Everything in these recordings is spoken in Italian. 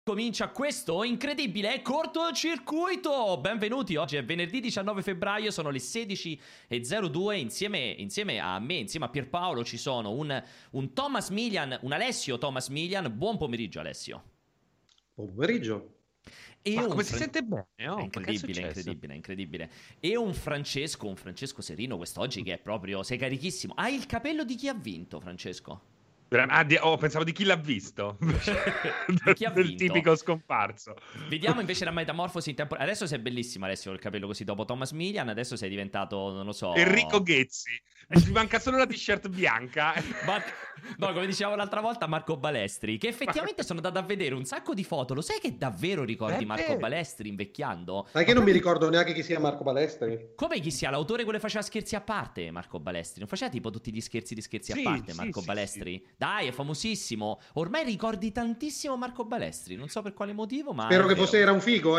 Comincia questo incredibile cortocircuito. Benvenuti, oggi è venerdì 19 febbraio, sono le 16:02. Insieme a me, insieme a Pierpaolo, ci sono un Thomas Milian, un Alessio Thomas Milian. Buon pomeriggio, Alessio. Buon pomeriggio. E ma come si sente bene? Oh, è incredibile. E un Francesco Serino quest'oggi che è proprio, sei carichissimo. Hai il capello di chi ha vinto, Francesco? Pensavo di chi l'ha visto. Di chi ha del vinto? tipico scomparso. Vediamo invece la metamorfosi in tempo. Adesso sei bellissimo, Alessio, il capello così dopo Thomas Milian. Adesso sei diventato, non lo so, Enrico Ghezzi. Ti manca solo la t-shirt bianca. No, come dicevamo l'altra volta, Marco Balestri, che effettivamente sono andato a vedere un sacco di foto. Lo sai che davvero ricordi Marco Balestri invecchiando? Sai che non mi ricordo neanche chi sia Marco Balestri? Come chi sia l'autore quello che faceva scherzi a parte, Marco Balestri? Non faceva tipo tutti gli scherzi a parte, Marco Balestri? Sì. Dai, è famosissimo. Ormai ricordi tantissimo Marco Balestri, non so per quale motivo, ma spero che fosse era un figo?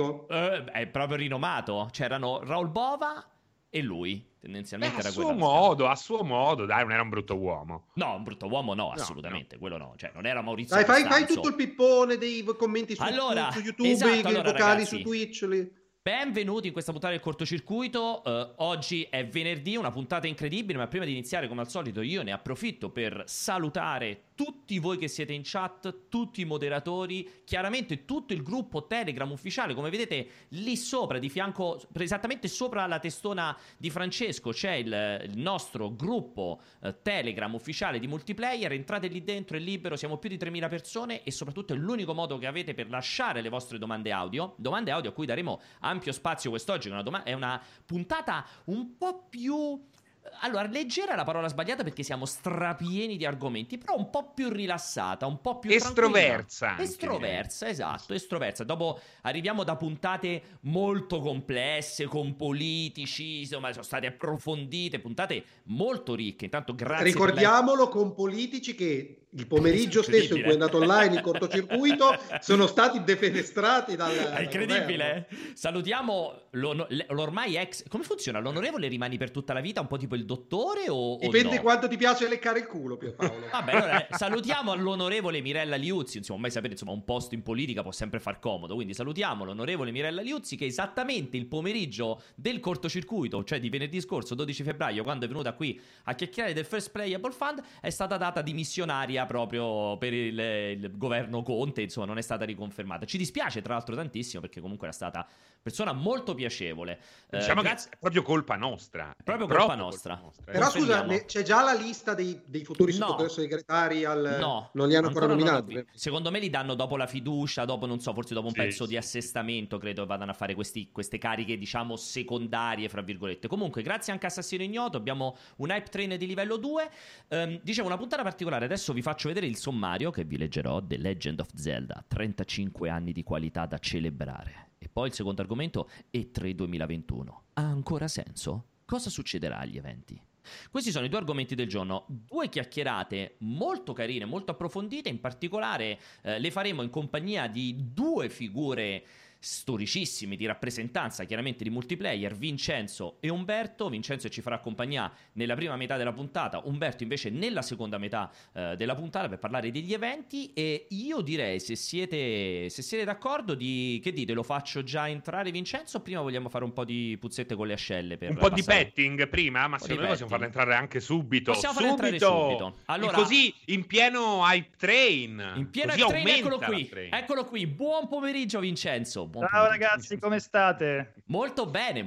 È proprio rinomato. C'erano Raul Bova e lui. Tendenzialmente era a suo modo, dai, non era un brutto uomo. No, un brutto uomo no, assolutamente, quello no. Cioè, non era Maurizio Dai, Costanzo. fai tutto il pippone dei commenti su YouTube, esatto, i vocali ragazzi, su Twitch lì. Benvenuti in questa puntata del cortocircuito. Oggi è venerdì, una puntata incredibile, ma prima di iniziare, come al solito, io ne approfitto per salutare tutti voi che siete in chat, tutti i moderatori, chiaramente tutto il gruppo Telegram ufficiale. Come vedete lì sopra, di fianco, esattamente sopra la testona di Francesco, c'è il nostro gruppo Telegram ufficiale di multiplayer. Entrate lì dentro, è libero, siamo più di 3.000 persone e soprattutto è l'unico modo che avete per lasciare le vostre domande audio a cui daremo ampio spazio quest'oggi. È una puntata un po' più... Allora, leggera è la parola sbagliata perché siamo strapieni di argomenti, però un po' più rilassata, un po' più estroversa. Estroversa. Dopo arriviamo da puntate molto complesse, con politici, insomma, sono state approfondite, puntate molto ricche. Intanto grazie. Ricordiamolo con politici che il pomeriggio stesso in cui è andato online il cortocircuito sono stati defenestrati dal È incredibile. Salutiamo l'ormai ex... Come funziona? L'onorevole rimani per tutta la vita un po' tipo il dottore o dipende no? quanto ti piace leccare il culo, Pierpaolo. Vabbè, allora salutiamo l'onorevole Mirella Liuzzi. Insomma, ormai sapete, insomma, un posto in politica può sempre far comodo, quindi salutiamo l'onorevole Mirella Liuzzi, che esattamente il pomeriggio del cortocircuito, cioè di venerdì scorso 12 febbraio, quando è venuta qui a chiacchierare del First Playable Fund, è stata data dimissionaria proprio per il governo Conte. Insomma, non è stata riconfermata. Ci dispiace tra l'altro tantissimo, perché comunque era stata persona molto piacevole. Diciamo che è proprio colpa nostra. Proprio colpa nostra. Però scusa, c'è già la lista dei futuri sottosegretari No, non li hanno ancora nominati? Secondo me li danno dopo la fiducia, dopo, non so, forse dopo un pezzo di assestamento, credo vadano a fare queste cariche, diciamo, secondarie, fra virgolette. Comunque, grazie anche a Assassino Ignoto, abbiamo un hype train di livello 2. Dicevo, una puntata particolare. Adesso vi faccio vedere il sommario che vi leggerò: The Legend of Zelda, 35 anni di qualità da celebrare. E poi il secondo argomento, E3 2021. Ha ancora senso? Cosa succederà agli eventi? Questi sono i due argomenti del giorno, due chiacchierate molto carine, molto approfondite. In particolare le faremo in compagnia di due figure storicissimi di rappresentanza, chiaramente di multiplayer, Vincenzo e Umberto. Vincenzo ci farà compagnia nella prima metà della puntata, Umberto invece nella seconda metà della puntata, per parlare degli eventi. E io direi, se siete d'accordo, che dite? Lo faccio già entrare Vincenzo o prima vogliamo fare un po' di puzzette con le ascelle per un po' di petting prima? Ma secondo me possiamo farlo entrare anche subito. Allora, così in pieno hype train. In pieno hype train, eccolo qui. Buon pomeriggio Vincenzo. Ciao ragazzi, come state? Molto bene.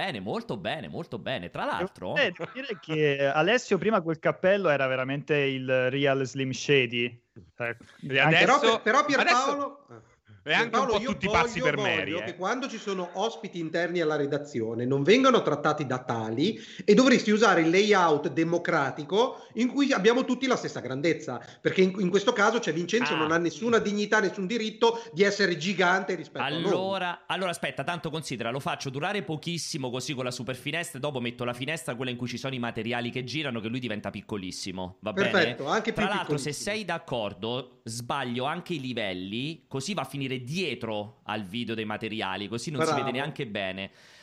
Tra l'altro, devo dire che Alessio prima quel cappello era veramente il real Slim Shady. Però Pierpaolo... E anche un po' tutti pazzi per Mary. Che quando ci sono ospiti interni alla redazione non vengano trattati da tali, e dovresti usare il layout democratico in cui abbiamo tutti la stessa grandezza, perché in questo caso c'è Vincenzo, non ha nessuna dignità, nessun diritto di essere gigante rispetto a noi. Allora aspetta, tanto considera, lo faccio durare pochissimo così con la super finestra, e dopo metto la finestra, quella in cui ci sono i materiali che girano, che lui diventa piccolissimo. Va Perfetto, bene? Anche più tra l'altro, se sei d'accordo, sbaglio anche i livelli, così va a finire dietro al video dei materiali, così non si vede neanche bene.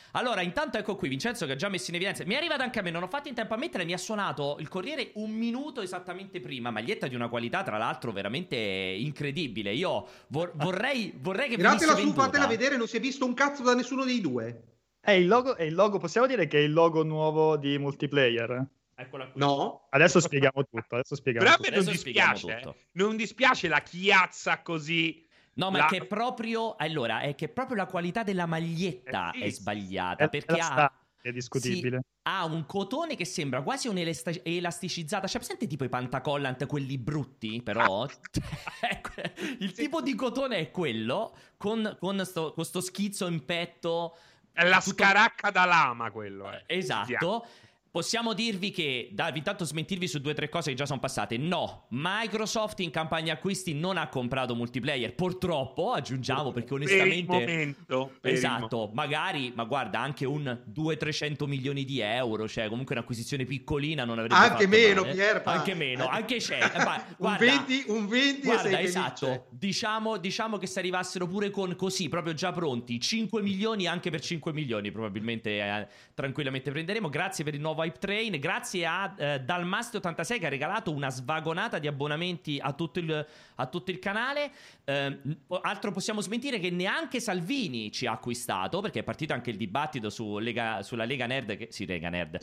Allora, intanto ecco qui Vincenzo che ha già messo in evidenza. Mi è arrivato anche a me, non ho fatto in tempo a mettere, mi ha suonato il Corriere un minuto esattamente prima. Maglietta di una qualità, tra l'altro, veramente incredibile. Io vorrei che tiratela su, fatela vedere, non si è visto un cazzo da nessuno dei due. È il logo, possiamo dire che è il logo nuovo di Multiplayer? Eccola qui. No. Adesso spieghiamo tutto. Però a me non dispiace. Non dispiace la chiazza così. No, ma che proprio allora è che proprio la qualità della maglietta è sbagliata perché è discutibile. Ha un cotone che sembra quasi un'elasticizzata. C'è presente tipo i pantacollant, quelli brutti, però il tipo di cotone è quello con sto schizzo in petto. È la scaracca da lama quello. Esatto. Possiamo dirvi che, intanto smentirvi su 2 o 3 cose che già sono passate. No, Microsoft in campagna acquisti non ha comprato Multiplayer. Purtroppo, aggiungiamo, perché onestamente... Esatto, magari, ma guarda, anche un 200-300 milioni di euro, cioè comunque un'acquisizione piccolina non avrebbe anche fatto meno, male. Pierpa. Anche meno, anche c'è. Un 20 guarda, esatto. Diciamo che se arrivassero pure con così, proprio già pronti, 5 milioni, anche per 5 milioni probabilmente tranquillamente prenderemo. Grazie per il nuovo Hype Train, grazie a Dalmasti86 che ha regalato una svagonata di abbonamenti a tutto il canale. Altro possiamo smentire che neanche Salvini ci ha acquistato, perché è partito anche il dibattito sulla Lega Nerd Lega Nerd.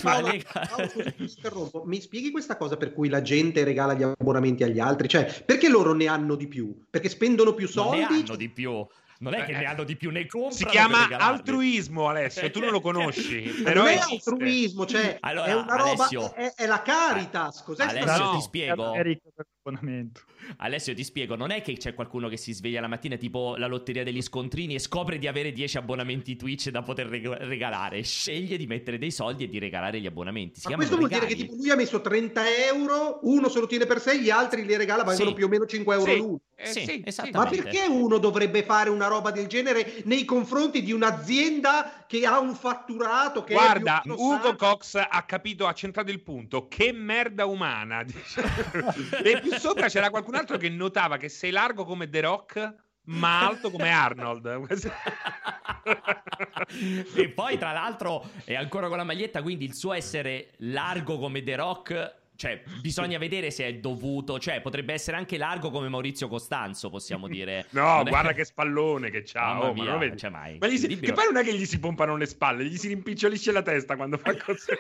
Mi spieghi questa cosa per cui la gente regala gli abbonamenti agli altri? Cioè, perché loro ne hanno di più? Perché spendono più soldi? Non ne hanno di più. Non è che ne hanno di più, ne comprano. Si chiama altruismo, Alessio, tu non lo conosci. Però non è altruismo, cioè allora, è una Alessio, roba, è la Caritas. Cos'è Alessio, ti spiego. Abbonamento. Alessio, ti spiego, non è che c'è qualcuno che si sveglia la mattina tipo la lotteria degli scontrini e scopre di avere 10 abbonamenti Twitch da poter regalare, sceglie di mettere dei soldi e di regalare gli abbonamenti. Ma questo vuol dire che tipo lui ha messo 30 euro, uno se lo tiene per sé, gli altri li regala, valgono più o meno 5 euro l'uno. Sì, esattamente. Ma perché uno dovrebbe fare una roba del genere nei confronti di un'azienda che ha un fatturato che guarda, Ugo Cox ha capito, ha centrato il punto. Che merda umana. E più sopra c'era qualcun altro che notava che sei largo come The Rock ma alto come Arnold. E poi tra l'altro è ancora con la maglietta, quindi il suo essere largo come The Rock, cioè bisogna vedere se è dovuto, cioè potrebbe essere anche largo come Maurizio Costanzo, possiamo dire. No, guarda che spallone che c'ha. Ma lo vedi? Cioè, mai. Ma che poi non è che gli si pompano le spalle, gli si rimpicciolisce la testa quando fa così.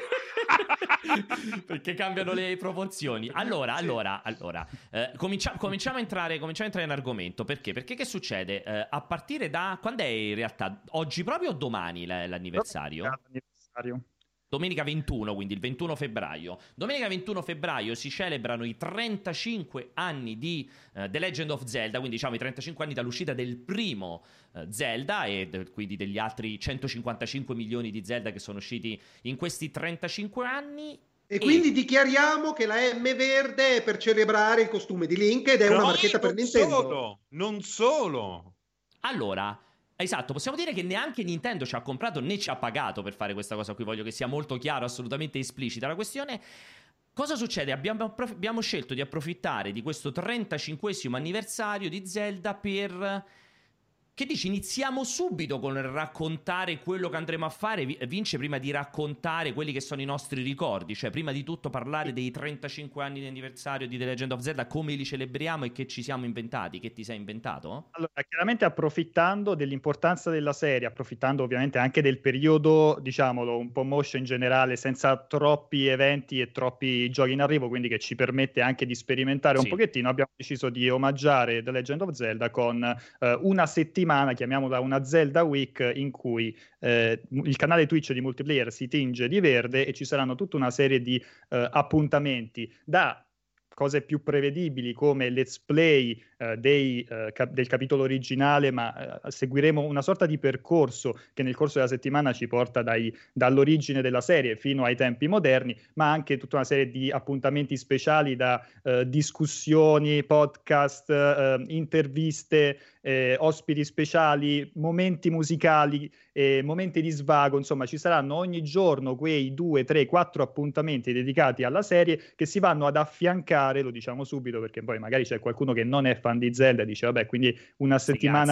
Perché cambiano le proporzioni. Allora, cominciamo a entrare in argomento. Perché? Perché che succede? A partire da quando è in realtà? Oggi proprio o domani l'anniversario? Domenica 21, quindi il 21 febbraio. Domenica 21 febbraio si celebrano i 35 anni di The Legend of Zelda, quindi diciamo i 35 anni dall'uscita del primo Zelda e quindi degli altri 155 milioni di Zelda che sono usciti in questi 35 anni. E quindi dichiariamo che la M verde è per celebrare il costume di Link ed è una marchetta per Nintendo. Non solo. Allora... Esatto, possiamo dire che neanche Nintendo ci ha comprato né ci ha pagato per fare questa cosa qui, voglio che sia molto chiaro, assolutamente esplicita la questione. Cosa succede? Abbiamo scelto di approfittare di questo 35esimo anniversario di Zelda per... Che dici? Iniziamo subito con raccontare quello che andremo a fare, Vince, prima di raccontare quelli che sono i nostri ricordi, cioè prima di tutto parlare dei 35 anni di anniversario di The Legend of Zelda, come li celebriamo e che ci siamo inventati, che ti sei inventato? Allora, chiaramente approfittando dell'importanza della serie, approfittando ovviamente anche del periodo, diciamolo, un po' motion in generale, senza troppi eventi e troppi giochi in arrivo, quindi che ci permette anche di sperimentare un pochettino, abbiamo deciso di omaggiare The Legend of Zelda con una settimana, chiamiamola una Zelda Week, in cui il canale Twitch di Multiplayer si tinge di verde e ci saranno tutta una serie di appuntamenti da cose più prevedibili come let's play del capitolo originale, ma seguiremo una sorta di percorso che nel corso della settimana ci porta dall'origine della serie fino ai tempi moderni, ma anche tutta una serie di appuntamenti speciali da discussioni, podcast, interviste, ospiti speciali, momenti musicali, momenti di svago, insomma ci saranno ogni giorno quei 2, 3, 4 appuntamenti dedicati alla serie che si vanno ad affiancare, lo diciamo subito perché poi magari c'è qualcuno che non è fan di Zelda e dice vabbè, quindi una settimana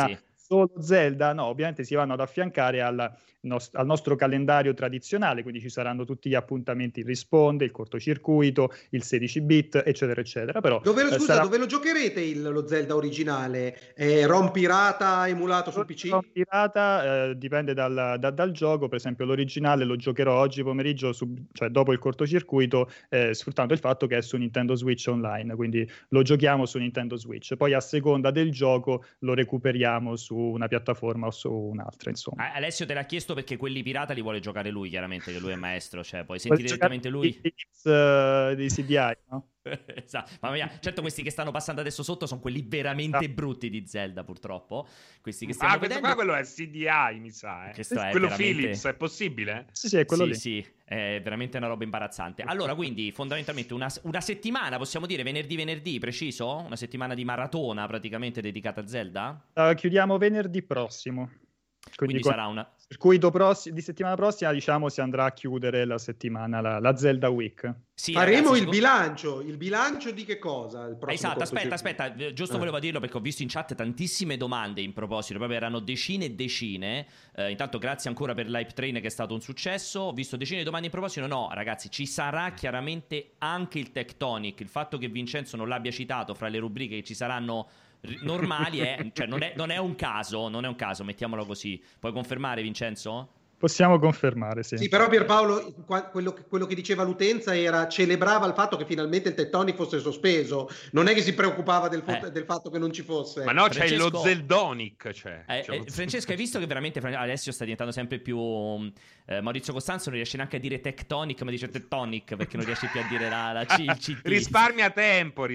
solo Zelda? No, ovviamente si vanno ad affiancare al nostro calendario tradizionale, quindi ci saranno tutti gli appuntamenti, il Risponde, il cortocircuito, il 16-bit, eccetera, eccetera. Però, dove lo giocherete lo Zelda originale? ROM pirata emulato sul PC? ROM pirata dipende dal gioco. Per esempio l'originale lo giocherò oggi pomeriggio, cioè dopo il cortocircuito, sfruttando il fatto che è su Nintendo Switch Online, quindi lo giochiamo su Nintendo Switch. Poi a seconda del gioco lo recuperiamo su una piattaforma o su un'altra, insomma. Alessio te l'ha chiesto perché quelli pirata li vuole giocare lui, chiaramente, che lui è maestro, cioè puoi sentire direttamente lui. Di CDI, no? Esatto. Mamma mia, certo, questi che stanno passando adesso sotto sono quelli veramente brutti di Zelda, purtroppo. Questi che stiamo vedendo. Qua quello è CDI, mi sa. Questo è quello veramente... Philips, è possibile? Sì, è quello lì. Sì, è veramente una roba imbarazzante. Allora, quindi, fondamentalmente una settimana, possiamo dire, venerdì, preciso? Una settimana di maratona praticamente dedicata a Zelda? Chiudiamo venerdì prossimo. Quindi sarà una... circuito di settimana prossima, diciamo, si andrà a chiudere la settimana, la Zelda Week. Sì, faremo ragazzi, il bilancio di che cosa? Il esatto, aspetta, giusto volevo dirlo perché ho visto in chat tantissime domande in proposito, proprio erano decine e decine. Intanto grazie ancora per l'Hype Train che è stato un successo. Ho visto decine di domande in proposito. No, ragazzi, ci sarà chiaramente anche il Tectonic. Il fatto che Vincenzo non l'abbia citato fra le rubriche che ci saranno normali cioè non è un caso, mettiamolo così. Puoi confermare, Vincenzo? Possiamo confermare, sì. Sì, però Pierpaolo, quello che diceva l'utenza celebrava il fatto che finalmente il Tectonic fosse sospeso, non è che si preoccupava del fatto che non ci fosse. Ma no, c'è lo Zeldonic. Francesco, hai visto che veramente Alessio sta diventando sempre più... Maurizio Costanzo non riesce neanche a dire Tectonic, ma dice Tectonic perché non riesce più a dire la C, il CT. Risparmia tempo.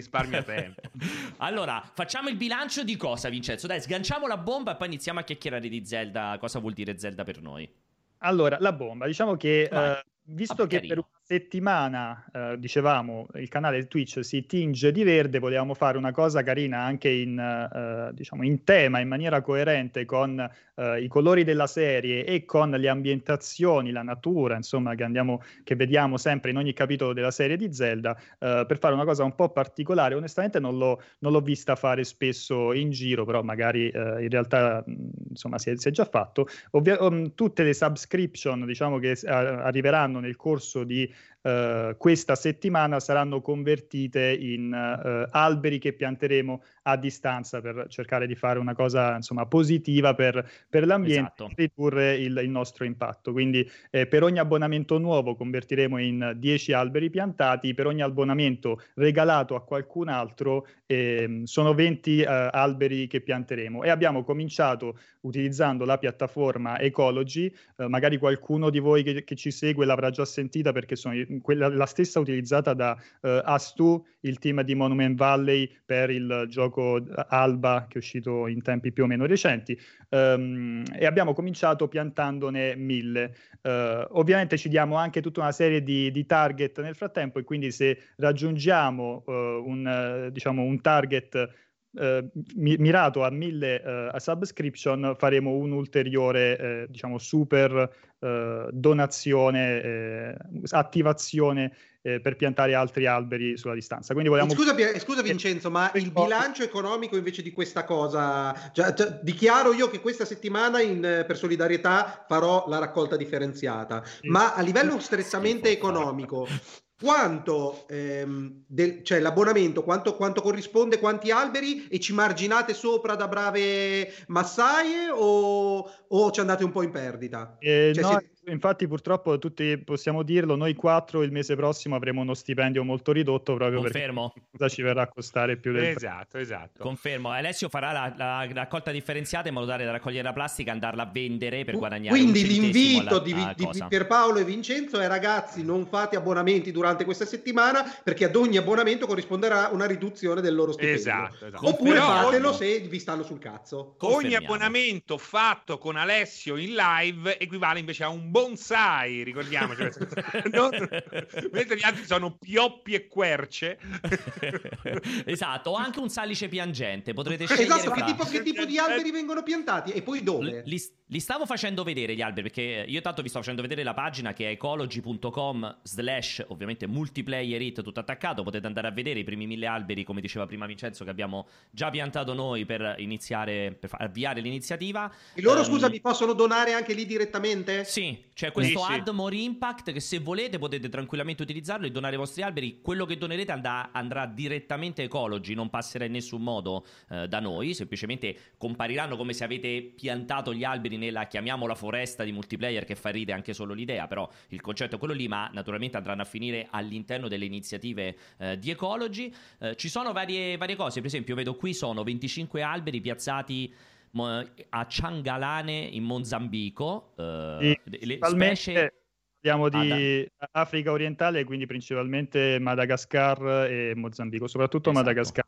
Allora, facciamo il bilancio di cosa, Vincenzo? Dai, sganciamo la bomba e poi iniziamo a chiacchierare di Zelda. Cosa vuol dire Zelda per noi? Allora, la bomba, diciamo che visto che per una settimana, dicevamo, il canale Twitch si tinge di verde, volevamo fare una cosa carina anche in tema, in maniera coerente con i colori della serie e con le ambientazioni, la natura, insomma, che vediamo sempre in ogni capitolo della serie di Zelda, per fare una cosa un po' particolare. Onestamente non l'ho vista fare spesso in giro, però magari in realtà insomma si è già fatto. Tutte le subscription, diciamo, che arriveranno nel corso di questa settimana saranno convertite in alberi che pianteremo a distanza per cercare di fare una cosa, insomma, positiva per l'ambiente, e ridurre il nostro impatto. Quindi per ogni abbonamento nuovo convertiremo in 10 alberi piantati, per ogni abbonamento regalato a qualcun altro sono 20 alberi che pianteremo, e abbiamo cominciato utilizzando la piattaforma Ecology. Magari qualcuno di voi che ci segue l'avrà già sentita, perché sono la stessa utilizzata da Astu, il team di Monument Valley, per il gioco Alba, che è uscito in tempi più o meno recenti, e abbiamo cominciato piantandone 1000. Ovviamente ci diamo anche tutta una serie di target nel frattempo, e quindi se raggiungiamo un target mirato a 1000 subscription, faremo un'ulteriore super donazione, attivazione per piantare altri alberi sulla distanza. Quindi vogliamo... Scusa Vincenzo, ma il bilancio economico invece di questa cosa, dichiaro io che questa settimana per solidarietà farò la raccolta differenziata, ma a livello strettamente economico, quanto cioè l'abbonamento, quanto corrisponde, quanti alberi, e ci marginate sopra da brave massaie o ci andate un po' in perdita? Infatti purtroppo tutti possiamo dirlo, noi 4 il mese prossimo avremo uno stipendio molto ridotto, proprio Confermo. perché cosa ci verrà a costare più del... Esatto. Confermo. Alessio farà la raccolta differenziata in modo tale da raccogliere la plastica e andarla a vendere per guadagnare. Quindi l'invito di Pierpaolo e Vincenzo è: ragazzi, non fate abbonamenti durante questa settimana, perché ad ogni abbonamento corrisponderà una riduzione del loro stipendio. Esatto. Oppure fatelo se vi stanno sul cazzo. Ogni abbonamento fatto con Alessio in live equivale invece a un bonsai, ricordiamoci. Mentre gli altri sono pioppi e querce. Esatto, o anche un salice piangente, potrete scegliere. Esatto, che tipo di alberi vengono piantati e poi dove? Li Li stavo facendo vedere gli alberi, perché io tanto vi sto facendo vedere la pagina che è ecology.com/ ovviamente multiplayer it tutto attaccato. Potete andare a vedere i primi 1000 alberi, come diceva prima Vincenzo, che abbiamo già piantato noi per iniziare, per avviare l'iniziativa. E loro, scusa, mi possono donare anche lì direttamente? Sì, c'è questo Sì. Add More Impact che se volete potete tranquillamente utilizzarlo e donare i vostri alberi. Quello che donerete andrà direttamente a Ecology, non passerà in nessun modo da noi, semplicemente compariranno come se avete piantato gli alberi nella, chiamiamola, foresta di multiplayer, che fa ridere anche solo l'idea, però il concetto è quello lì, ma naturalmente andranno a finire all'interno delle iniziative di Ecology. Ci sono varie cose, per esempio vedo qui sono 25 alberi piazzati a Ciangalane in Mozambico, le specie... Parliamo di Africa orientale, quindi principalmente Madagascar e Mozambico, soprattutto Esatto. Madagascar.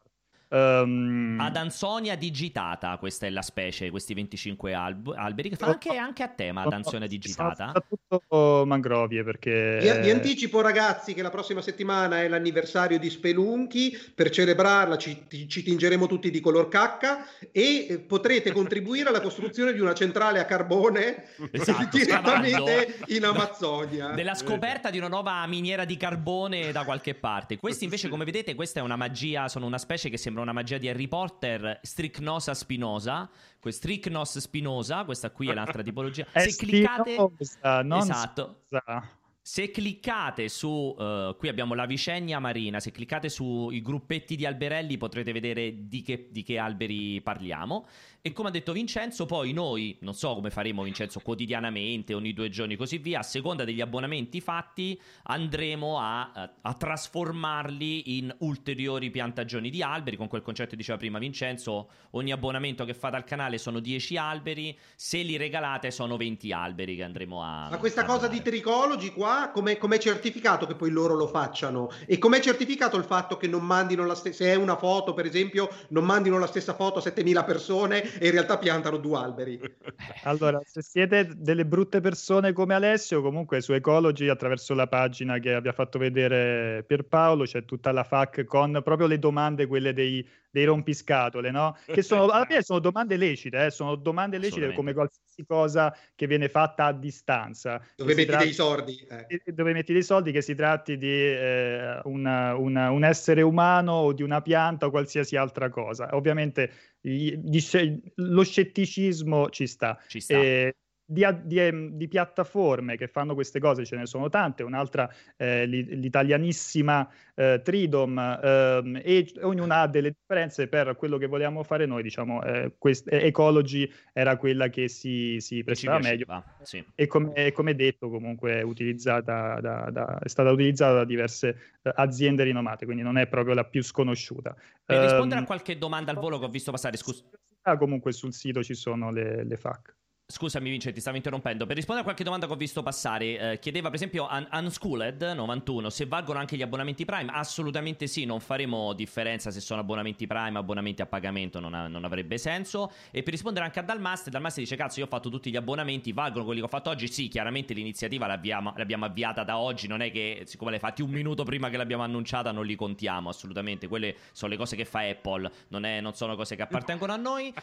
Adansonia digitata, questa è la specie, questi 25 alberi che fa anche a tema Adansonia digitata. Soprattutto mangrovie, perché Vi anticipo, ragazzi, che la prossima settimana è l'anniversario di Spelunky. Per celebrarla ci tingeremo tutti di color cacca e potrete contribuire alla costruzione di una centrale a carbone Esatto, direttamente in Amazzonia. Della scoperta di una nuova miniera di carbone da qualche parte. Questi invece, come vedete, questa è una magia, sono una specie che sembra una magia di Harry Potter, Strychnosa spinosa. Strychnos spinosa, questa qui è l'altra tipologia. Se cliccate, esatto. Se cliccate su, qui abbiamo la Vicenia marina, se cliccate sui gruppetti di alberelli potrete vedere di che alberi parliamo. E come ha detto Vincenzo, poi noi, non so come faremo Vincenzo, quotidianamente, ogni 2 giorni così via, a seconda degli abbonamenti fatti, andremo a trasformarli in ulteriori piantagioni di alberi, con quel concetto che diceva prima Vincenzo, ogni abbonamento che fate al canale sono 10 alberi, se li regalate sono 20 alberi che andremo a... Ma questa cosa di Tricology qua, com'è certificato che poi loro lo facciano? E com'è certificato il fatto che non mandino la stessa, se è una foto per esempio, non mandino la stessa foto a 7000 persone e in realtà piantano 2 alberi? Allora, se siete delle brutte persone come Alessio, comunque su Ecology, attraverso la pagina che abbia fatto vedere Pierpaolo, c'è tutta la FAQ con proprio le domande, quelle dei rompiscatole, no? Che sono, alla fine sono domande lecite, sono domande lecite come qualsiasi cosa che viene fatta a distanza. Dove metti dei soldi. Dove metti dei soldi, che si tratti di un essere umano o di una pianta o qualsiasi altra cosa. Ovviamente lo scetticismo ci sta. Di piattaforme che fanno queste cose ce ne sono tante, un'altra l'italianissima Tridom, e ognuna ha delle differenze. Per quello che volevamo fare noi, diciamo, Ecology era quella che si prestava meglio, sì. e come detto comunque è stata utilizzata da diverse aziende rinomate, quindi non è proprio la più sconosciuta. Per rispondere a qualche domanda al volo che ho visto passare, scusa. Comunque sul sito ci sono le FAQ. Scusami Vince, ti stavo interrompendo. Per rispondere a qualche domanda che ho visto passare, chiedeva per esempio Unschooled 91 se valgono anche gli abbonamenti Prime. Assolutamente sì, non faremo differenza se sono abbonamenti Prime, abbonamenti a pagamento, non avrebbe senso. E per rispondere anche a Dalmaster dice: cazzo, io ho fatto tutti gli abbonamenti, valgono quelli che ho fatto oggi? Sì, chiaramente l'iniziativa l'abbiamo avviata da oggi, non è che siccome l'hai fatti un minuto prima che l'abbiamo annunciata non li contiamo, assolutamente. Quelle sono le cose che fa Apple, non sono cose che appartengono a noi.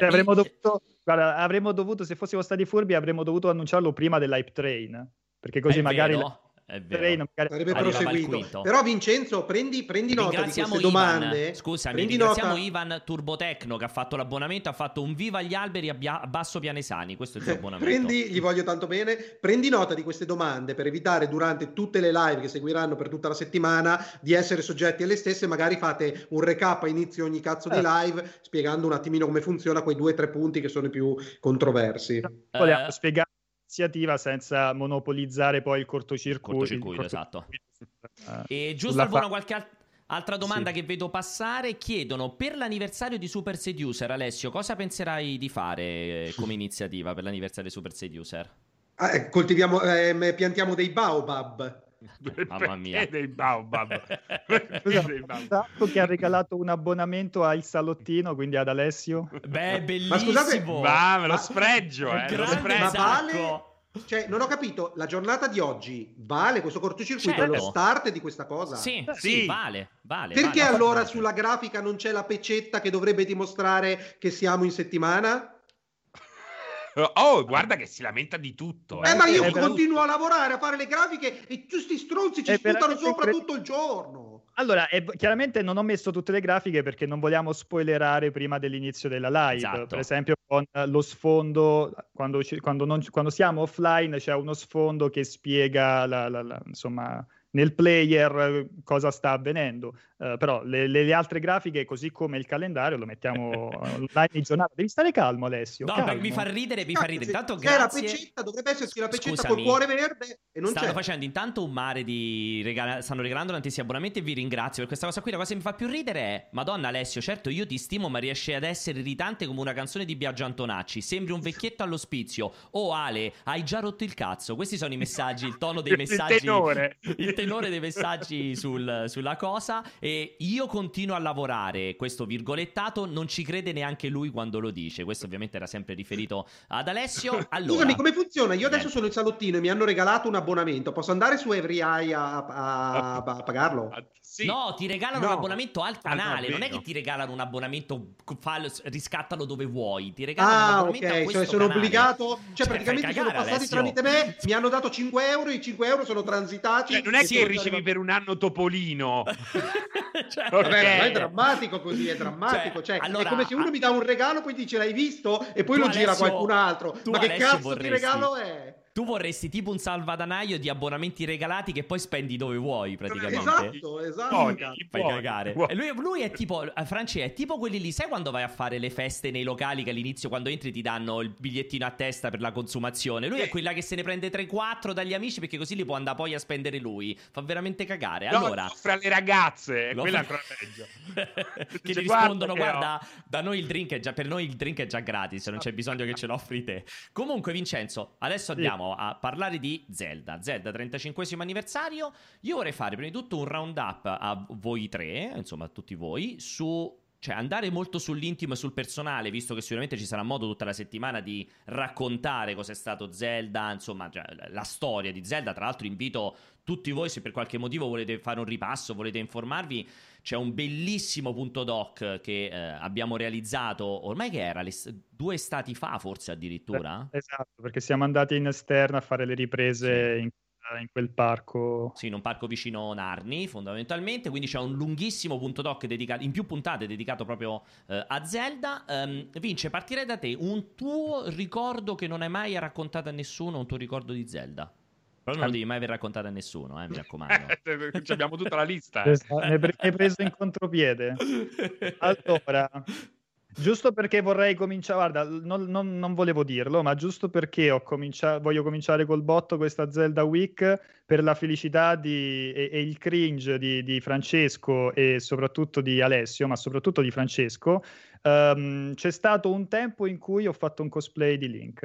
Avremmo dovuto, se fossimo stati furbi, avremmo dovuto annunciarlo prima dell'hype train, perché così magari è vero. Sarebbe proseguito. Però Vincenzo, prendi nota di queste Ivan, domande. Scusami, ringraziamo Ivan Turbotecno che ha fatto l'abbonamento, ha fatto un viva gli alberi a Basso Pianesani. Questo è il suo abbonamento. Gli voglio tanto bene. Prendi nota di queste domande per evitare durante tutte le live che seguiranno per tutta la settimana di essere soggetti alle stesse. Magari fate un recap a inizio ogni cazzo di live spiegando un attimino come funziona quei 2 o 3 punti che sono i più controversi. Vogliamo spiegare l'iniziativa senza monopolizzare poi il cortocircuito. Esatto. E giusto al volo qualche altra domanda che vedo passare. Chiedono: per l'anniversario di Super Seducer, Alessio, cosa penserai di fare come iniziativa per l'anniversario di Super Seducer? Coltiviamo, piantiamo dei baobab. Mamma mia, dei baobab. Che ha regalato un abbonamento al salottino, quindi ad Alessio. Beh, bellissimo. Ma scusate, me lo sfregio, ma vale? Cioè, non ho capito, la giornata di oggi vale questo cortocircuito? È lo start di questa cosa? Sì, vale. Perché allora sulla grafica non c'è la pecetta che dovrebbe dimostrare che siamo in settimana? Oh, guarda che si lamenta di tutto. Ma io continuo a lavorare, a fare le grafiche e tutti sti stronzi ci sputano sopra tutto il giorno. Allora, chiaramente non ho messo tutte le grafiche perché non vogliamo spoilerare prima dell'inizio della live. Esatto. Per esempio con lo sfondo, quando siamo offline c'è uno sfondo che spiega insomma nel player cosa sta avvenendo. Però le altre grafiche, così come il calendario, lo mettiamo online in giornata. Devi stare calmo, Alessio. No, calmo. mi fa ridere. Intanto c'è grazie. la pecetta, dovrebbe esserci la pecetta col cuore verde e non stanno c'è. facendo intanto un mare di stanno regalando tantissimi abbonamenti e vi ringrazio per questa cosa qui. La cosa che mi fa più ridere è: Madonna Alessio, certo io ti stimo, ma riesci ad essere irritante come una canzone di Biagio Antonacci. Sembri un vecchietto all'ospizio. Oh Ale, hai già rotto il cazzo. Questi sono i messaggi, il tono dei messaggi, il tenore dei messaggi sulla cosa. E io continuo a lavorare, questo virgolettato non ci crede neanche lui quando lo dice. Questo ovviamente era sempre riferito ad Alessio. Allora, scusami, come funziona? Io adesso sono in salottino e mi hanno regalato un abbonamento, posso andare su EveryEye a pagarlo? Sì. No, ti regalano un abbonamento al canale, non è che ti regalano un abbonamento, riscattalo dove vuoi, ti regalano un abbonamento a questo sono canale. obbligato, cioè praticamente sono passati Alessio. tramite me, mi hanno dato 5 euro, i 5 euro sono transitati. Cioè, non è che ricevi per un anno Topolino. Cioè, Vabbè, è drammatico così, è drammatico. Cioè, allora, è come se uno mi dà un regalo, poi dice l'hai visto e poi tu, lo gira Alessio, qualcun altro. tu, Ma che Alessio, cazzo vorresti. di regalo è? Tu vorresti tipo un salvadanaio di abbonamenti regalati che poi spendi dove vuoi, praticamente. Esatto. Fai cagare. E lui è tipo, Franci, è tipo quelli lì, sai quando vai a fare le feste nei locali che all'inizio quando entri ti danno il bigliettino a testa per la consumazione? Lui è quella che se ne prende 3-4 dagli amici perché così li può andare poi a spendere lui. Fa veramente cagare. Allora, fra le ragazze, quella è ancora peggio. Che gli rispondono, guarda, da noi il drink è già, per noi il drink è già gratis, non c'è bisogno che ce lo offri te. Comunque Vincenzo, adesso andiamo a parlare di Zelda 35esimo anniversario. Io vorrei fare prima di tutto un round up a voi tre, insomma a tutti voi, cioè andare molto sull'intimo e sul personale, visto che sicuramente ci sarà modo tutta la settimana di raccontare cos'è stato Zelda, insomma la storia di Zelda. Tra l'altro invito tutti voi, se per qualche motivo volete fare un ripasso, volete informarvi, c'è un bellissimo punto doc che abbiamo realizzato ormai, che era 2 estati fa forse addirittura. Esatto, perché siamo andati in esterno a fare le riprese in quel parco. Sì, in un parco vicino Narni fondamentalmente, quindi c'è un lunghissimo punto doc dedicato, in più puntate, dedicato proprio a Zelda. Vince, partirei da te, un tuo ricordo che non hai mai raccontato a nessuno, un tuo ricordo di Zelda. Però non lo devi mai aver raccontato a nessuno, mi raccomando. Abbiamo tutta la lista. Ne hai preso in contropiede. Allora, giusto perché vorrei cominciare, guarda, non volevo dirlo, ma giusto perché voglio cominciare col botto questa Zelda Week per la felicità e il cringe di Francesco e soprattutto di Alessio, ma soprattutto di Francesco. C'è stato un tempo in cui ho fatto un cosplay di Link.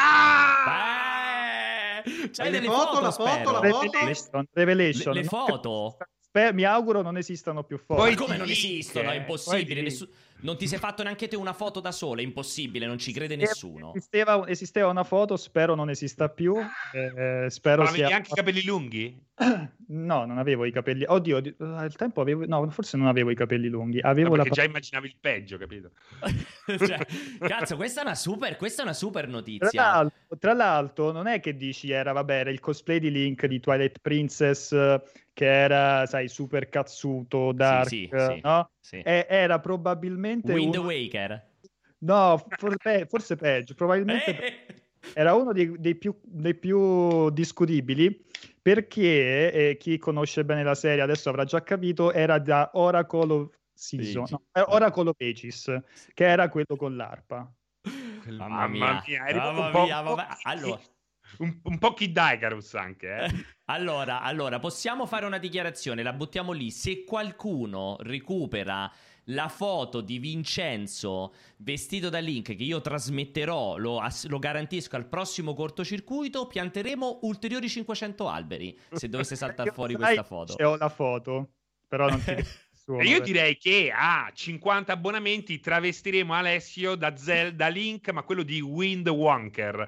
C'hai delle foto, la foto. Revelation. Le foto? Mi auguro non esistano più foto. Poi come non esistono? È impossibile. Non ti sei fatto neanche te una foto da sola? È impossibile, non ci crede nessuno. Esisteva una foto, spero non esista più. Spero sia... Avevi anche i capelli lunghi? No, non avevo i capelli. Oddio, al tempo avevo. No, forse non avevo i capelli lunghi. Avevo perché già immaginavi il peggio, capito? Cioè, cazzo, questa è una super notizia. Tra l'altro, non è che dici era il cosplay di Link di Twilight Princess, che era, sai, super cazzuto, dark, sì, no? Sì. Era probabilmente Wind Waker. No, forse peggio. Probabilmente era uno dei più discutibili, perché chi conosce bene la serie adesso avrà già capito, era da Oracle of Season, Oracle of Ages, che era quello con l'arpa. Mamma mia, allora un po' Kid Icarus anche, Allora, possiamo fare una dichiarazione, la buttiamo lì. Se qualcuno recupera la foto di Vincenzo vestito da Link, che io trasmetterò, lo garantisco, al prossimo cortocircuito, pianteremo ulteriori 500 alberi, se dovesse saltare fuori questa foto. Ho la foto, però non ti... Io direi che a 50 abbonamenti travestiremo Alessio da Link, ma quello di Wind Waker.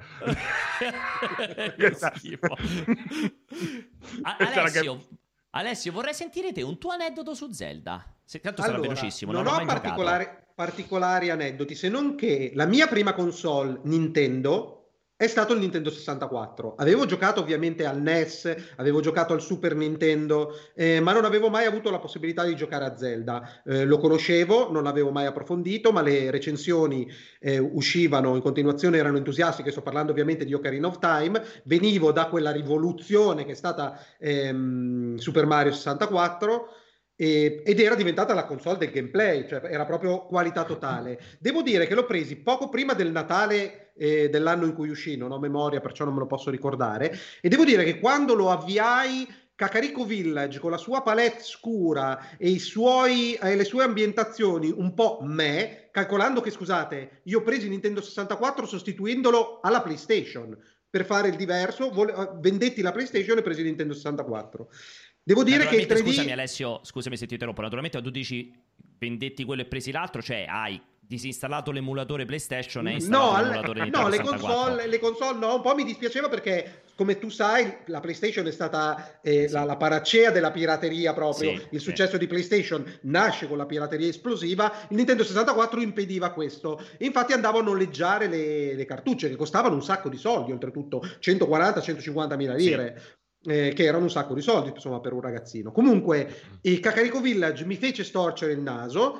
Alessio, vorrei sentire te un tuo aneddoto su Zelda. Tanto sarà velocissimo. Non ho particolari particolari aneddoti, se non che la mia prima console Nintendo è stato il Nintendo 64. Avevo giocato ovviamente al NES, avevo giocato al Super Nintendo, ma non avevo mai avuto la possibilità di giocare a Zelda. Lo conoscevo, non l'avevo mai approfondito, ma le recensioni uscivano in continuazione, erano entusiastiche. Sto parlando ovviamente di Ocarina of Time. Venivo da quella rivoluzione che è stata Super Mario 64. Ed era diventata la console del gameplay, cioè era proprio qualità totale. Devo dire che l'ho presi poco prima del Natale dell'anno in cui uscì, non ho memoria, perciò non me lo posso ricordare, e devo dire che quando lo avviai, Kakariko Village con la sua palette scura e le sue ambientazioni un po' calcolando che, scusate, io ho preso il Nintendo 64 sostituendolo alla PlayStation per fare il diverso, vendetti la PlayStation e presi il Nintendo 64. Devo dire che il 3D... Scusami Alessio, scusami se ti interrompo. Naturalmente tu dici vendetti quello e presi l'altro, cioè hai disinstallato l'emulatore PlayStation e installato l'emulatore Nintendo 64. Le console no, un po' mi dispiaceva perché, come tu sai, la PlayStation è stata la panacea della pirateria proprio. Il successo di PlayStation nasce con la pirateria esplosiva. Il Nintendo 64 impediva questo. E infatti andavo a noleggiare le cartucce, che costavano un sacco di soldi, oltretutto 140-150 mila lire. Sì. Che erano un sacco di soldi, insomma, per un ragazzino. Comunque il Kakariko Village mi fece storcere il naso,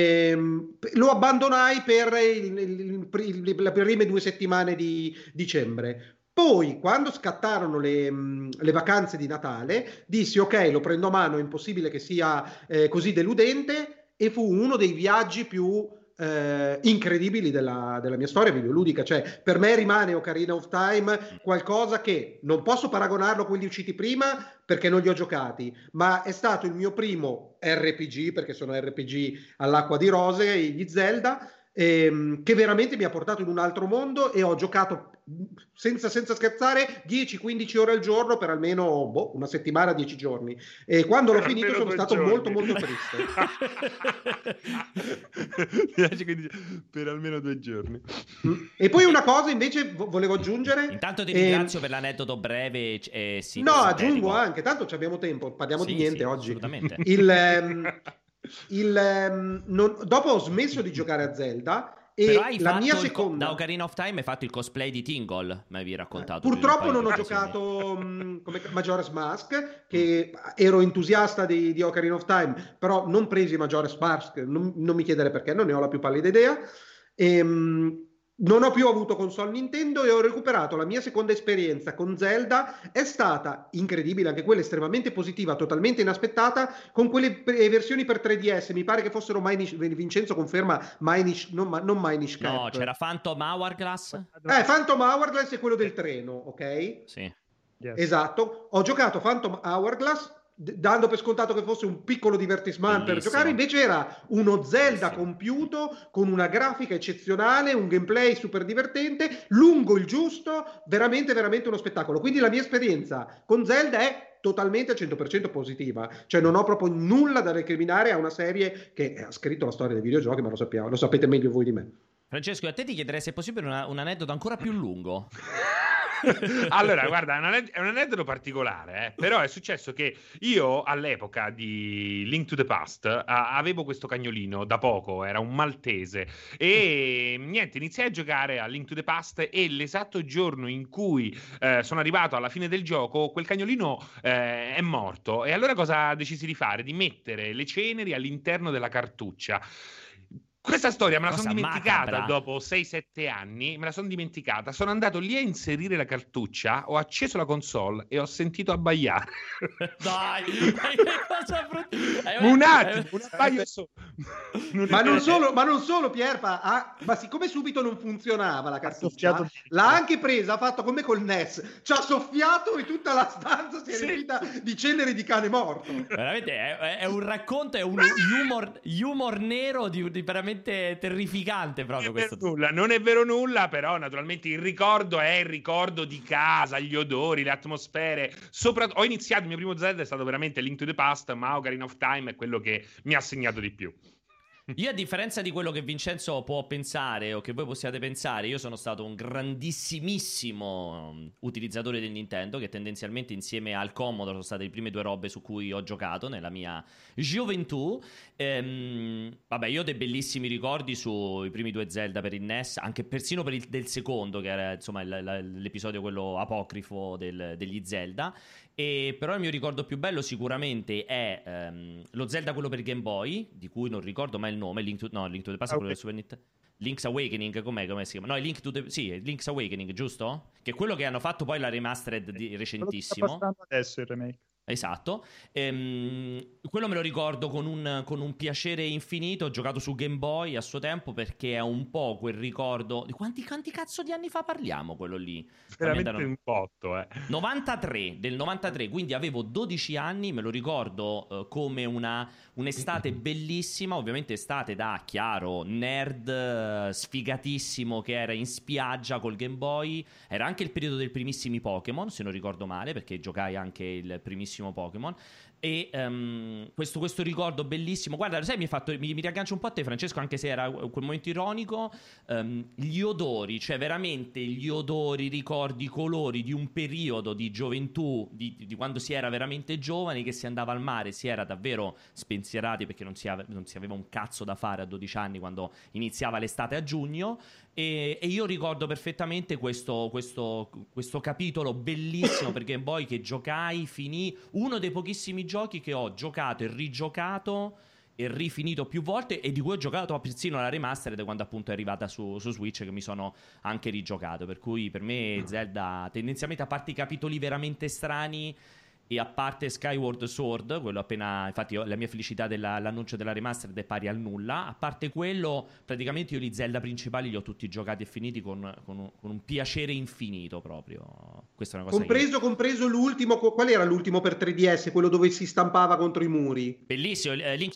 lo abbandonai per le prime 2 settimane di dicembre. Poi, quando scattarono le vacanze di Natale, dissi ok, lo prendo a mano, è impossibile che sia così deludente, e fu uno dei viaggi più incredibili della mia storia videoludica. Cioè, per me rimane Ocarina of Time qualcosa che non posso paragonarlo a quelli usciti prima perché non li ho giocati, ma è stato il mio primo RPG, perché sono RPG all'acqua di rose, gli Zelda, che veramente mi ha portato in un altro mondo, e ho giocato senza scherzare 10-15 ore al giorno per almeno una settimana, 10 giorni, e quando l'ho finito sono stato molto triste. Per almeno 2 giorni. E poi una cosa invece volevo aggiungere. Intanto ti ringrazio per l'aneddoto breve. Aggiungo anche, tanto abbiamo tempo, parliamo di niente oggi. Assolutamente. Dopo ho smesso di giocare a Zelda, e però hai la fatto mia seconda da Ocarina of Time hai fatto il cosplay di Tingle, mi avevi raccontato. Purtroppo non ho giocato come Majora's Mask, che ero entusiasta di Ocarina of Time, però non presi Majora's Mask, non mi chiedere perché, non ne ho la più pallida idea. Non ho più avuto console Nintendo e ho recuperato la mia seconda esperienza con Zelda. È stata incredibile, anche quella estremamente positiva, totalmente inaspettata, con quelle versioni per 3DS. Mi pare che fossero Vincenzo conferma Minish, non Minish Cap. No, c'era Phantom Hourglass. Phantom Hourglass è quello del treno, ok? Sì. Yes. Esatto. Ho giocato Phantom Hourglass dando per scontato che fosse un piccolo divertissement per giocare, invece era uno Zelda compiuto, con una grafica eccezionale, un gameplay super divertente, lungo il giusto, veramente uno spettacolo. Quindi la mia esperienza con Zelda è totalmente al 100% positiva, cioè non ho proprio nulla da recriminare a una serie che ha scritto la storia dei videogiochi, ma lo sapete meglio voi di me. Francesco, a te ti chiederei se è possibile un aneddoto ancora più lungo. Allora, guarda, è un aneddoto particolare, però è successo che io all'epoca di Link to the Past avevo questo cagnolino da poco, era un maltese, e niente, iniziai a giocare a Link to the Past, e l'esatto giorno in cui sono arrivato alla fine del gioco, quel cagnolino è morto, e allora cosa decisi di fare? Di mettere le ceneri all'interno della cartuccia. Questa storia me la sono dimenticata dopo 6-7 anni, me la sono dimenticata. Sono andato lì a inserire la cartuccia, ho acceso la console e ho sentito abbaiare. Dai, cosa un attimo, un abbaio solo. Ma non solo Pierpa, ma siccome subito non funzionava la cartuccia, l'ha anche presa, ha fatto come col NES, ci ha soffiato e tutta la stanza si è riempita di ceneri di cane morto. Veramente è un racconto, è un humor nero di veramente terrificante proprio questo. Non è vero nulla, però naturalmente il ricordo è il ricordo di casa, gli odori, le atmosfere. Ho iniziato, il mio primo Zelda è stato veramente Link to the Past, ma Ocarina of Time è quello che mi ha segnato di più. Io, a differenza di quello che Vincenzo può pensare o che voi possiate pensare, io sono stato un grandissimissimo utilizzatore del Nintendo, che tendenzialmente insieme al Commodore sono state le prime due robe su cui ho giocato nella mia gioventù. Vabbè, io ho dei bellissimi ricordi sui primi due Zelda per il NES, anche persino per del secondo, che era insomma l'episodio quello apocrifo degli Zelda. Però il mio ricordo più bello sicuramente è lo Zelda quello per Game Boy, di cui non ricordo mai il nome, Link to the Past, quello del Super Nintendo. Link's Awakening, come si chiama? No, Link's Awakening, giusto? Che è quello che hanno fatto poi la remastered recentissimo. Sta passando adesso il remake. Esatto. Quello me lo ricordo con un piacere infinito. Ho giocato su Game Boy a suo tempo, perché è un po' quel ricordo di quanti cazzo di anni fa parliamo, quello lì? Veramente un botto, 93, del 93, quindi avevo 12 anni. Me lo ricordo come un'estate bellissima, ovviamente estate da chiaro nerd sfigatissimo che era in spiaggia col Game Boy. Era anche il periodo del primissimi Pokémon, se non ricordo male, perché giocai anche il primissimo Pokémon. E questo ricordo bellissimo. Guarda, sai, mi riaggancio un po' a te, Francesco, anche se era quel momento ironico. Gli odori, cioè veramente gli odori, i ricordi, i colori di un periodo di gioventù, di quando si era veramente giovani, che si andava al mare, si era davvero spensierati, perché non si aveva un cazzo da fare a 12 anni quando iniziava l'estate a giugno. E io ricordo perfettamente questo capitolo bellissimo per Game Boy, che giocai, finì, uno dei pochissimi giochi che ho giocato e rigiocato e rifinito più volte, e di cui ho giocato persino la remastered quando appunto è arrivata su Switch, che mi sono anche rigiocato. Per cui per me Zelda, tendenzialmente, a parte i capitoli veramente strani e a parte Skyward Sword, quello appena, infatti la mia felicità dell'annuncio della remastered è pari al nulla. A parte quello, praticamente io gli Zelda principali li ho tutti giocati e finiti con un piacere infinito proprio. Questa è una cosa compreso l'ultimo. Qual era l'ultimo per 3DS? Quello dove si stampava contro i muri? Bellissimo,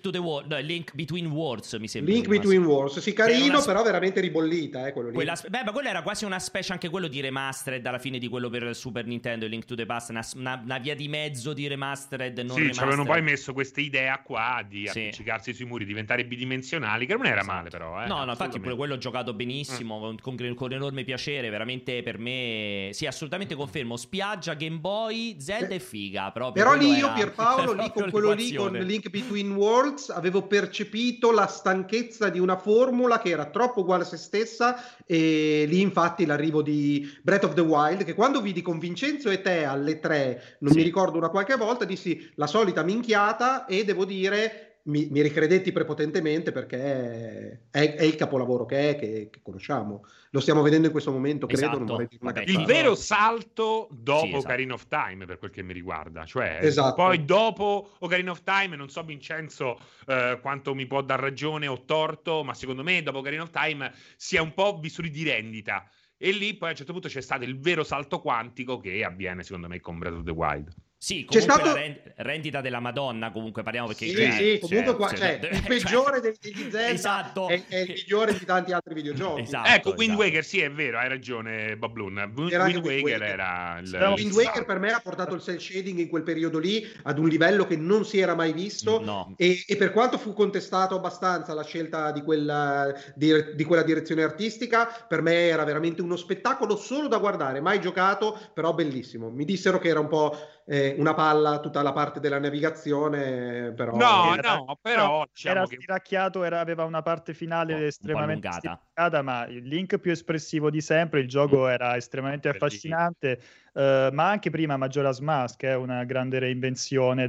Link Between Worlds, mi sembra. Link Between Worlds, sì, carino, però veramente ribollita, quello lì. Ma quello era quasi una specie, anche quello, di remastered alla fine di quello per Super Nintendo, Link to the Past, una via di mezzo di remastered e non remastered. Ci avevano poi messo questa idea qua di appiccicarsi sui muri, diventare bidimensionali, che non era male, però. No, infatti pure quello ho giocato benissimo, con enorme piacere, veramente. Per me, sì, assolutamente confermo. Spiaggia, Game Boy, Zelda e figa. Però lì io, Pierpaolo, lì con quello lì, con Link Between Worlds, avevo percepito la stanchezza di una formula che era troppo uguale a se stessa, e lì infatti l'arrivo di Breath of the Wild, che quando vidi con Vincenzo e te alle 3, non mi ricordo, una qualche volta, dissi la solita minchiata, e devo dire mi ricredetti prepotentemente, perché è il capolavoro che conosciamo. Lo stiamo vedendo in questo momento, credo. Esatto. Non vorrei dire una il vero salto dopo Ocarina of Time, per quel che mi riguarda, cioè poi dopo Ocarina of Time, non so Vincenzo quanto mi può dar ragione o torto, ma secondo me dopo Ocarina of Time si è un po' vissuti di rendita, e lì poi a un certo punto c'è stato il vero salto quantico che avviene secondo me con Breath of the Wild. Sì, comunque la rendita della Madonna, comunque parliamo, perché comunque qua il peggiore degli Zelda è il migliore di tanti altri videogiochi. Ecco, Wind Waker, sì, è vero, hai ragione Bablun. Wind Waker era Wind Waker per me ha portato il cel shading in quel periodo lì ad un livello che non si era mai visto, e per quanto fu contestato abbastanza la scelta di quella direzione artistica, per me era veramente uno spettacolo solo da guardare, mai giocato, però bellissimo. Mi dissero che era un po' una palla tutta la parte della navigazione, però però era stiracchiato, aveva una parte finale estremamente stiracchiata, ma il Link più espressivo di sempre. Il gioco era estremamente affascinante, ma anche prima Majora's Mask è una grande reinvenzione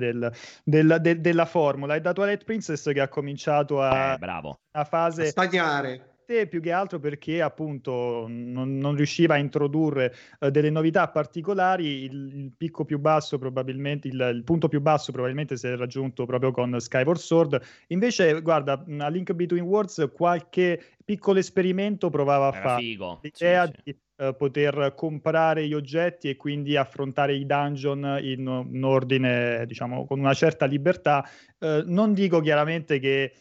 della formula. È da Twilight Princess che ha cominciato a fase a stagnare, più che altro perché appunto non riusciva a introdurre delle novità particolari. Il picco più basso probabilmente, il punto più basso probabilmente si è raggiunto proprio con Skyward Sword. Invece guarda, a Link Between Worlds qualche piccolo esperimento provava a fare, l'idea di poter comprare gli oggetti e quindi affrontare i dungeon in un ordine, diciamo, con una certa libertà. Non dico chiaramente che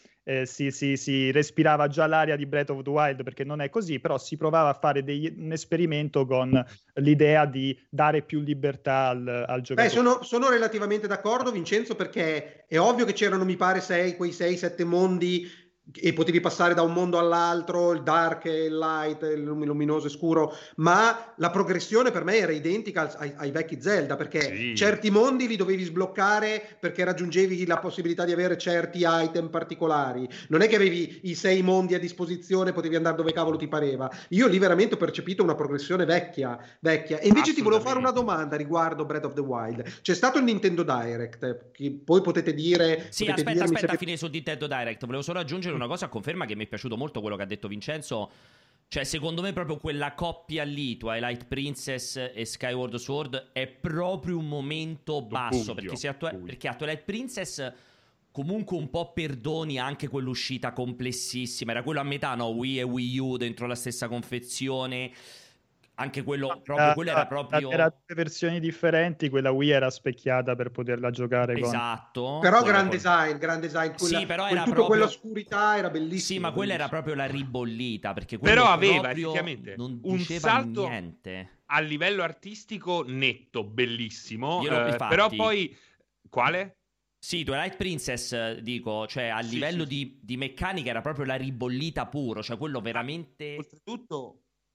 si respirava già l'aria di Breath of the Wild, perché non è così, però si provava a fare un esperimento con l'idea di dare più libertà al giocatore. Sono relativamente d'accordo, Vincenzo, perché è ovvio che c'erano, mi pare, quei 6-7 mondi e potevi passare da un mondo all'altro, il dark e il light, il luminoso e scuro, ma la progressione per me era identica ai vecchi Zelda, perché certi mondi li dovevi sbloccare perché raggiungevi la possibilità di avere certi item particolari, non è che avevi i 6 mondi a disposizione, potevi andare dove cavolo ti pareva. Io lì veramente ho percepito una progressione vecchia, e invece ti volevo fare una domanda riguardo Breath of the Wild. C'è stato il Nintendo Direct, che poi potete dire... Sì, potete aspetta, finire sul Nintendo Direct, volevo solo aggiungere una cosa a conferma che mi è piaciuto molto quello che ha detto Vincenzo. Cioè, secondo me proprio quella coppia lì, Twilight Princess e Skyward Sword, è proprio un momento basso, perché a Twilight Princess comunque un po' perdoni anche quell'uscita complessissima, era quello a metà, no? Wii e Wii U dentro la stessa confezione. Anche quello, quello era proprio... Era due versioni differenti, quella Wii era specchiata per poterla giocare esatto, però gran design quella, sì, però era tutto proprio... quell'oscurità era bellissimo. Sì, ma quella era proprio la ribollita, perché però aveva effettivamente non un salto niente a livello artistico netto, bellissimo, però poi... Quale? Sì, Twilight Princess, dico, cioè a livello di meccanica era proprio la ribollita puro, cioè quello veramente... Oltretutto...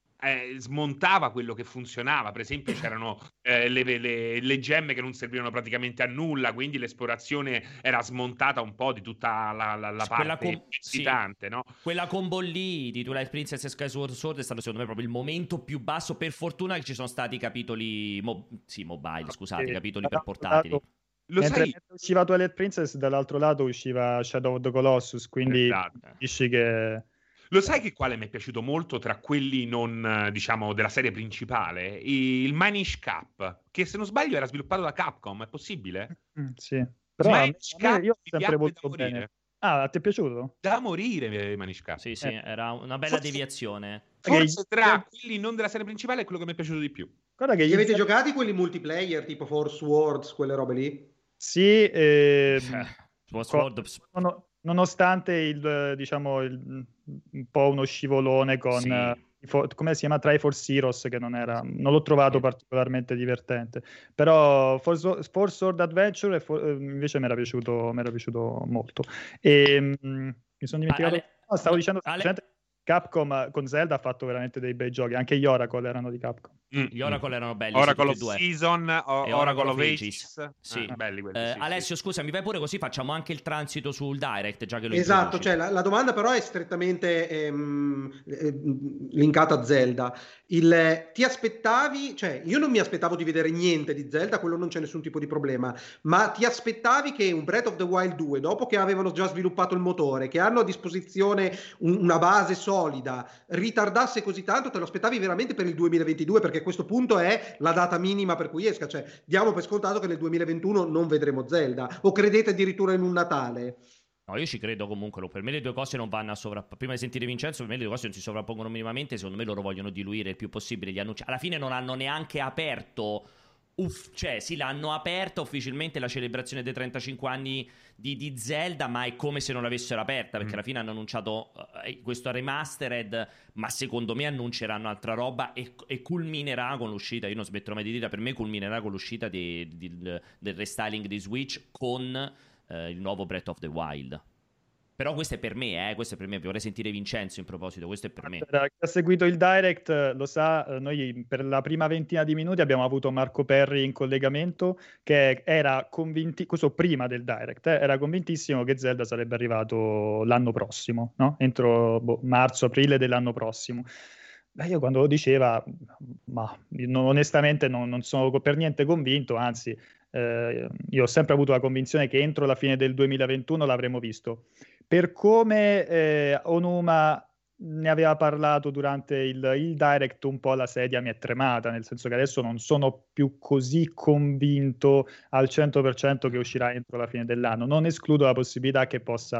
smontava quello che funzionava, per esempio c'erano le gemme che non servivano praticamente a nulla, quindi l'esplorazione era smontata un po' di tutta la parte eccitante, no? Quella combo lì di Twilight Princess e Skyward Sword è stato secondo me proprio il momento più basso. Per fortuna che ci sono stati i capitoli mobile, scusate, capitoli per portatili. Mentre usciva Twilight Princess, dall'altro lato usciva Shadow of the Colossus, quindi capisci che... Lo sai che quale mi è piaciuto molto tra quelli non, diciamo, della serie principale? Il Minish Cap, che se non sbaglio era sviluppato da Capcom, è possibile? Sì, però io ho sempre voluto bene. Ah, ti è piaciuto? Da morire Minish Cap. Sì, era una bella deviazione. Forse tra quelli non della serie principale è quello che mi è piaciuto di più. Guarda che avete giocati quelli multiplayer, tipo Force Wars, quelle robe lì? Sì, Force Wars... Nonostante il, diciamo, un po' uno scivolone con come si chiama, Triforce Heroes, che non l'ho trovato particolarmente divertente, però Force Sword Adventure invece mi era piaciuto molto. E mi sono dimenticato, stavo dicendo Capcom con Zelda ha fatto veramente dei bei giochi, anche gli Oracle erano di Capcom. Gli Oracle erano belli, Oracle of Season e Oracle of Ages. Sì. Belli quelli, Alessio, scusa, mi vai pure così facciamo anche il transito sul Direct, già che lo esatto, cioè la domanda però è strettamente linkata a Zelda. Ti aspettavi, cioè io non mi aspettavo di vedere niente di Zelda, quello non c'è nessun tipo di problema, ma ti aspettavi che un Breath of the Wild 2, dopo che avevano già sviluppato il motore, che hanno a disposizione una base solida, ritardasse così tanto? Te lo aspettavi veramente per il 2022? Perché a questo punto è la data minima per cui esca, cioè diamo per scontato che nel 2021 non vedremo Zelda, o credete addirittura in un Natale? No, io ci credo comunque, per me le due cose non vanno a sovrapporre. Prima di sentire Vincenzo, per me le due cose non si sovrappongono minimamente, secondo me loro vogliono diluire il più possibile gli annunci. Alla fine non hanno neanche aperto, cioè sì, l'hanno aperta ufficialmente la celebrazione dei 35 anni di Zelda, ma è come se non l'avessero aperta, perché alla fine hanno annunciato questo remastered, ma secondo me annunceranno altra roba e culminerà con l'uscita, io non smetterò mai di dire, per me culminerà con l'uscita del restyling di Switch con il nuovo Breath of the Wild. Però questo è per me, vorrei sentire Vincenzo in proposito, questo è per me. Chi ha seguito il Direct lo sa, noi per la prima ventina di minuti abbiamo avuto Marco Perri in collegamento che era questo prima del Direct, era convintissimo che Zelda sarebbe arrivato l'anno prossimo, no? Entro marzo-aprile dell'anno prossimo. Io quando lo diceva, onestamente non sono per niente convinto, anzi io ho sempre avuto la convinzione che entro la fine del 2021 l'avremmo visto. Per come Onuma ne aveva parlato durante il Direct, un po' la sedia mi è tremata, nel senso che adesso non sono più così convinto al 100% che uscirà entro la fine dell'anno. Non escludo la possibilità che possa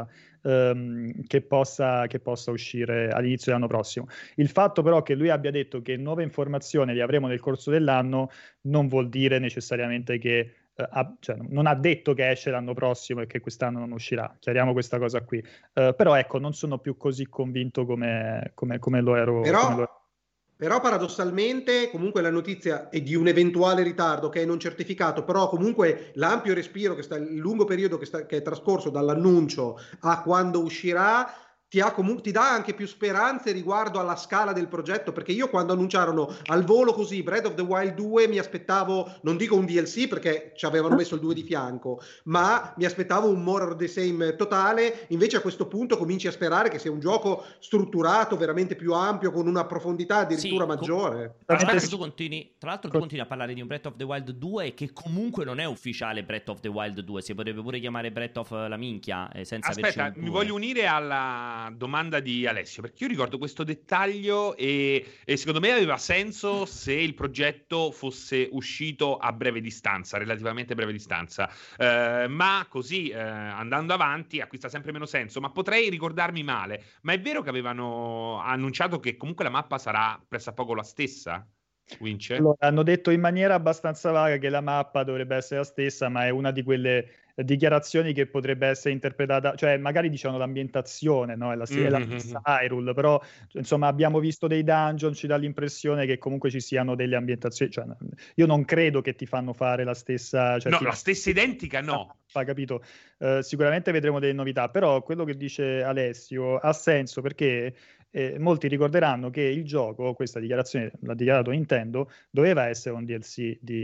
uscire all'inizio dell'anno prossimo. Il fatto però che lui abbia detto che nuove informazioni le avremo nel corso dell'anno non vuol dire necessariamente che cioè, non ha detto che esce l'anno prossimo e che quest'anno non uscirà. Chiariamo questa cosa qui. Però ecco, non sono più così convinto come lo ero. Però paradossalmente comunque la notizia è di un eventuale ritardo che è non certificato, però comunque l'ampio respiro il lungo periodo che è trascorso dall'annuncio a quando uscirà ti dà anche più speranze riguardo alla scala del progetto, perché io quando annunciarono al volo così Breath of the Wild 2 mi aspettavo, non dico un DLC perché ci avevano messo il 2 di fianco, ma mi aspettavo un more of the same totale. Invece a questo punto cominci a sperare che sia un gioco strutturato, veramente più ampio, con una profondità addirittura maggiore. Tra l'altro tu continui a parlare di un Breath of the Wild 2 che comunque non è ufficiale Breath of the Wild 2, si potrebbe pure chiamare Breath of la minchia senza Aspetta, mi voglio unire alla domanda di Alessio, perché io ricordo questo dettaglio e secondo me aveva senso se il progetto fosse uscito a breve distanza, relativamente breve distanza, ma così andando avanti acquista sempre meno senso. Ma potrei ricordarmi male, ma è vero che avevano annunciato che comunque la mappa sarà pressappoco la stessa? Vince? Allora, hanno detto in maniera abbastanza vaga che la mappa dovrebbe essere la stessa, ma è una di quelle dichiarazioni che potrebbe essere interpretata, cioè magari dicevano l'ambientazione, no? È la stessa Hyrule, però insomma abbiamo visto dei dungeon, ci dà l'impressione che comunque ci siano delle ambientazioni, cioè, io non credo che ti fanno fare la stessa... Cioè, no, la stessa identica no. Capito? Sicuramente vedremo delle novità, però quello che dice Alessio ha senso perché... molti ricorderanno che il gioco, questa dichiarazione l'ha dichiarato Nintendo, doveva essere un DLC di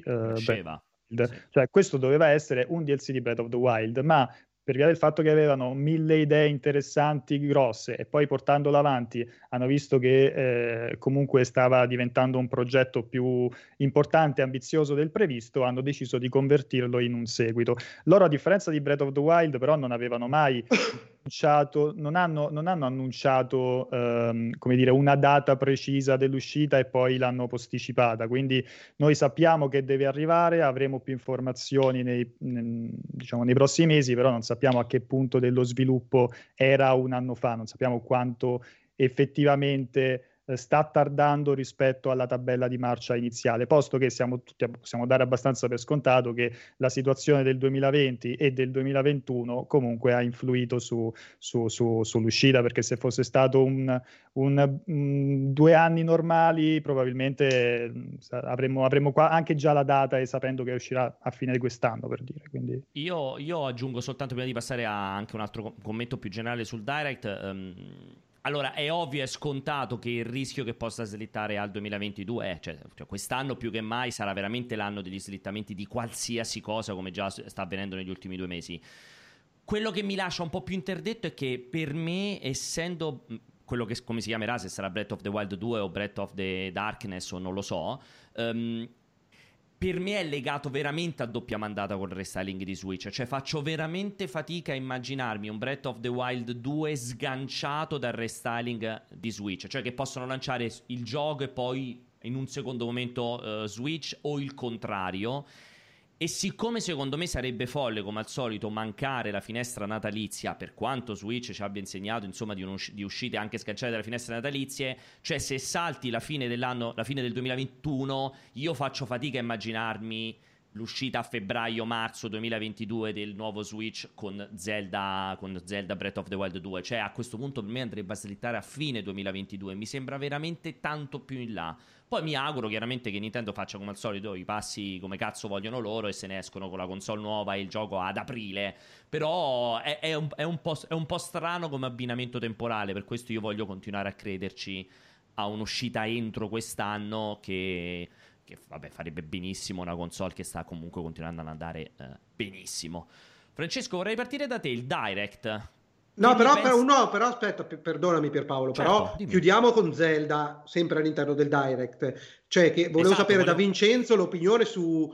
cioè questo doveva essere un DLC di Breath of the Wild, ma per via del fatto che avevano 1000 idee interessanti, grosse, e poi portandolo avanti hanno visto che comunque stava diventando un progetto più importante e ambizioso del previsto, hanno deciso di convertirlo in un seguito. Loro, a differenza di Breath of the Wild, però non avevano mai annunciato, non hanno annunciato come dire, una data precisa dell'uscita e poi l'hanno posticipata, quindi noi sappiamo che deve arrivare, avremo più informazioni diciamo, nei prossimi mesi, però non sappiamo a che punto dello sviluppo era un anno fa, non sappiamo quanto effettivamente sta tardando rispetto alla tabella di marcia iniziale, posto che possiamo dare abbastanza per scontato che la situazione del 2020 e del 2021 comunque ha influito sull'uscita, perché se fosse stato 2 anni normali probabilmente avremmo qua anche già la data e sapendo che uscirà a fine di quest'anno, per dire. Quindi... Io aggiungo soltanto, prima di passare a anche un altro commento più generale sul Direct. Allora, è ovvio, è scontato che il rischio che possa slittare al 2022 cioè quest'anno più che mai sarà veramente l'anno degli slittamenti di qualsiasi cosa, come già sta avvenendo negli ultimi 2 mesi. Quello che mi lascia un po' più interdetto è che per me, essendo quello che come si chiamerà, se sarà Breath of the Wild 2 o Breath of the Darkness o non lo so, per me è legato veramente a doppia mandata col restyling di Switch. Cioè faccio veramente fatica a immaginarmi un Breath of the Wild 2 sganciato dal restyling di Switch, cioè che possono lanciare il gioco e poi in un secondo momento Switch, o il contrario. E siccome secondo me sarebbe folle, come al solito, mancare la finestra natalizia, per quanto Switch ci abbia insegnato insomma di uscite anche sganciate dalle finestre natalizie, cioè se salti la fine dell'anno, la fine del 2021, io faccio fatica a immaginarmi l'uscita a febbraio-marzo 2022 del nuovo Switch con Zelda Breath of the Wild 2. Cioè a questo punto per me andrebbe a slittare a fine 2022, mi sembra veramente tanto più in là. Poi mi auguro chiaramente che Nintendo faccia come al solito i passi come cazzo vogliono loro e se ne escono con la console nuova e il gioco ad aprile. Però è un po' strano come abbinamento temporale, per questo io voglio continuare a crederci a un'uscita entro quest'anno che vabbè, farebbe benissimo una console che sta comunque continuando ad andare benissimo. Francesco, vorrei partire da te, il Direct. No, però aspetta, perdonami Pierpaolo, certo, però dimmi. Chiudiamo con Zelda, sempre all'interno del Direct. Cioè, che volevo sapere da Vincenzo l'opinione su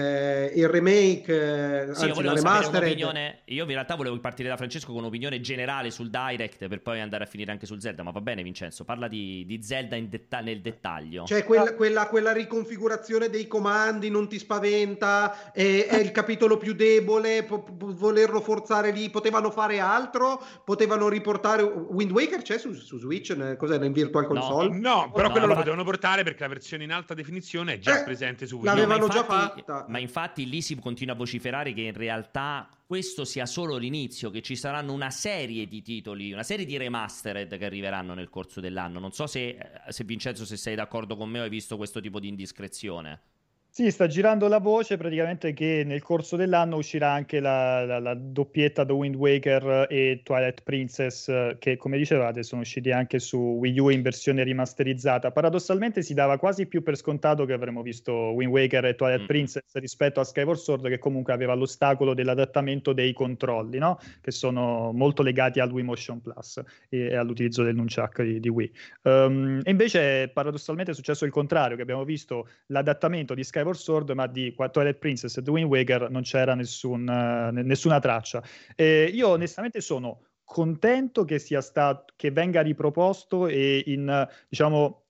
il remake, sì, anzi la remastered. Io in realtà volevo partire da Francesco con un'opinione generale sul Direct per poi andare a finire anche su Zelda, ma va bene Vincenzo, parla di Zelda nel dettaglio. Cioè quella riconfigurazione dei comandi non ti spaventa, è il capitolo più debole, volerlo forzare lì, potevano fare altro, potevano riportare Wind Waker, c'è su Switch, cos'è, in Virtual Console? No, però quello lo potevano portare perché la versione in alta definizione è già presente su Wii. L'avevano già fatta. Ma infatti lì si continua a vociferare che in realtà questo sia solo l'inizio, che ci saranno una serie di titoli, una serie di remastered che arriveranno nel corso dell'anno. Non so se Vincenzo, se sei d'accordo con me o hai visto questo tipo di indiscrezione. Sì, sta girando la voce praticamente che nel corso dell'anno uscirà anche la doppietta The Wind Waker e Twilight Princess, che come dicevate sono usciti anche su Wii U in versione rimasterizzata. Paradossalmente si dava quasi più per scontato che avremmo visto Wind Waker e Twilight Princess rispetto a Skyward Sword, che comunque aveva l'ostacolo dell'adattamento dei controlli, no? Che sono molto legati al Wii Motion Plus e all'utilizzo del nunchuck di Wii. E invece paradossalmente è successo il contrario, che abbiamo visto l'adattamento di Skyward Sword, ma di Twilight Princess e The Wind Waker non c'era nessuna traccia. Io onestamente sono contento che venga riproposto e in, diciamo,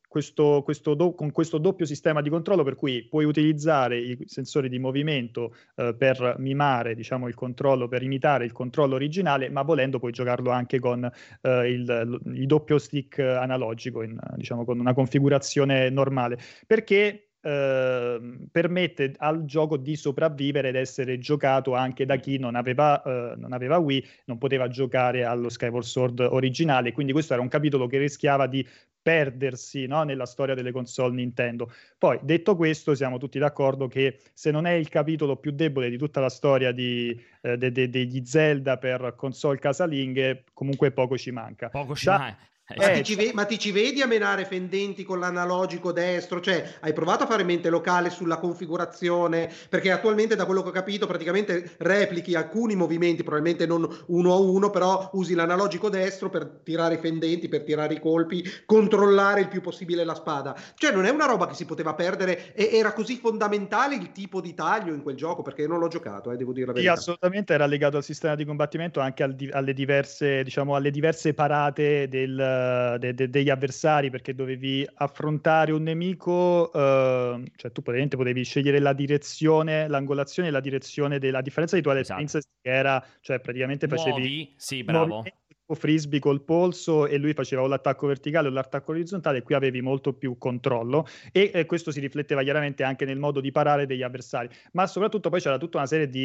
con questo doppio sistema di controllo, per cui puoi utilizzare i sensori di movimento per mimare, diciamo, il controllo, per imitare il controllo originale, ma volendo puoi giocarlo anche con il doppio stick analogico, diciamo, con una configurazione normale, perché permette al gioco di sopravvivere ed essere giocato anche da chi non aveva Wii, non poteva giocare allo Skyward Sword originale, quindi questo era un capitolo che rischiava di perdersi, no, nella storia delle console Nintendo. Poi, detto questo, siamo tutti d'accordo che se non è il capitolo più debole di tutta la storia degli Zelda per console casalinghe, comunque poco ci manca. Poco ci manca. Ma ti ci vedi a menare fendenti con l'analogico destro? Cioè, hai provato a fare mente locale sulla configurazione? Perché attualmente, da quello che ho capito, praticamente replichi alcuni movimenti, probabilmente non uno a uno, però usi l'analogico destro per tirare i fendenti, per tirare i colpi, controllare il più possibile la spada. Cioè, non è una roba che si poteva perdere, e era così fondamentale il tipo di taglio in quel gioco, perché io non l'ho giocato, devo dire la verità. Sì, assolutamente era legato al sistema di combattimento, anche alle diverse parate degli avversari, perché dovevi affrontare un nemico, cioè tu praticamente potevi scegliere la direzione, l'angolazione e la direzione a differenza di Twilight Princess, che era, cioè praticamente facevi sì, bravo, frisbee col polso e lui faceva o l'attacco verticale o l'attacco orizzontale, e qui avevi molto più controllo e questo si rifletteva chiaramente anche nel modo di parare degli avversari, ma soprattutto poi c'era tutta una serie di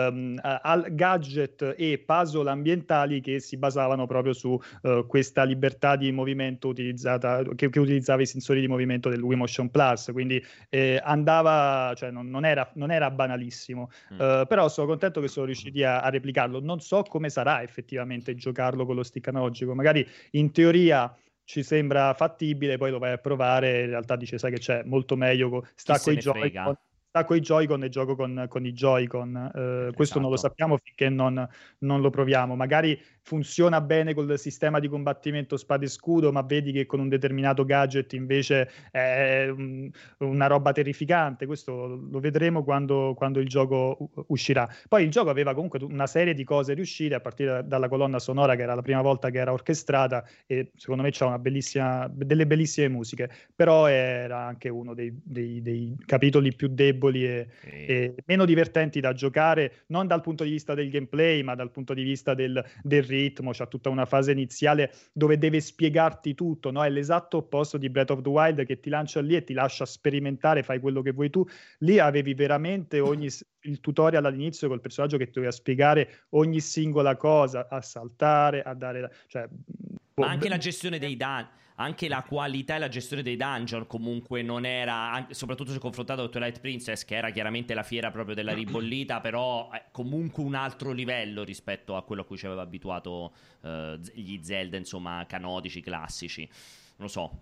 gadget e puzzle ambientali che si basavano proprio su questa libertà di movimento utilizzata, che utilizzava i sensori di movimento del Wii Motion Plus, quindi andava, cioè non era banalissimo, però sono contento che sono riusciti a replicarlo. Non so come sarà effettivamente giocarlo con lo stick analogico, magari in teoria ci sembra fattibile, poi lo vai a provare, in realtà dice, sai che c'è, molto meglio, stacco i Joy-Con e gioco con i Joy-Con, questo non lo sappiamo finché non lo proviamo. Magari funziona bene col sistema di combattimento spada e scudo, ma vedi che con un determinato gadget invece è una roba terrificante. Questo lo vedremo quando il gioco uscirà. Poi il gioco aveva comunque una serie di cose riuscite, a partire dalla colonna sonora, che era la prima volta che era orchestrata, e secondo me c'ha delle bellissime musiche, però era anche uno dei capitoli più deboli e meno divertenti da giocare, non dal punto di vista del gameplay, ma dal punto di vista del ritmo. C'ha tutta una fase iniziale dove deve spiegarti tutto, no? È l'esatto opposto di Breath of the Wild, che ti lancia lì e ti lascia sperimentare, fai quello che vuoi tu. Lì avevi veramente il tutorial all'inizio col personaggio che ti doveva spiegare ogni singola cosa, a saltare, a dare, cioè, ma anche la gestione dei danni, anche la qualità e la gestione dei dungeon comunque non era, soprattutto se confrontato con Twilight Princess, che era chiaramente la fiera proprio della ribollita, però comunque un altro livello rispetto a quello a cui ci aveva abituato gli Zelda, insomma, canonici, classici. Non lo so,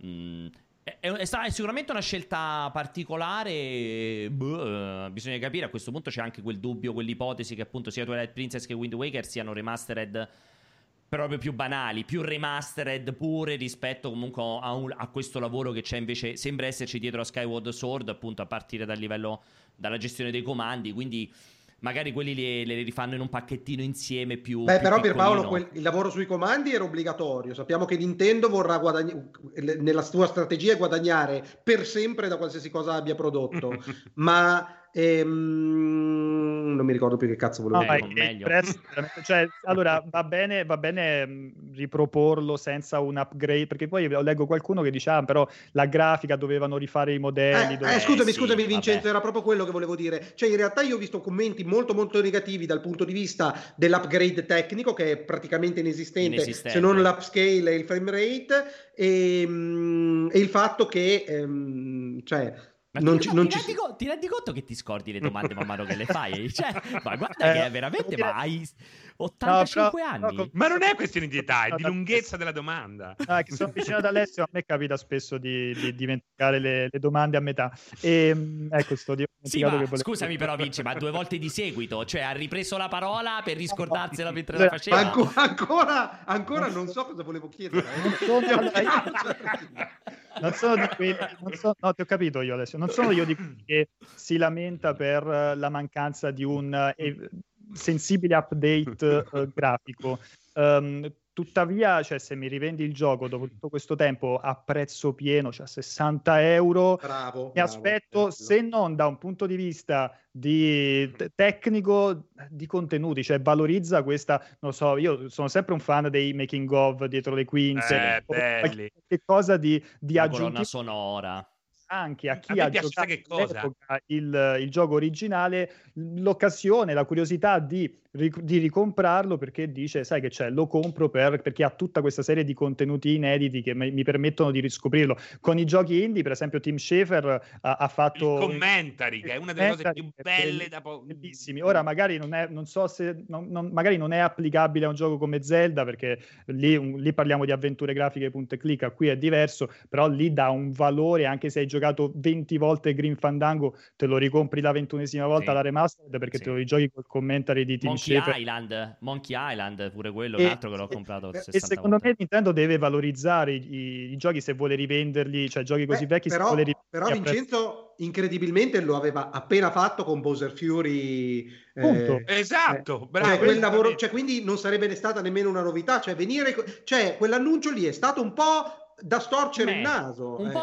è sicuramente una scelta particolare, bisogna capire. A questo punto c'è anche quel dubbio, quell'ipotesi che appunto sia Twilight Princess che Wind Waker siano remastered proprio più banali, più remastered pure rispetto comunque a questo lavoro che c'è invece, sembra esserci dietro a Skyward Sword, appunto a partire dalla gestione dei comandi, quindi magari quelli le rifanno in un pacchettino insieme più però piccolino. Pierpaolo, il lavoro sui comandi era obbligatorio. Sappiamo che Nintendo vorrà nella sua strategia guadagnare per sempre da qualsiasi cosa abbia prodotto, ma non mi ricordo più che cazzo volevo dire. Cioè, allora va bene riproporlo senza un upgrade, perché poi leggo qualcuno che dice però la grafica dovevano rifare i modelli. Scusami Vincenzo, era proprio quello che volevo dire. Cioè in realtà io ho visto commenti molto molto negativi dal punto di vista dell'upgrade tecnico, che è praticamente inesistente. Se non l'upscale e il frame rate, e il fatto che cioè Ma ti rendi conto che ti scordi le domande man mano che le fai? Cioè, ma guarda che è veramente, ma hai 85 anni. Ma non è questione di età, è di lunghezza della domanda. Che sono vicino ad Alessio, a me capita spesso di dimenticare le domande a metà. E ecco, sì, ma scusami però Vinci, ma 2 volte di seguito, cioè ha ripreso la parola per riscordarsela mentre la faceva. Ancora non so cosa volevo chiedere. Non sono di quelli, no, ti ho capito io Alessio, non sono io di quelli che si lamenta per la mancanza di un sensibile update grafico. Tuttavia, cioè, se mi rivendi il gioco dopo tutto questo tempo a prezzo pieno, cioè €60, mi aspetto, se non da un punto di vista di tecnico, di contenuti, cioè valorizza questa, non so, io sono sempre un fan dei making of dietro le quinte, che cosa di la aggiuntivo, colonna sonora. Anche a chi ha giocato il gioco originale l'occasione, la curiosità di ricomprarlo, perché dice, sai che c'è, lo compro perché ha tutta questa serie di contenuti inediti che mi permettono di riscoprirlo. Con i giochi indie, per esempio Tim Schafer ha fatto il commentary, che è una delle cose più belle da bellissimi. Ora magari non so se magari non è applicabile a un gioco come Zelda, perché lì parliamo di avventure grafiche punta e clicca, qui è diverso, però lì dà un valore, anche se hai giocato 20 volte Grim Fandango, te lo ricompri la 21esima volta la remastered, perché te lo rigiochi col commentary di Tim Schafer. Monkey Island, pure quello, un altro che l'ho comprato 60 e secondo volte. me Nintendo deve valorizzare i giochi se vuole rivenderli, cioè giochi così vecchi. Però Vincenzo incredibilmente lo aveva appena fatto con Bowser Fury. Esatto, bravo. Cioè, quel lavoro, cioè, quindi non sarebbe stata nemmeno una novità, cioè cioè quell'annuncio lì è stato un po' da storcere il naso, un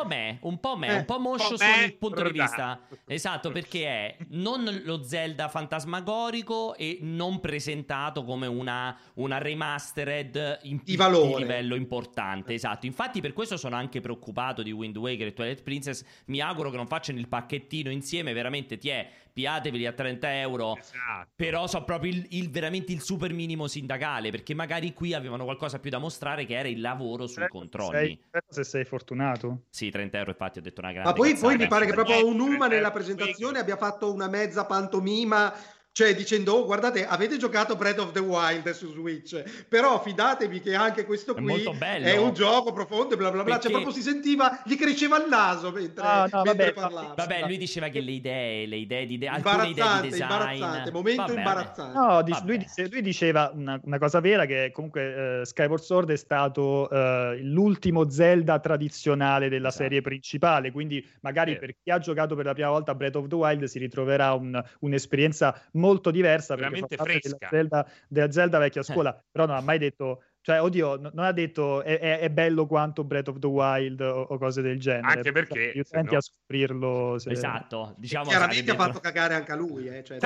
po' moscio su ogni punto di vista. Esatto, perché è non lo Zelda fantasmagorico e non presentato come una remastered di livello importante. Esatto, infatti per questo sono anche preoccupato di Wind Waker e Twilight Princess. Mi auguro che non facciano il pacchettino insieme, veramente piateveli a €30, esatto. Però so proprio veramente il super minimo sindacale, perché magari qui avevano qualcosa più da mostrare, che era il lavoro sui controlli. Se sei fortunato. Sì, €30, infatti ho detto una grande ma poi cazzata. mi pare che proprio Unuma nella presentazione abbia fatto una mezza pantomima, cioè dicendo guardate, avete giocato Breath of the Wild su Switch, però fidatevi che anche questo qui è un gioco profondo e bla bla bla, perché... cioè proprio si sentiva, gli cresceva il naso mentre parlava. Vabbè, lui diceva che le idee di imbarazzante, momento imbarazzante. No, lui diceva una cosa vera, che comunque Skyward Sword è stato l'ultimo Zelda tradizionale della serie principale, quindi magari per chi ha giocato per la prima volta Breath of the Wild si ritroverà un'esperienza molto diversa, veramente fresca della Zelda vecchia scuola, però non ha mai detto, cioè oddio, non ha detto è bello quanto Breath of the Wild o cose del genere, anche perché io tenti a scoprirlo esatto, diciamo, chiaramente ha fatto cagare anche a lui, cioè,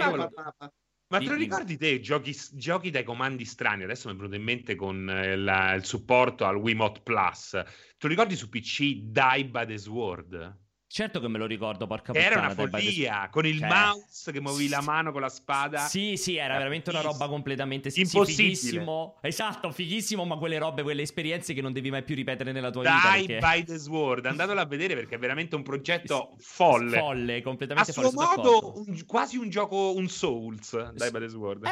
ma te lo ricordi te giochi dai comandi strani? Adesso mi è venuto in mente con il supporto al Wiimote Plus. Te lo ricordi su PC Die by the Sword? Certo che me lo ricordo, porca puttana. Era una follia, con il mouse che muovevi la mano con la spada. Sì, era veramente una roba completamente impossibile. Fighissimo. Esatto, fighissimo, ma quelle esperienze che non devi mai più ripetere nella tua vita. Die by the Sword, andatelo a vedere perché è veramente un progetto folle. Folle, completamente folle. A suo modo, quasi un gioco, un Souls, Die by the Sword.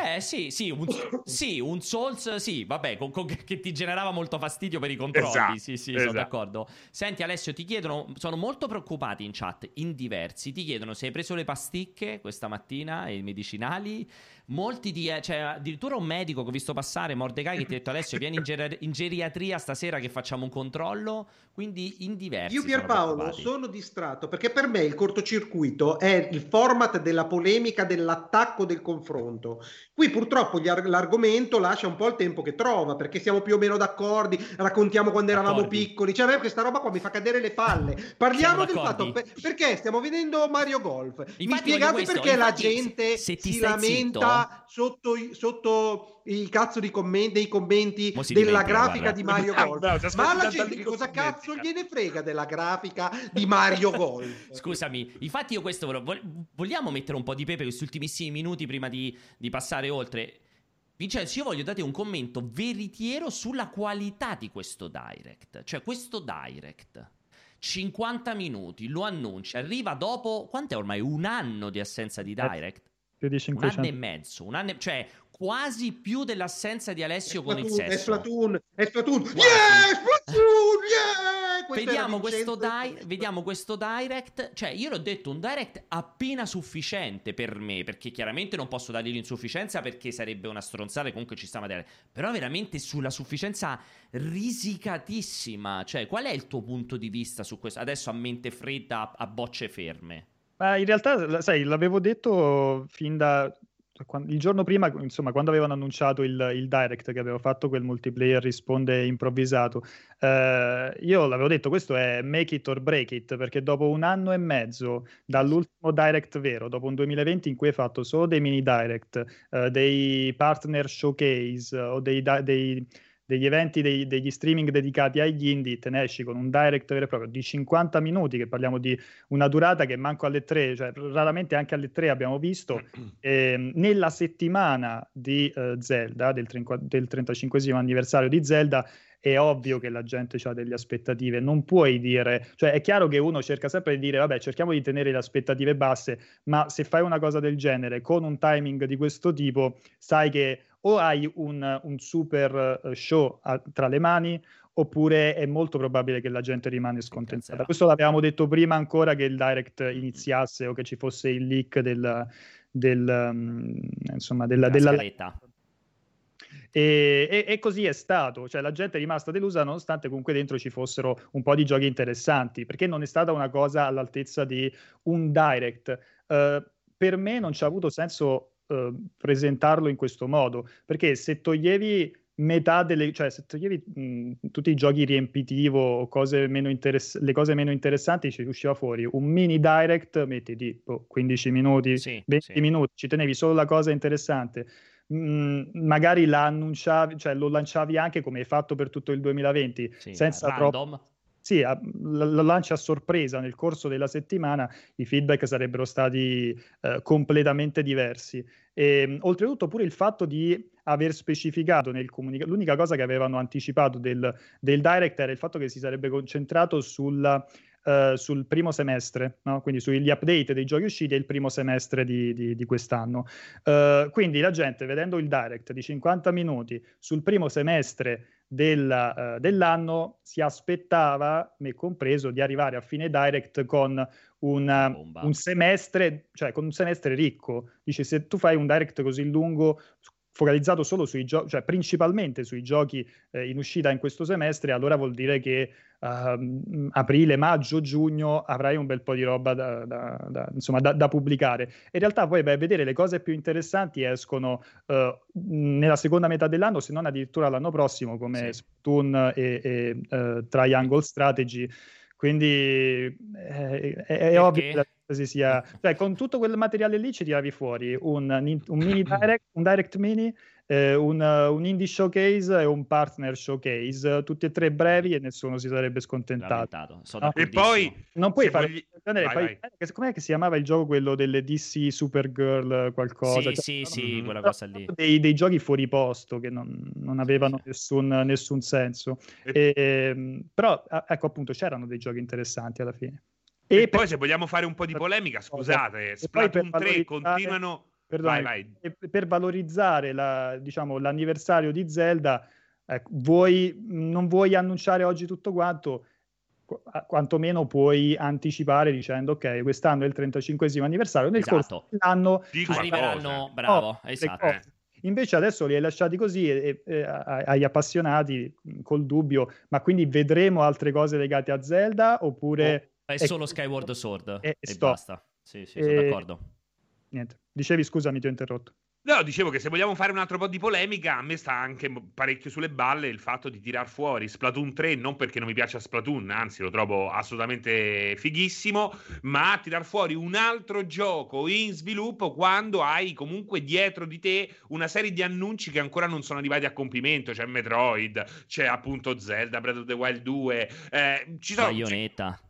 Un Souls, sì, vabbè, che ti generava molto fastidio per i controlli. Esatto, sono d'accordo. Senti Alessio, ti chiedono, sono molto preoccupato in chat, in diversi, ti chiedono se hai preso le pasticche questa mattina e i medicinali. Molti cioè addirittura un medico che ho visto passare, Mordecai, che ti ha detto Alessio vieni in geriatria stasera che facciamo un controllo, quindi in diversi. Io Pierpaolo sono distratto perché per me il cortocircuito è il format della polemica, dell'attacco, del confronto. Qui purtroppo l'argomento lascia un po' il tempo che trova, perché siamo più o meno d'accordi, raccontiamo quando eravamo piccoli, cioè a me questa roba qua mi fa cadere le palle. Parliamo del fatto perché stiamo vedendo Mario Golf. Infatti, mi spiegate perché la gente si lamenta sotto i cazzo dei commenti della grafica di Mario Golf. Ma alla gente che cosa cazzo gliene frega della grafica di Mario Golf? Scusami, infatti io questo vogliamo mettere un po' di pepe questi ultimissimi minuti prima di passare oltre. Vincenzo, io voglio dare un commento veritiero sulla qualità di questo Direct. Cioè questo Direct, 50 minuti, lo annuncia, arriva dopo, quant'è ormai? Un anno di assenza di Direct? Più di 500. Un anno e mezzo, cioè quasi più dell'assenza di Alessio con il sesso. È Splatoon. Yeah, Splatoon, yeah! Vediamo questo Direct, cioè io l'ho detto, un Direct appena sufficiente per me, perché chiaramente non posso dargli l'insufficienza perché sarebbe una stronzata, comunque ci sta materiale, però veramente sulla sufficienza risicatissima. Cioè, qual è il tuo punto di vista su questo? Adesso a mente fredda, a bocce ferme. Ma in realtà, sai, l'avevo detto fin il giorno prima, insomma, quando avevano annunciato il Direct, che avevo fatto quel multiplayer risponde improvvisato, io l'avevo detto, questo è make it or break it, perché dopo un anno e mezzo dall'ultimo Direct vero, dopo un 2020 in cui hai fatto solo dei mini Direct, dei partner showcase o degli eventi, degli streaming dedicati agli indie, te ne esci con un Direct vero e proprio di 50 minuti, che parliamo di una durata che manco alle 3, cioè raramente anche alle 3 abbiamo visto, nella settimana di Zelda, del 35esimo anniversario di Zelda. È ovvio che la gente ha delle aspettative, non puoi dire, cioè è chiaro che uno cerca sempre di dire vabbè, cerchiamo di tenere le aspettative basse, ma se fai una cosa del genere con un timing di questo tipo, sai che o hai un super show tra le mani, oppure è molto probabile che la gente rimane scontentata. Questo l'avevamo detto prima ancora che il Direct iniziasse o che ci fosse il leak della scaletta. E così è stato, cioè la gente è rimasta delusa nonostante comunque dentro ci fossero un po' di giochi interessanti, perché non è stata una cosa all'altezza di un Direct. Per me non c'ha avuto senso presentarlo in questo modo, perché se toglievi cioè se toglievi tutti i giochi riempitivo o le cose meno interessanti, ci usciva fuori un mini Direct, metti di 15 minuti, 20 minuti, ci tenevi solo la cosa interessante. Magari la annunciavi, cioè lo lanciavi anche come hai fatto per tutto il 2020, senza random. Lo lanci a sorpresa nel corso della settimana, i feedback sarebbero stati completamente diversi. E, oltretutto pure il fatto di aver specificato nel comunicato, l'unica cosa che avevano anticipato del Direct era il fatto che si sarebbe concentrato sul primo semestre, no? Quindi sugli update dei giochi usciti e il primo semestre di quest'anno. Quindi la gente, vedendo il Direct di 50 minuti sul primo semestre dell'anno, si aspettava, me compreso, di arrivare a fine Direct con un semestre, cioè con un semestre ricco. Dice, se tu fai un Direct così lungo, focalizzato solo sui giochi, cioè principalmente sui giochi in uscita in questo semestre, allora vuol dire che aprile, maggio, giugno avrai un bel po' di roba da pubblicare. In realtà poi vedere le cose più interessanti escono nella seconda metà dell'anno, se non addirittura l'anno prossimo, come Splatoon e Triangle Strategy. Quindi è ovvio che la si sia, cioè con tutto quel materiale lì ci tiravi fuori un mini direct, un direct mini, un indie showcase e un partner showcase, tutti e tre brevi, e nessuno si sarebbe scontentato. E poi non puoi fare com'è che si chiamava il gioco, quello delle DC Supergirl qualcosa? Sì, quella cosa lì. Dei giochi fuori posto che non avevano nessun senso. Però ecco, appunto, c'erano dei giochi interessanti alla fine. E poi se vogliamo fare un po' di polemica, scusate, Splatoon 3 continuano... Vai. Per valorizzare l'anniversario di Zelda, non vuoi annunciare oggi tutto quanto, quantomeno puoi anticipare dicendo ok, quest'anno è il 35esimo anniversario, nel corso dell'anno arriveranno, bravo, esatto. Invece adesso li hai lasciati così agli appassionati col dubbio, ma quindi vedremo altre cose legate a Zelda oppure... È solo Skyward Sword e basta. Sì, sono d'accordo. Niente. Dicevi, scusami, ti ho interrotto. No, dicevo che se vogliamo fare un altro po' di polemica, a me sta anche parecchio sulle balle il fatto di tirar fuori Splatoon 3, non perché non mi piace Splatoon, anzi lo trovo assolutamente fighissimo, ma tirar fuori un altro gioco in sviluppo quando hai comunque dietro di te una serie di annunci che ancora non sono arrivati a compimento. C'è Metroid, c'è appunto Zelda, Breath of the Wild 2, ci sono... Bayonetta.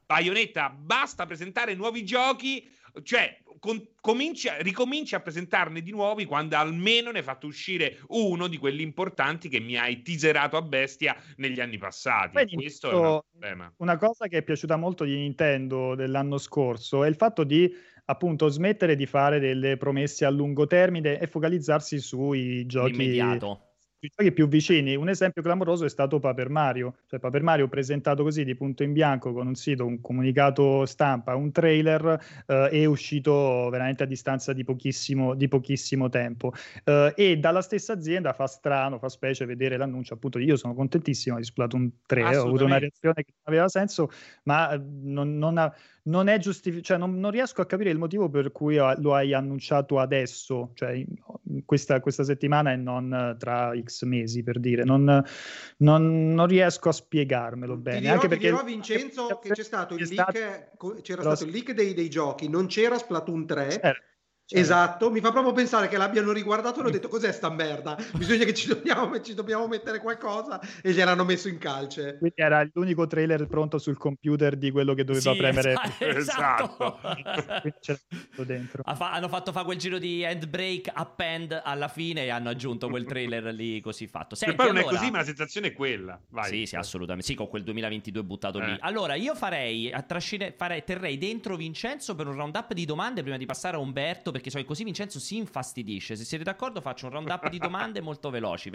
Bayonetta, basta presentare nuovi giochi, cioè ricominci a presentarne di nuovi quando almeno ne hai fatto uscire uno di quelli importanti che mi hai teaserato a bestia negli anni passati. Poi Questo è un problema. Una cosa che è piaciuta molto di Nintendo dell'anno scorso è il fatto di appunto smettere di fare delle promesse a lungo termine e focalizzarsi sui giochi più vicini. Un esempio clamoroso è stato Paper Mario, cioè Paper Mario presentato così di punto in bianco con un sito, un comunicato stampa, un trailer, è uscito veramente a distanza di pochissimo tempo, e dalla stessa azienda fa specie vedere l'annuncio. Appunto, io sono contentissimo di Splatoon 3, ho avuto una reazione che non aveva senso, ma non è giustificato, cioè non riesco a capire il motivo per cui lo hai annunciato adesso, cioè questa settimana e non tra X mesi, per dire. Non riesco a spiegarmelo bene. Anche perché dirò, Vincenzo, che c'era stato il leak dei giochi, non c'era Splatoon 3. Esatto, mi fa proprio pensare che l'abbiano riguardato e hanno detto: cos'è sta merda? Bisogna che ci dobbiamo mettere qualcosa, e gliel'hanno messo in calce. Quindi era l'unico trailer pronto sul computer di quello che doveva premere. Esatto. C'era tutto dentro. Hanno fatto fare quel giro di handbrake, append alla fine, e hanno aggiunto quel trailer lì così fatto. Senti, e poi non è così, ma la sensazione è quella. Vai. Sì, assolutamente. Sì, con quel 2022 buttato lì. Allora, io terrei dentro Vincenzo per un round-up di domande prima di passare a Umberto, perché so che così Vincenzo si infastidisce. Se siete d'accordo faccio un round-up di domande molto veloci.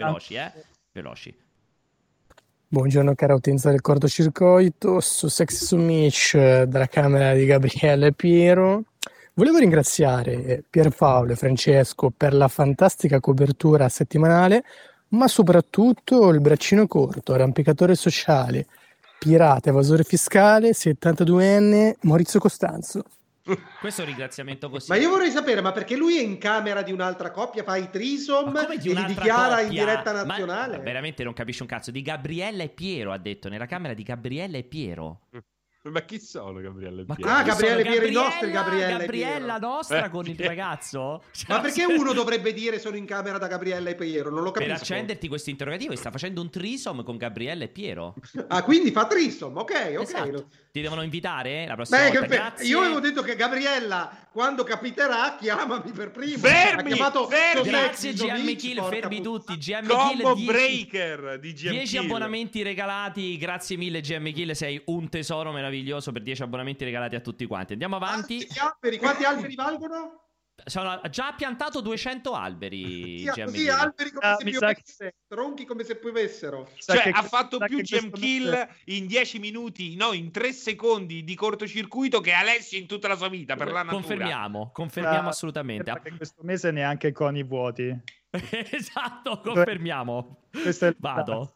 Buongiorno cara utenza del cortocircuito, su Sexy su Mitch dalla camera di Gabriele e Piero. Volevo ringraziare Pierpaolo e Francesco per la fantastica copertura settimanale, ma soprattutto il braccino corto, arrampicatore sociale, pirata, evasore fiscale, 72enne, Maurizio Costanzo. Questo è un ringraziamento così. Ma io vorrei sapere, ma perché lui è in camera di un'altra coppia, fa i trisom e li dichiara in diretta nazionale? Ma veramente non capisci un cazzo. Di Gabriella e Piero, ha detto, nella camera di Gabriella e Piero. Ma chi sono Gabriella e Piero? Gabriele e Piero, i nostri Gabriella nostra con il ragazzo? Ma perché uno dovrebbe dire sono in camera da Gabriella e Piero? Non lo capisco. Per accenderti questo interrogativo, sta facendo un trisom con Gabriella e Piero. Ah, quindi fa trisom, ok. Esatto. Ti devono invitare la prossima volta. Grazie. Io avevo detto che Gabriella, quando capiterà, chiamami per primo. Fermi! Grazie GM Kill, fermi tutti. GM Combo Kill, breaker di GM 10 abbonamenti regalati. Grazie mille GM Kill, sei un tesoro meraviglioso per 10 abbonamenti regalati a tutti quanti. Andiamo avanti. Quanti alberi valgono? Sono già piantato 200 alberi. Così alberi come se piovessero, tronchi come se piovessero. Cioè ha fatto più GM Kill in 10 minuti, no, in 3 secondi di cortocircuito che Alessio in tutta la sua vita per la natura. Confermiamo assolutamente. Perché questo mese neanche con i vuoti. Esatto, confermiamo. Vado.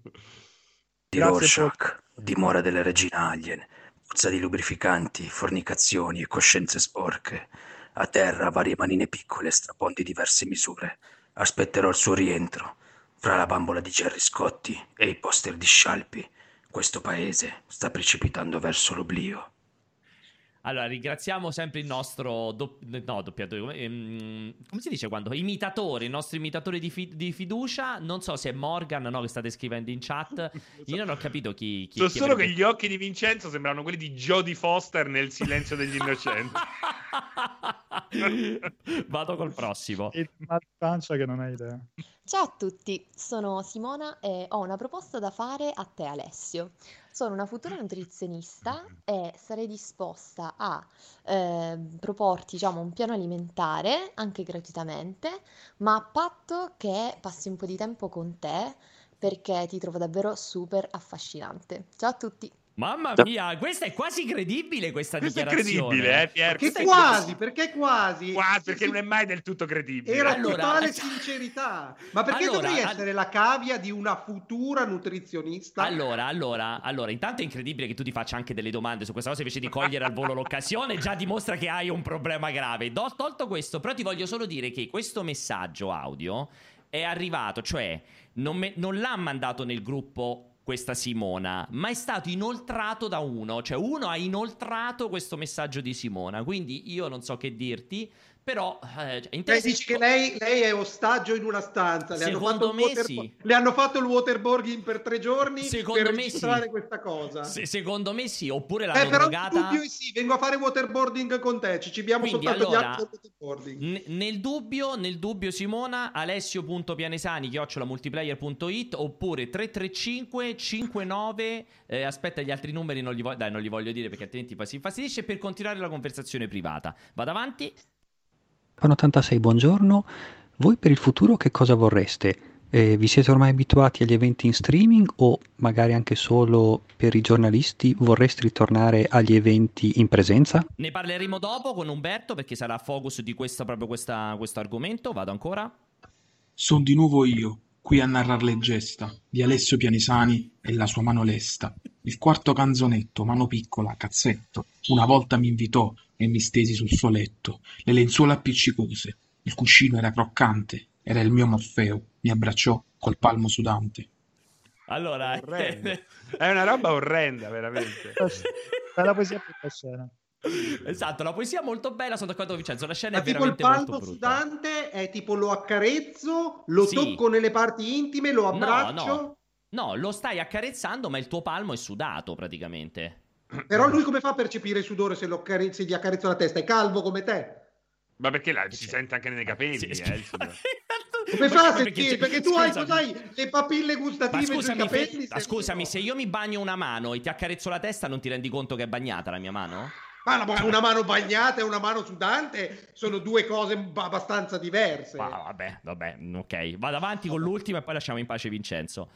Di Rorschach, dimora delle regine alien, puzza di lubrificanti, fornicazioni e coscienze sporche. A terra varie manine piccole, strapon di diverse misure. Aspetterò il suo rientro. Fra la bambola di Gerry Scotti e i poster di Scialpi, questo paese sta precipitando verso l'oblio. Allora, ringraziamo sempre il nostro doppiatore, come si dice quando? Imitatore, il nostro imitatore di fiducia. Non so se è Morgan, no, che state scrivendo in chat. Io non ho capito chi so solo che gli occhi di Vincenzo sembrano quelli di Jodie Foster nel Silenzio degli Innocenti. Vado col prossimo. Pancia che non hai idea. Ciao a tutti, sono Simona e ho una proposta da fare a te, Alessio. Sono una futura nutrizionista e sarei disposta a proporti, diciamo, un piano alimentare, anche gratuitamente, ma a patto che passi un po' di tempo con te, perché ti trovo davvero super affascinante. Ciao a tutti! Mamma mia, questa è quasi credibile, questa dichiarazione. È credibile, Pier? Perché quasi? Perché quasi? Perché non è mai del tutto credibile. Era totale sincerità. Ma perché dovrei essere la cavia di una futura nutrizionista? Allora, intanto è incredibile che tu ti faccia anche delle domande su questa cosa invece di cogliere al volo l'occasione, già dimostra che hai un problema grave. Tolto questo, però ti voglio solo dire che questo messaggio audio è arrivato, cioè non l'ha mandato nel gruppo questa Simona, ma è stato inoltrato da uno, cioè uno ha inoltrato questo messaggio di Simona, quindi io non so che dirti, però dici che lei è ostaggio in una stanza, secondo me sì. Le hanno fatto il waterboarding per 3 giorni secondo per me registrare sì. questa cosa. Secondo me sì, oppure l'hanno però drogata. Il dubbio è sì, vengo a fare waterboarding con te, ci cibiamo soltanto di acqua waterboarding. Nel dubbio Simona, alessio.pianesani@multiplayer.it oppure 335 59 aspetta, gli altri numeri non li voglio dire perché altrimenti poi si infastidisce, per continuare la conversazione privata. Vado avanti. Pan86, buongiorno. Voi per il futuro che cosa vorreste? Vi siete ormai abituati agli eventi in streaming o magari anche solo per i giornalisti vorreste ritornare agli eventi in presenza? Ne parleremo dopo con Umberto perché sarà focus di questo argomento. Vado ancora. Sono di nuovo io, qui a narrar le gesta di Alessio Pianesani e la sua mano lesta. Il quarto canzonetto, mano piccola, cazzetto, una volta mi invitò e mi stesi sul suo letto, le lenzuola appiccicose, il cuscino era croccante, era il mio Morfeo, mi abbracciò col palmo sudante. Allora, è una roba orrenda, veramente. È la poesia più scena. Esatto, la poesia è molto bella, sono d'accordo con Vincenzo, la scena è tipo veramente il palmo molto brutta. sudante è tipo lo accarezzo, lo tocco nelle parti intime, lo abbraccio. No, lo stai accarezzando, ma il tuo palmo è sudato praticamente. Però lui come fa a percepire il sudore se gli accarezzo la testa? È calvo come te? Ma perché si sente anche nei capelli? Come fa a sentire? Perché tu hai le papille gustative sui capelli? Scusami, se io mi bagno una mano e ti accarezzo la testa, non ti rendi conto che è bagnata la mia mano? Ma una mano bagnata e una mano sudante sono due cose abbastanza diverse. Vabbè, ok. Vado avanti con l'ultima e poi lasciamo in pace Vincenzo.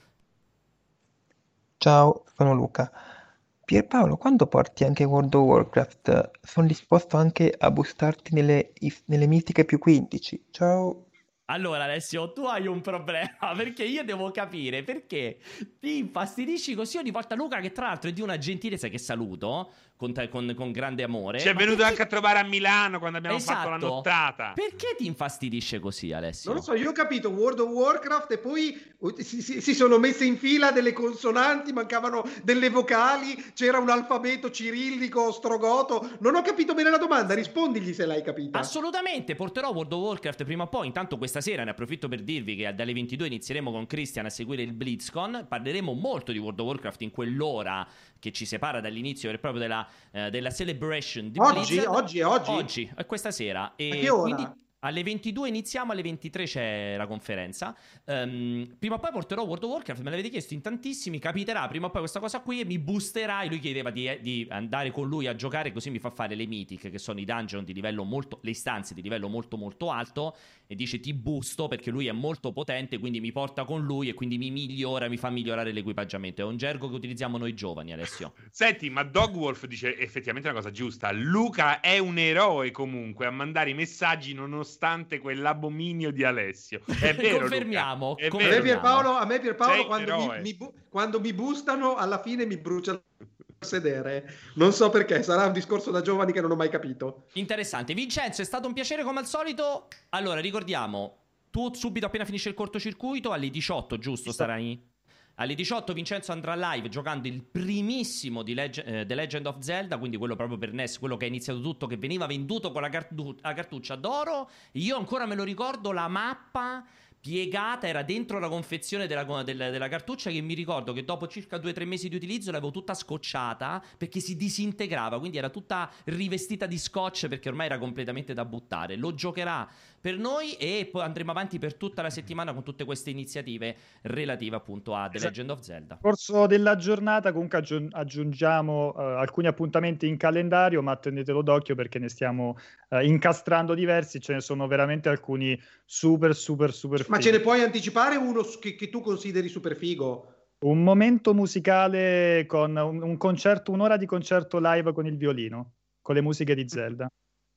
Ciao, sono Luca. Pierpaolo, quando porti anche World of Warcraft, sono disposto anche a bustarti nelle mitiche più 15. Ciao. Allora Alessio, tu hai un problema perché io devo capire perché ti infastidisci così ogni volta. Luca, che tra l'altro è di una gentilezza, che saluto con grande amore, ci è venuto anche a trovare a Milano quando abbiamo fatto la nottata. Perché ti infastidisce così, Alessio? Non lo so, io ho capito World of Warcraft e poi si sono messe in fila delle consonanti, mancavano delle vocali, c'era un alfabeto cirillico ostrogoto. Non ho capito bene la domanda, rispondigli se l'hai capita. Assolutamente, porterò World of Warcraft prima o poi. Intanto questa sera ne approfitto per dirvi che dalle 22 inizieremo con Christian a seguire il BlizzCon. Parleremo molto di World of Warcraft in quell'ora che ci separa dall'inizio proprio della celebration di Blizzard. Oggi è questa sera. E a che ora? Quindi alle 22 iniziamo, alle 23 c'è la conferenza. Prima o poi porterò World of Warcraft, me l'avete chiesto in tantissimi, capiterà prima o poi questa cosa qui e mi boosterai. Lui chiedeva di andare con lui a giocare, così mi fa fare le mythic, che sono i dungeon di livello molto, le istanze di livello molto molto alto, e dice ti boosto perché lui è molto potente, quindi mi porta con lui e quindi mi fa migliorare l'equipaggiamento. È un gergo che utilizziamo noi giovani, Alessio. Senti, ma Dogwolf dice effettivamente una cosa giusta. Luca è un eroe comunque a mandare i messaggi nonostante quell'abominio di Alessio. È vero, confermiamo. Luca, A me Pierpaolo quando mi boostano alla fine mi brucia il sedere. Non so perché, sarà un discorso da giovani che non ho mai capito. Interessante. Vincenzo, è stato un piacere come al solito. Allora, ricordiamo, tu subito appena finisce il cortocircuito, alle 18, giusto? Starai... Alle 18 Vincenzo andrà live giocando il primissimo di The Legend of Zelda, quindi quello proprio per NES, quello che ha iniziato tutto, che veniva venduto con la cartuccia d'oro. Io ancora me lo ricordo, la mappa piegata era dentro la confezione della cartuccia, che mi ricordo che dopo circa 2-3 mesi di utilizzo l'avevo tutta scotchata perché si disintegrava, quindi era tutta rivestita di scotch perché ormai era completamente da buttare. Lo giocherà per noi e poi andremo avanti per tutta la settimana con tutte queste iniziative relative appunto a The Legend of Zelda. Nel corso della giornata comunque aggiungiamo alcuni appuntamenti in calendario, ma tenetelo d'occhio perché ne stiamo incastrando diversi, ce ne sono veramente alcuni super fighi. Ma ce ne puoi anticipare uno che tu consideri super figo? Un momento musicale con un concerto, un'ora di concerto live con il violino, con le musiche di Zelda.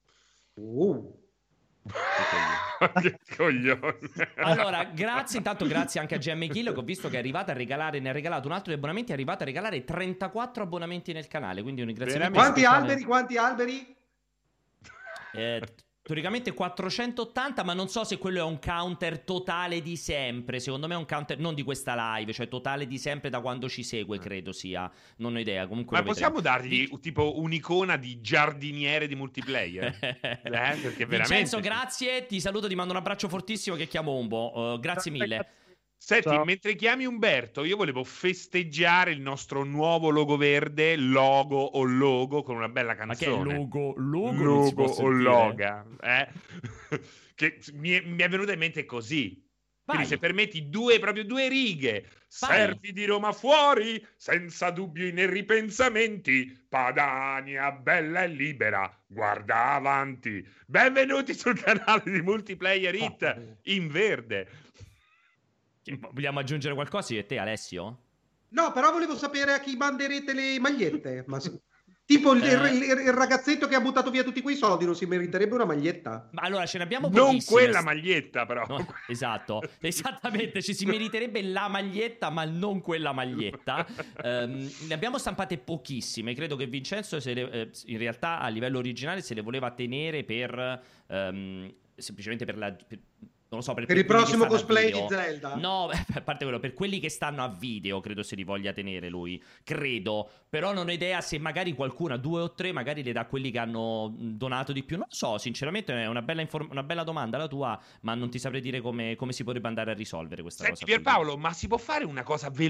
Che coglione. Allora, grazie anche a GM Kill, che ho visto che è arrivata a regalare, ne ha regalato un altro di abbonamenti, è arrivata a regalare 34 abbonamenti nel canale, quindi un ringraziamento. Quanti alberi? Teoricamente 480, ma non so se quello è un counter totale di sempre. Secondo me è un counter non di questa live, cioè totale di sempre da quando ci segue, credo sia. Non ho idea, comunque. Ma possiamo dargli tipo un'icona di giardiniere di multiplayer? Perché veramente... Vincenzo, grazie, ti saluto, ti mando un abbraccio fortissimo che chiamo Umbo. Grazie mille. Senti, Ciao. mentre chiami Umberto, io volevo festeggiare il nostro nuovo logo verde, logo o logo, con una bella canzone. Ma che è logo? Logo Logo o loga, che mi è venuta in mente così. Quindi se permetti proprio due righe. Vai. Servi di Roma fuori, senza dubbi né ripensamenti, Padania bella e libera, guarda avanti. Benvenuti sul canale di Multiplayer Hit in verde. Vogliamo aggiungere qualcosa io e te, Alessio? No, però volevo sapere a chi manderete le magliette. Tipo il ragazzetto che ha buttato via tutti quei soldi non si meriterebbe una maglietta? Ma allora ce ne abbiamo Non pochissime. quella maglietta, però. No, esatto, esattamente, ci si meriterebbe la maglietta, ma non quella maglietta. Ne abbiamo stampate pochissime. Credo che Vincenzo in realtà a livello originale se le voleva tenere per semplicemente per la... non lo so, per il prossimo cosplay di Zelda? No, a parte quello, per quelli che stanno a video credo se li voglia tenere lui, credo, però non ho idea se magari qualcuna, 2 o 3 magari le dà a quelli che hanno donato di più, non lo so, sinceramente è una bella domanda la tua, ma non ti saprei dire come si potrebbe andare a risolvere questa cosa. Pierpaolo, ma si può fare una cosa veloce?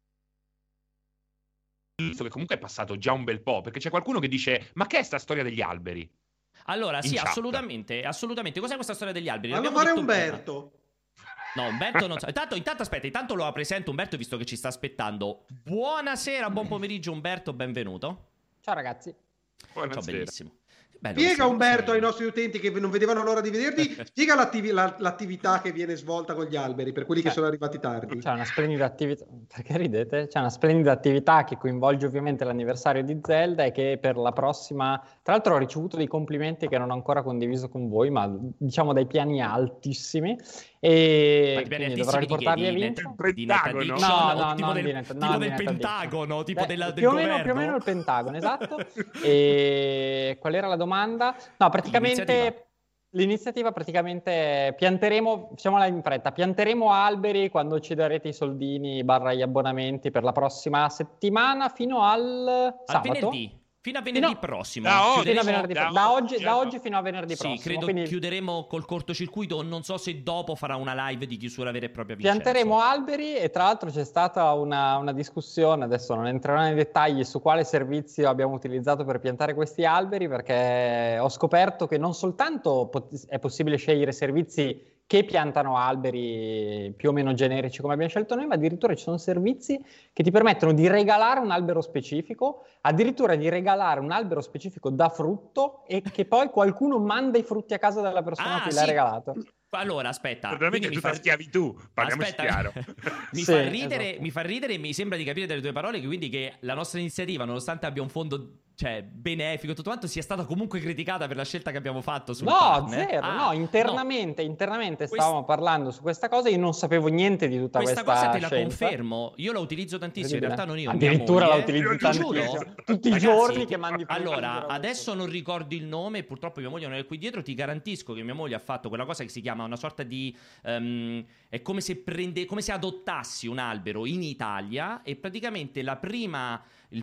Che comunque è passato già un bel po', perché c'è qualcuno che dice ma che è sta storia degli alberi? Allora, sì, chat. assolutamente. Cos'è questa storia degli alberi? Fallo fare Umberto. No, Umberto non so. Intanto aspetta, intanto lo presento Umberto visto che ci sta aspettando. Buonasera, buon pomeriggio Umberto, benvenuto. Ciao ragazzi. Buonasera. Ciao, bellissimo. Bello, Spiega Umberto ai nostri utenti che non vedevano l'ora di vederti, spiega l'attività che viene svolta con gli alberi per quelli che sono arrivati tardi. C'è una splendida attività, perché ridete? C'è una splendida attività che coinvolge ovviamente l'anniversario di Zelda e che per la prossima, tra l'altro ho ricevuto dei complimenti che non ho ancora condiviso con voi, ma diciamo dai piani altissimi e quindi dovrò riportarli a Vincenzo. No, tipo del Pentagono, tipo del governo. Più o meno il Pentagono, esatto. E qual era la domanda? No, praticamente l'iniziativa pianteremo, facciamola in fretta, pianteremo alberi quando ci darete i soldini / gli abbonamenti per la prossima settimana fino al sabato. Venerdì. Fino a venerdì prossimo. Da oggi fino a venerdì prossimo. Sì, credo quindi chiuderemo col cortocircuito. Non so se dopo farà una live di chiusura vera e propria. Vincenzo. Pianteremo alberi e tra l'altro c'è stata una discussione, adesso non entrerò nei dettagli su quale servizio abbiamo utilizzato per piantare questi alberi, perché ho scoperto che non soltanto è possibile scegliere servizi che piantano alberi più o meno generici come abbiamo scelto noi, ma addirittura ci sono servizi che ti permettono di regalare un albero specifico, addirittura di regalare un albero specifico da frutto e che poi qualcuno manda i frutti a casa della persona a cui l'ha regalato. Allora, aspetta. Veramente tutta schiavitù, parliamoci chiaro. Mi fa ridere e mi sembra di capire dalle tue parole che la nostra iniziativa, nonostante abbia un fondo benefico e tutto quanto, sia stata comunque criticata per la scelta che abbiamo fatto sul partner. Zero, internamente stavamo parlando su questa cosa, io non sapevo niente di tutta questa cosa te la scelta. Confermo, io la utilizzo tantissimo, in realtà non io, addirittura mia la moglie. utilizzi tantissimo, tutti i giorni che mandi allora, adesso non ricordo il nome, purtroppo mia moglie non è qui dietro, ti garantisco che mia moglie ha fatto quella cosa che si chiama una sorta di è come se adottassi un albero in Italia e praticamente la prima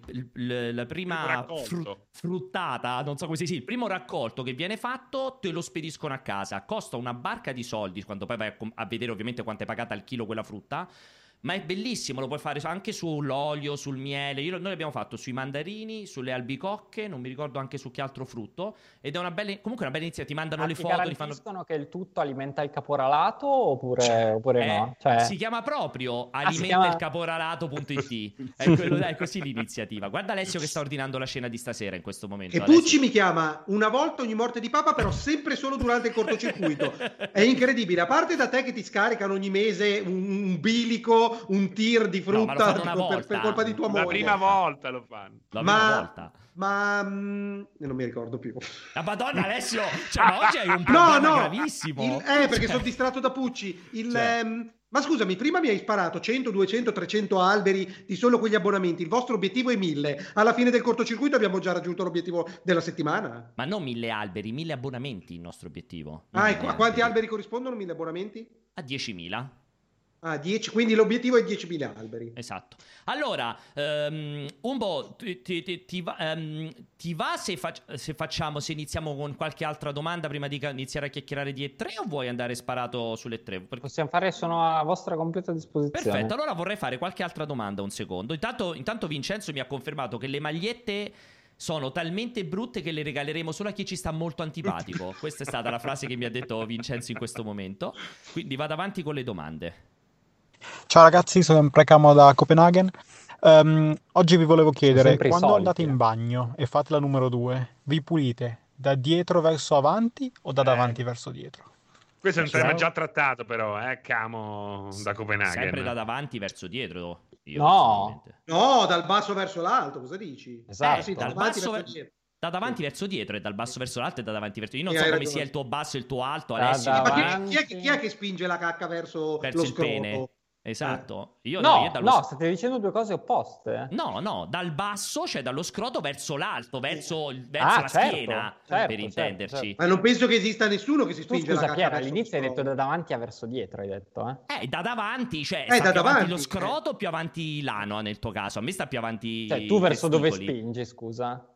fruttata, non so come si dice, il primo raccolto che viene fatto te lo spediscono a casa, costa una barca di soldi quando poi vai a vedere ovviamente quanto è pagata al chilo quella frutta. Ma è bellissimo, lo puoi fare anche sull'olio, sul miele. Noi l'abbiamo fatto sui mandarini, sulle albicocche, non mi ricordo anche su che altro frutto. Ed è una bella iniziativa. Ti mandano le foto. Ti garantiscono che il tutto alimenta il caporalato oppure no? Si chiama proprio alimentailcaporalato.it. È così l'iniziativa. Guarda Alessio che sta ordinando la cena di stasera in questo momento. E Pucci mi chiama una volta ogni morte di papa, però sempre solo durante il cortocircuito. È incredibile. A parte da te che ti scaricano ogni mese un bilico, un tir di frutta per colpa di tua moglie. La prima volta lo fanno. Ma non mi ricordo più. La Madonna Alessio, ma oggi hai un problema gravissimo. Perché sono distratto da Pucci. Ma scusami, prima mi hai sparato 100, 200, 300 alberi di solo quegli abbonamenti. Il vostro obiettivo è 1000. Alla fine del cortocircuito abbiamo già raggiunto l'obiettivo della settimana. Ma non 1000 alberi, 1000 abbonamenti il nostro obiettivo. A quanti alberi corrispondono 1000 abbonamenti? A 10.000. 10, quindi l'obiettivo è 10.000 alberi. Esatto. Allora, Umbo, ti va se iniziamo con qualche altra domanda prima di iniziare a chiacchierare di E3 o vuoi andare sparato sulle 3? Possiamo fare, sono a vostra completa disposizione. Perfetto, allora vorrei fare qualche altra domanda un secondo. Intanto Vincenzo mi ha confermato che le magliette sono talmente brutte che le regaleremo solo a chi ci sta molto antipatico. Questa è stata la frase che mi ha detto Vincenzo in questo momento. Quindi vado avanti con le domande. Ciao ragazzi, sono sempre Camo da Copenaghen. Oggi vi volevo chiedere, quando andate in bagno e fate la numero 2, vi pulite da dietro verso avanti o da davanti verso dietro? Questo è un tema già trattato però, Camo da Copenaghen. Sempre da davanti verso dietro. No, dal basso verso l'alto, cosa dici? Esatto. Sì, da davanti verso dietro e dal basso verso l'alto e da davanti verso dietro. Io non so come sia il tuo basso e il tuo alto, Alessio. Ma chi è che spinge la cacca verso lo il scroto? pene? Esatto. No, state dicendo due cose opposte. No, dal basso, cioè dallo scroto verso l'alto, verso la schiena, per intenderci. Certo. Ma non penso che esista nessuno che si spinge la cacca Piera, all'inizio hai detto da davanti a verso dietro, hai detto, da davanti, cioè da più davanti, avanti lo scroto o più avanti l'ano nel tuo caso? A me sta più avanti. Cioè, tu verso dove spingi, scusa?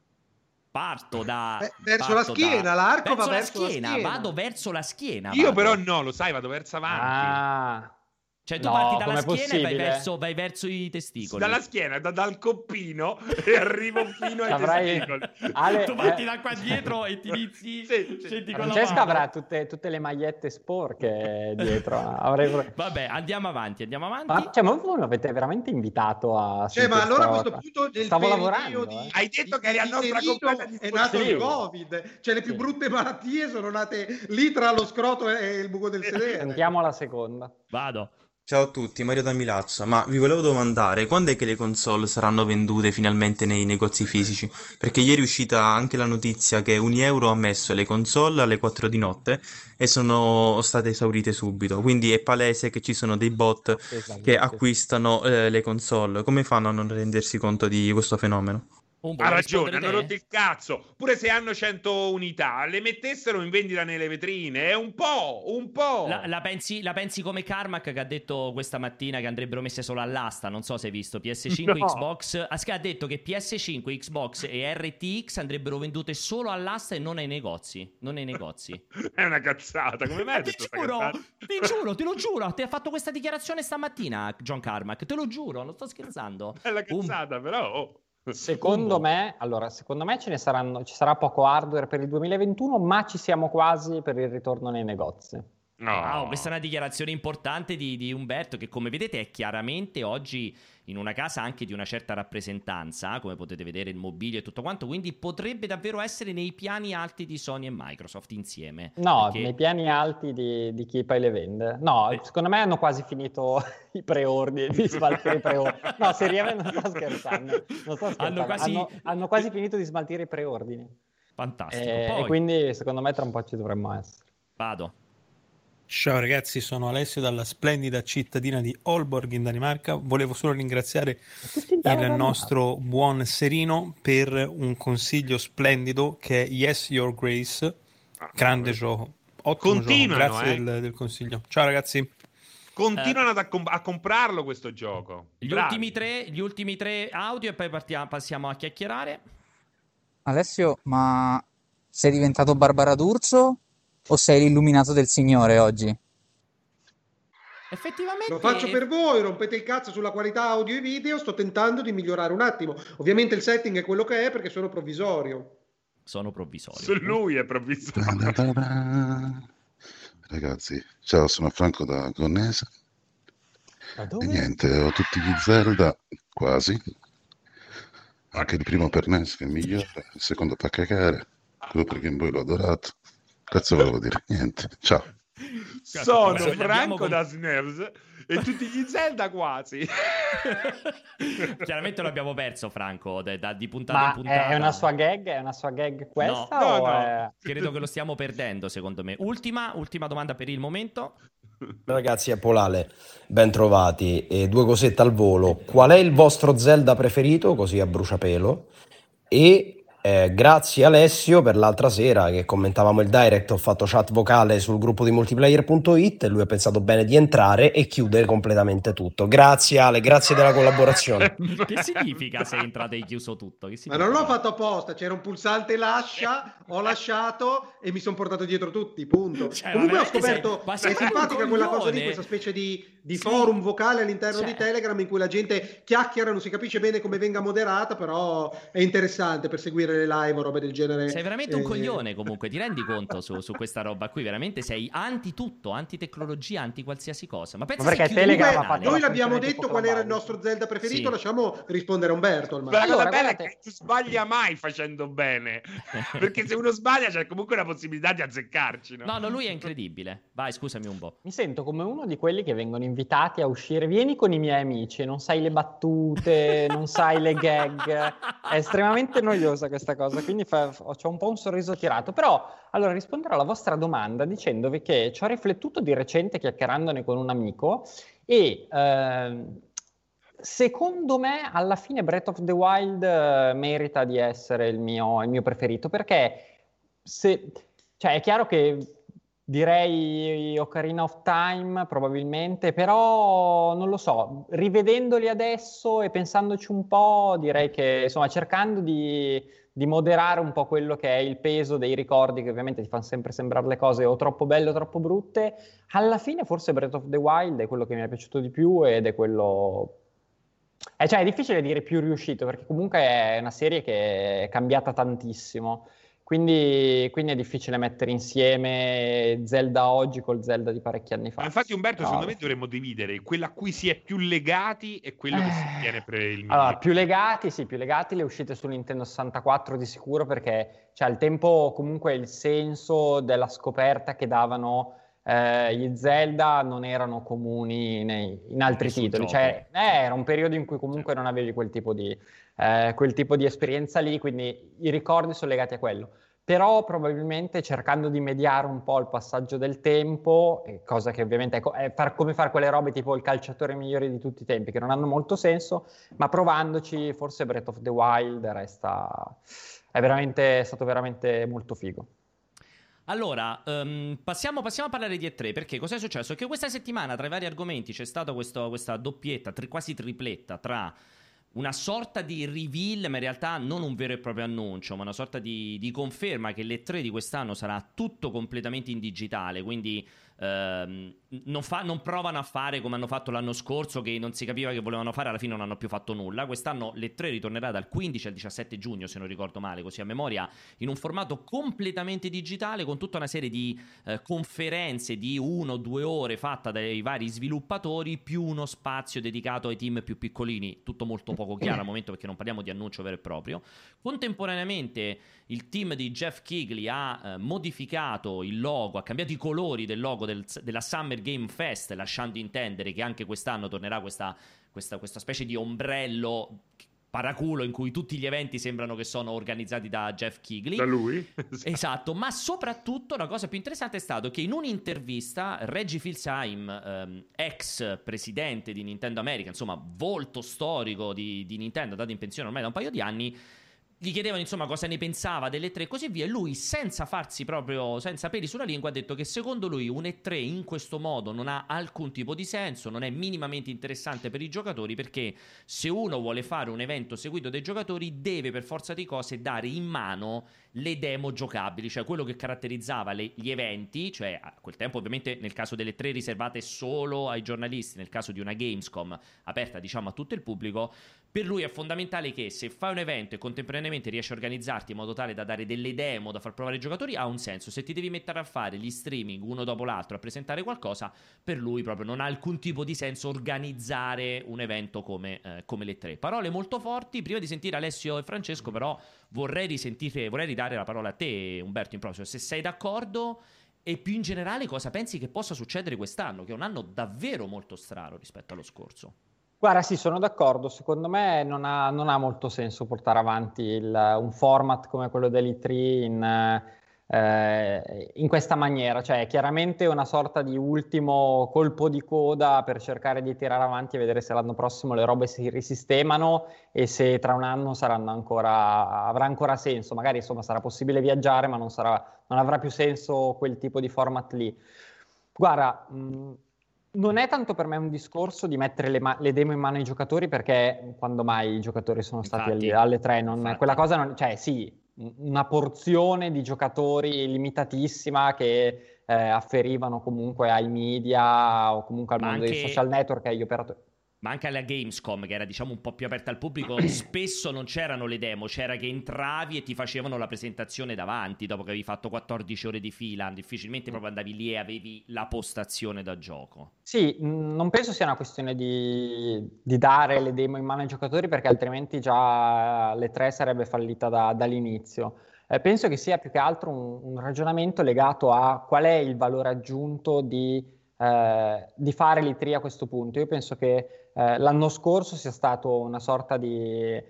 Parto verso la schiena, l'arco va verso la schiena. Vado verso la schiena. Io però no, lo sai, vado verso avanti. Cioè tu parti dalla schiena e vai verso i testicoli. Dalla schiena, dal coppino e arrivo fino ai testicoli. Tu parti da qua dietro e ti inizi. Francesca avrà tutte le magliette sporche dietro. Vabbè, andiamo avanti. Ma voi mi avete veramente invitato a... ma allora a questo punto stavo lavorando. Hai detto che eri a nostra completa è nato il Covid. Cioè le più brutte malattie sono nate lì tra lo scroto e il buco del sedere. Sentiamo la seconda. Vado. Ciao a tutti, Mario da Milazzo, ma vi volevo domandare quando è che le console saranno vendute finalmente nei negozi fisici? Perché ieri è uscita anche la notizia che Unieuro ha messo le console alle 4 di notte e sono state esaurite subito, quindi è palese che ci sono dei bot che acquistano le console. Come fanno a non rendersi conto di questo fenomeno? Ha ragione, hanno rotto il cazzo. Pure se hanno 100 unità, le mettessero in vendita nelle vetrine. È un po'. La pensi come Carmack che ha detto questa mattina che andrebbero messe solo all'asta. Non so se hai visto PS5, Xbox. Ha detto che PS5, Xbox e RTX andrebbero vendute solo all'asta e non ai negozi. È una cazzata. Come mai? Te lo giuro. Ti ha fatto questa dichiarazione stamattina John Carmack. Te lo giuro, non sto scherzando. È la cazzata, però. Secondo me ci sarà poco hardware per il 2021, ma ci siamo quasi per il ritorno nei negozi. Wow, questa è una dichiarazione importante di Umberto, che come vedete è chiaramente oggi in una casa anche di una certa rappresentanza, come potete vedere il mobilio e tutto quanto, quindi potrebbe davvero essere nei piani alti di Sony e Microsoft insieme. No, nei piani alti di chi poi le vende. No, secondo me hanno quasi finito i preordini, di smaltire i preordini. No, seriamente non sto scherzando. Hanno quasi finito di smaltire i preordini. Fantastico. E quindi secondo me tra un po' ci dovremmo essere. Vado. Ciao ragazzi, sono Alessio dalla splendida cittadina di Aalborg in Danimarca. Volevo solo ringraziare il nostro buon Serino per un consiglio splendido che è Yes Your Grace. Grande gioco, ottimo gioco, grazie del consiglio. Ciao ragazzi. Continuano a comprarlo questo gioco. Gli ultimi tre audio e poi passiamo a chiacchierare. Alessio, ma sei diventato Barbara D'Urso? O sei l'illuminato del Signore oggi? Effettivamente lo faccio per voi, rompete il cazzo sulla qualità audio e video, sto tentando di migliorare un attimo. Ovviamente il setting è quello che è perché sono provvisorio. Lui è provvisorio. Ragazzi, ciao, sono Franco da Gonnese. E niente, ho tutti gli Zelda, quasi. Anche il primo per NES che è il migliore, il secondo fa cagare, quello per Game Boy l'ho adorato. Cazzo volevo dire? Niente, ciao. Sono Franco da SNES e tutti gli Zelda quasi. Chiaramente l'abbiamo perso Franco di puntata in puntata. È una sua gag? È una sua gag questa? No. Credo che lo stiamo perdendo, secondo me. Ultima domanda per il momento. Ragazzi, è Polale, ben trovati. E due cosette al volo. Qual è il vostro Zelda preferito? Così a bruciapelo. E grazie Alessio per l'altra sera che commentavamo il direct, ho fatto chat vocale sul gruppo di multiplayer.it e lui ha pensato bene di entrare e chiudere completamente tutto. Grazie Ale, grazie della collaborazione. Che significa se entrate e chiuso tutto? Che Ma non l'ho fatto apposta, c'era un pulsante lascia, ho lasciato e mi sono portato dietro tutti, punto. Cioè, Comunque ho veramente scoperto, sei è simpatica quella cosa lì, coglione. questa specie di forum vocale all'interno di Telegram in cui la gente chiacchiera, non si capisce bene come venga moderata, però è interessante per seguire le live o robe del genere. Sei veramente un coglione comunque, ti rendi conto su questa roba qui? Veramente sei anti tutto, anti tecnologia, anti qualsiasi cosa. Ma pensa perché se Telegram chiude ha fatto Noi la l'abbiamo funzione detto tipo qual era il Clubhouse. nostro Zelda preferito, Sì. lasciamo rispondere a Umberto al Ma la massimo. cosa Allora, bella guardate- è che non sbaglia mai facendo bene, perché se uno sbaglia c'è comunque la possibilità di azzeccarci, no? No, lui è incredibile. Vai, scusami un po'. Mi sento come uno di quelli che vengono invitati a uscire. Vieni con i miei amici, non sai le battute, non sai le gag. È estremamente noiosa questa cosa, quindi c'ho un po' un sorriso tirato. Però, allora, risponderò alla vostra domanda dicendovi che ci ho riflettuto di recente chiacchierandone con un amico e secondo me alla fine Breath of the Wild merita di essere il mio preferito, perché cioè, è chiaro che direi Ocarina of Time probabilmente, però non lo so, rivedendoli adesso e pensandoci un po', direi che insomma cercando di moderare un po' quello che è il peso dei ricordi che ovviamente ti fanno sempre sembrare le cose o troppo belle o troppo brutte, alla fine forse Breath of the Wild è quello che mi è piaciuto di più ed è quello... cioè è difficile dire più riuscito perché comunque è una serie che è cambiata tantissimo. Quindi è difficile mettere insieme Zelda oggi col Zelda di parecchi anni fa. Ma infatti Umberto, No, secondo me dovremmo dividere quello a cui si è più legati e quello che si tiene per il meglio. Allora, più legati le uscite su Nintendo 64 di sicuro perché cioè, al tempo comunque il senso della scoperta che davano gli Zelda non erano comuni in altri titoli. Cioè, era un periodo in cui comunque non avevi quel tipo di esperienza lì, quindi i ricordi sono legati a quello. Però probabilmente cercando di mediare un po' il passaggio del tempo, cosa che ovviamente è come fare quelle robe tipo il calciatore migliore di tutti i tempi, che non hanno molto senso, ma provandoci forse Breath of the Wild è stato veramente molto figo. Allora, passiamo a parlare di E3, perché cos'è successo? Che questa settimana tra i vari argomenti c'è stata questa doppietta, quasi tripletta, tra una sorta di reveal, ma in realtà non un vero e proprio annuncio, ma una sorta di conferma che l'E3 di quest'anno sarà tutto completamente in digitale, quindi non provano a fare come hanno fatto l'anno scorso, che non si capiva che volevano fare, alla fine non hanno più fatto nulla. Quest'anno l'E3 ritornerà dal 15 al 17 giugno, se non ricordo male, così a memoria, in un formato completamente digitale, con tutta una serie di conferenze di 1 o 2 ore fatta dai vari sviluppatori, più uno spazio dedicato ai team più piccolini, tutto molto poco chiaro al momento perché non parliamo di annuncio vero e proprio. Contemporaneamente il team di Jeff Keighley ha modificato il logo, ha cambiato i colori del logo della Summer Game Fest, lasciando intendere che anche quest'anno tornerà questa specie di ombrello paraculo in cui tutti gli eventi sembrano che sono organizzati da Jeff Keighley. Da lui? Esatto, ma soprattutto la cosa più interessante è stato che in un'intervista Reggie Fils-Aime, ex presidente di Nintendo America, insomma volto storico di Nintendo, dato in pensione ormai da un paio di anni, gli chiedevano insomma cosa ne pensava delle E3 e così via, e lui senza peli sulla lingua ha detto che secondo lui un E3 in questo modo non ha alcun tipo di senso, non è minimamente interessante per i giocatori, perché se uno vuole fare un evento seguito dai giocatori deve per forza di cose dare in mano le demo giocabili, cioè quello che caratterizzava gli eventi, cioè a quel tempo ovviamente nel caso delle E3 riservate solo ai giornalisti, nel caso di una Gamescom aperta diciamo a tutto il pubblico. Per lui è fondamentale che se fai un evento e contemporaneamente riesci a organizzarti in modo tale da dare delle demo, da far provare ai giocatori, ha un senso. Se ti devi mettere a fare gli streaming uno dopo l'altro a presentare qualcosa, per lui proprio non ha alcun tipo di senso organizzare un evento come l'E3. Parole molto forti. Prima di sentire Alessio e Francesco però vorrei ridare la parola a te, Umberto, in proposito, se sei d'accordo e più in generale cosa pensi che possa succedere quest'anno, che è un anno davvero molto strano rispetto allo scorso. Guarda, sì, sono d'accordo. Secondo me non ha molto senso portare avanti un format come quello dell'E3 in questa maniera, cioè chiaramente una sorta di ultimo colpo di coda per cercare di tirare avanti e vedere se l'anno prossimo le robe si risistemano e se tra un anno avrà ancora senso, magari insomma sarà possibile viaggiare ma non avrà più senso quel tipo di format lì. Guarda, non è tanto per me un discorso di mettere le demo in mano ai giocatori, perché quando mai i giocatori sono stati alle 3, quella cosa non, cioè sì, una porzione di giocatori limitatissima che afferivano comunque ai media o comunque al mondo dei social network e agli operatori. Ma anche alla Gamescom, che era diciamo un po' più aperta al pubblico, spesso non c'erano le demo, c'era che entravi e ti facevano la presentazione davanti dopo che avevi fatto 14 ore di fila, difficilmente proprio andavi lì e avevi la postazione da gioco. Sì, non penso sia una questione di dare le demo in mano ai giocatori, perché altrimenti già le 3 sarebbe fallita dall'inizio. Penso che sia più che altro un ragionamento legato a qual è il valore aggiunto di fare l'E3 a questo punto. Io penso che l'anno scorso sia stato una sorta di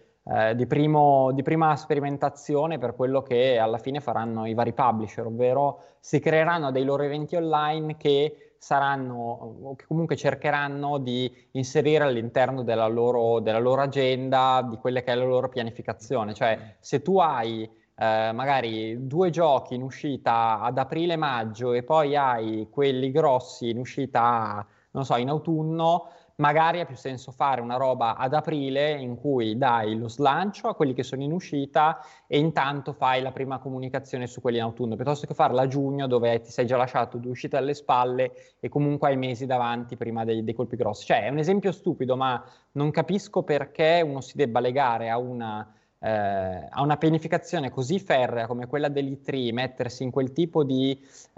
prima sperimentazione per quello che alla fine faranno i vari publisher, ovvero si creeranno dei loro eventi online che saranno, o che comunque cercheranno di inserire all'interno della loro agenda, di quelle che è la loro pianificazione. Cioè, se tu hai magari 2 giochi in uscita ad aprile-maggio e poi hai quelli grossi in uscita, non so, in autunno, magari ha più senso fare una roba ad aprile in cui dai lo slancio a quelli che sono in uscita e intanto fai la prima comunicazione su quelli in autunno, piuttosto che farla a giugno, dove ti sei già lasciato 2 uscite alle spalle e comunque hai mesi davanti prima dei colpi grossi. Cioè, è un esempio stupido, ma non capisco perché uno si debba legare a una pianificazione così ferrea come quella dell'E3, mettersi in quel tipo di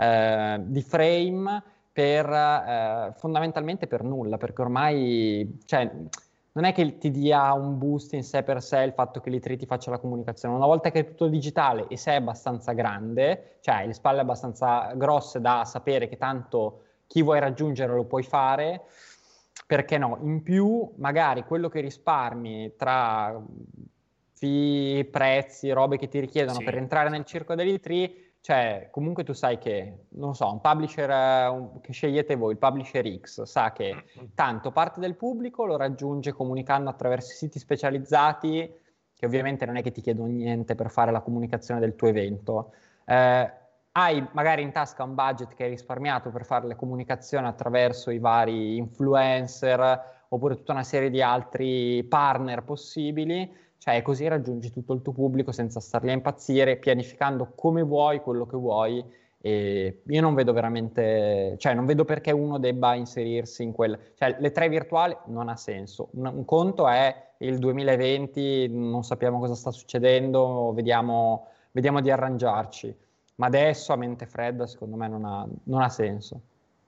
frame fondamentalmente per nulla, perché ormai, cioè, non è che ti dia un boost in sé per sé il fatto che l'E3 ti faccia la comunicazione. Una volta che è tutto digitale e sei abbastanza grande, cioè hai le spalle abbastanza grosse da sapere che tanto chi vuoi raggiungere lo puoi fare, perché no? In più magari quello che risparmi tra prezzi, robe che ti richiedono per entrare nel circo dell'E3, cioè comunque tu sai che, non so, un publisher che scegliete voi, il publisher X, sa che tanto parte del pubblico lo raggiunge comunicando attraverso siti specializzati, che ovviamente non è che ti chiedono niente per fare la comunicazione del tuo evento. Hai magari in tasca un budget che hai risparmiato per fare le comunicazioni attraverso i vari influencer oppure tutta una serie di altri partner possibili. Cioè, così raggiungi tutto il tuo pubblico senza star lì a impazzire, pianificando come vuoi, quello che vuoi. E io non vedo veramente, cioè non vedo perché uno debba inserirsi in quel, cioè le 3 virtuali non ha senso. Un conto è il 2020, non sappiamo cosa sta succedendo, vediamo di arrangiarci, ma adesso a mente fredda secondo me non ha senso.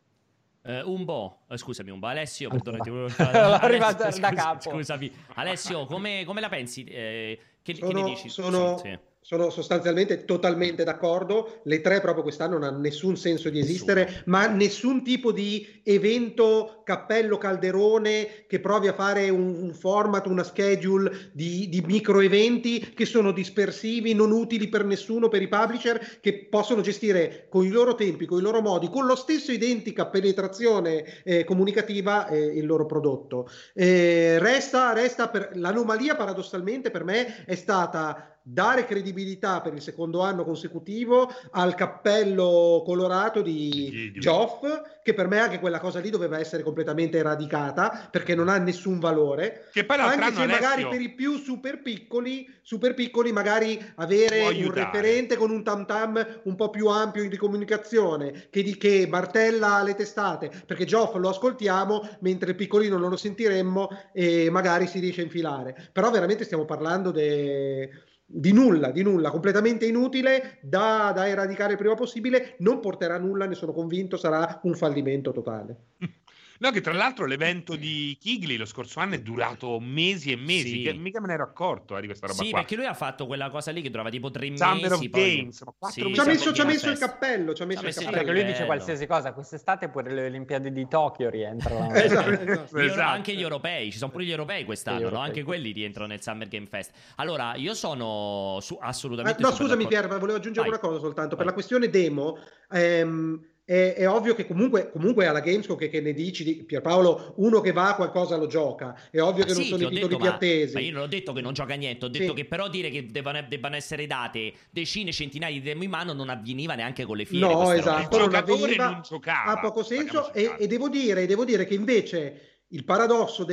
Scusami, Alessio, perdonati, arrivato da capo. Scusami, Alessio, come la pensi? Che ne dici? Sono sostanzialmente totalmente d'accordo. Le 3 proprio quest'anno non ha nessun senso di esistere, ma nessun tipo di evento cappello calderone che provi a fare un format, una schedule di micro eventi che sono dispersivi, non utili per nessuno, per i publisher che possono gestire con i loro tempi, con i loro modi, con lo stesso identica penetrazione comunicativa il loro prodotto. Resta l'anomalia, paradossalmente per me è stata dare credibilità per il secondo anno consecutivo al cappello colorato di Geoff, che per me anche quella cosa lì doveva essere completamente eradicata perché non ha nessun valore, che poi anche se magari per i più super piccoli magari avere un referente con un tam tam un po' più ampio di comunicazione che martella le testate, perché Geoff lo ascoltiamo mentre il piccolino non lo sentiremmo e magari si riesce a infilare. Però veramente stiamo parlando di nulla, completamente inutile, da eradicare il prima possibile, non porterà a nulla, ne sono convinto, sarà un fallimento totale. No, che tra l'altro l'evento di Kigley lo scorso anno è durato mesi e mesi, Sì. che mica me ne ero accorto di questa roba Sì, qua. perché lui ha fatto quella cosa lì che durava tipo 3 Summer mesi. of Games, ma 4 Ci ha messo il cappello, Perché lui dice qualsiasi cosa, quest'estate pure le Olimpiadi di Tokyo rientrano. Anche gli europei, ci sono pure gli europei quest'anno, no? Anche quelli rientrano nel Summer Game Fest. Allora, io sono assolutamente... No, scusami Pier, ma volevo aggiungere una cosa soltanto. Per la questione demo, è ovvio che comunque alla Gamescom che ne dici di Pierpaolo, uno che va a qualcosa lo gioca. È ovvio che non sono i titoli più attesi. Ma io non ho detto che non gioca niente, ho detto che però dire che debbano essere date decine, centinaia di demo in mano non avveniva neanche con le fiere. No, esatto, non avveniva, non giocava, ha poco senso e devo dire che invece il paradosso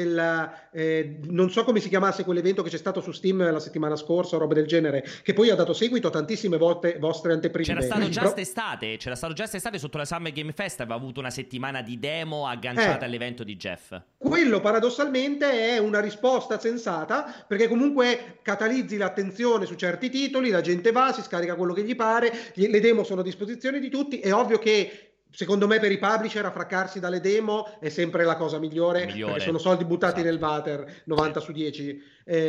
non so come si chiamasse quell'evento che c'è stato su Steam la settimana scorsa o roba del genere, che poi ha dato seguito a tantissime vostre anteprime. C'era stato già quest'estate sotto la Summer Game Fest, aveva avuto una settimana di demo agganciata all'evento di Jeff. Quello paradossalmente è una risposta sensata, perché comunque catalizzi l'attenzione su certi titoli, la gente va, si scarica quello che gli pare, le demo sono a disposizione di tutti, è ovvio che secondo me per i publisher affraccarsi dalle demo è sempre la cosa migliore. Perché sono soldi buttati nel water 90 su 10,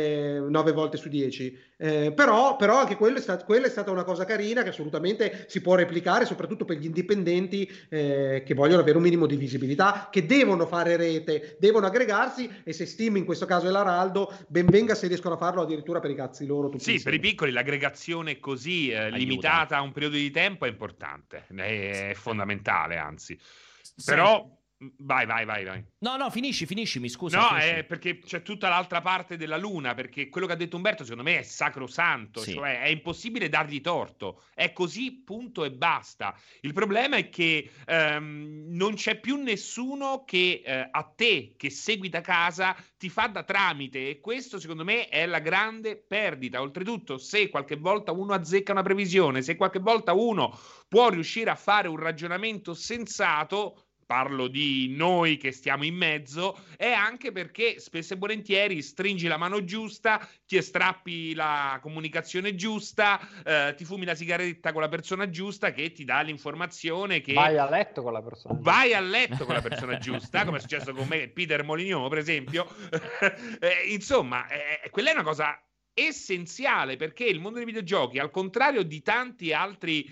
9 volte su 10. Però anche quella è stata una cosa carina che assolutamente si può replicare, soprattutto per gli indipendenti che vogliono avere un minimo di visibilità, che devono fare rete, devono aggregarsi, e se Steam in questo caso è l'Araldo, ben venga se riescono a farlo addirittura per i cazzi loro tutti Sì, insieme. per i piccoli l'aggregazione così limitata a un periodo di tempo è importante, è fondamentale, anzi. Però vai. No, finiscimi, scusa. No, è perché c'è tutta l'altra parte della luna, perché quello che ha detto Umberto secondo me è sacrosanto, cioè è impossibile dargli torto, è così, punto e basta. Il problema è che non c'è più nessuno che a te, che segui da casa, ti fa da tramite, e questo secondo me è la grande perdita. Oltretutto, se qualche volta uno azzecca una previsione, se qualche volta uno può riuscire a fare un ragionamento sensato, parlo di noi che stiamo in mezzo, è anche perché spesso e volentieri stringi la mano giusta, ti strappi la comunicazione giusta, ti fumi la sigaretta con la persona giusta che ti dà l'informazione che... Vai a letto con la persona giusta, come è successo con me e Peter Molyneux, per esempio. Insomma, quella è una cosa essenziale, perché il mondo dei videogiochi, al contrario di tanti altri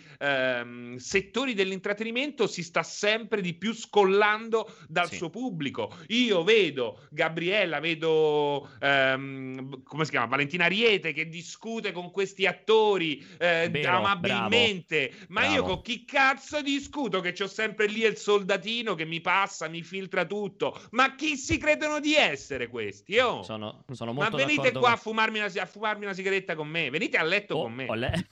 settori dell'intrattenimento, si sta sempre di più scollando dal suo pubblico. Io vedo Gabriella, vedo come si chiama, Valentina Ariete che discute con questi attori amabilmente, ma io con chi cazzo discuto, che c'ho sempre lì il soldatino che mi passa, mi filtra tutto? Ma chi si credono di essere questi? Sono molto ma venite d'accordo qua a fumarmi una sigaretta con me, venite a letto con me.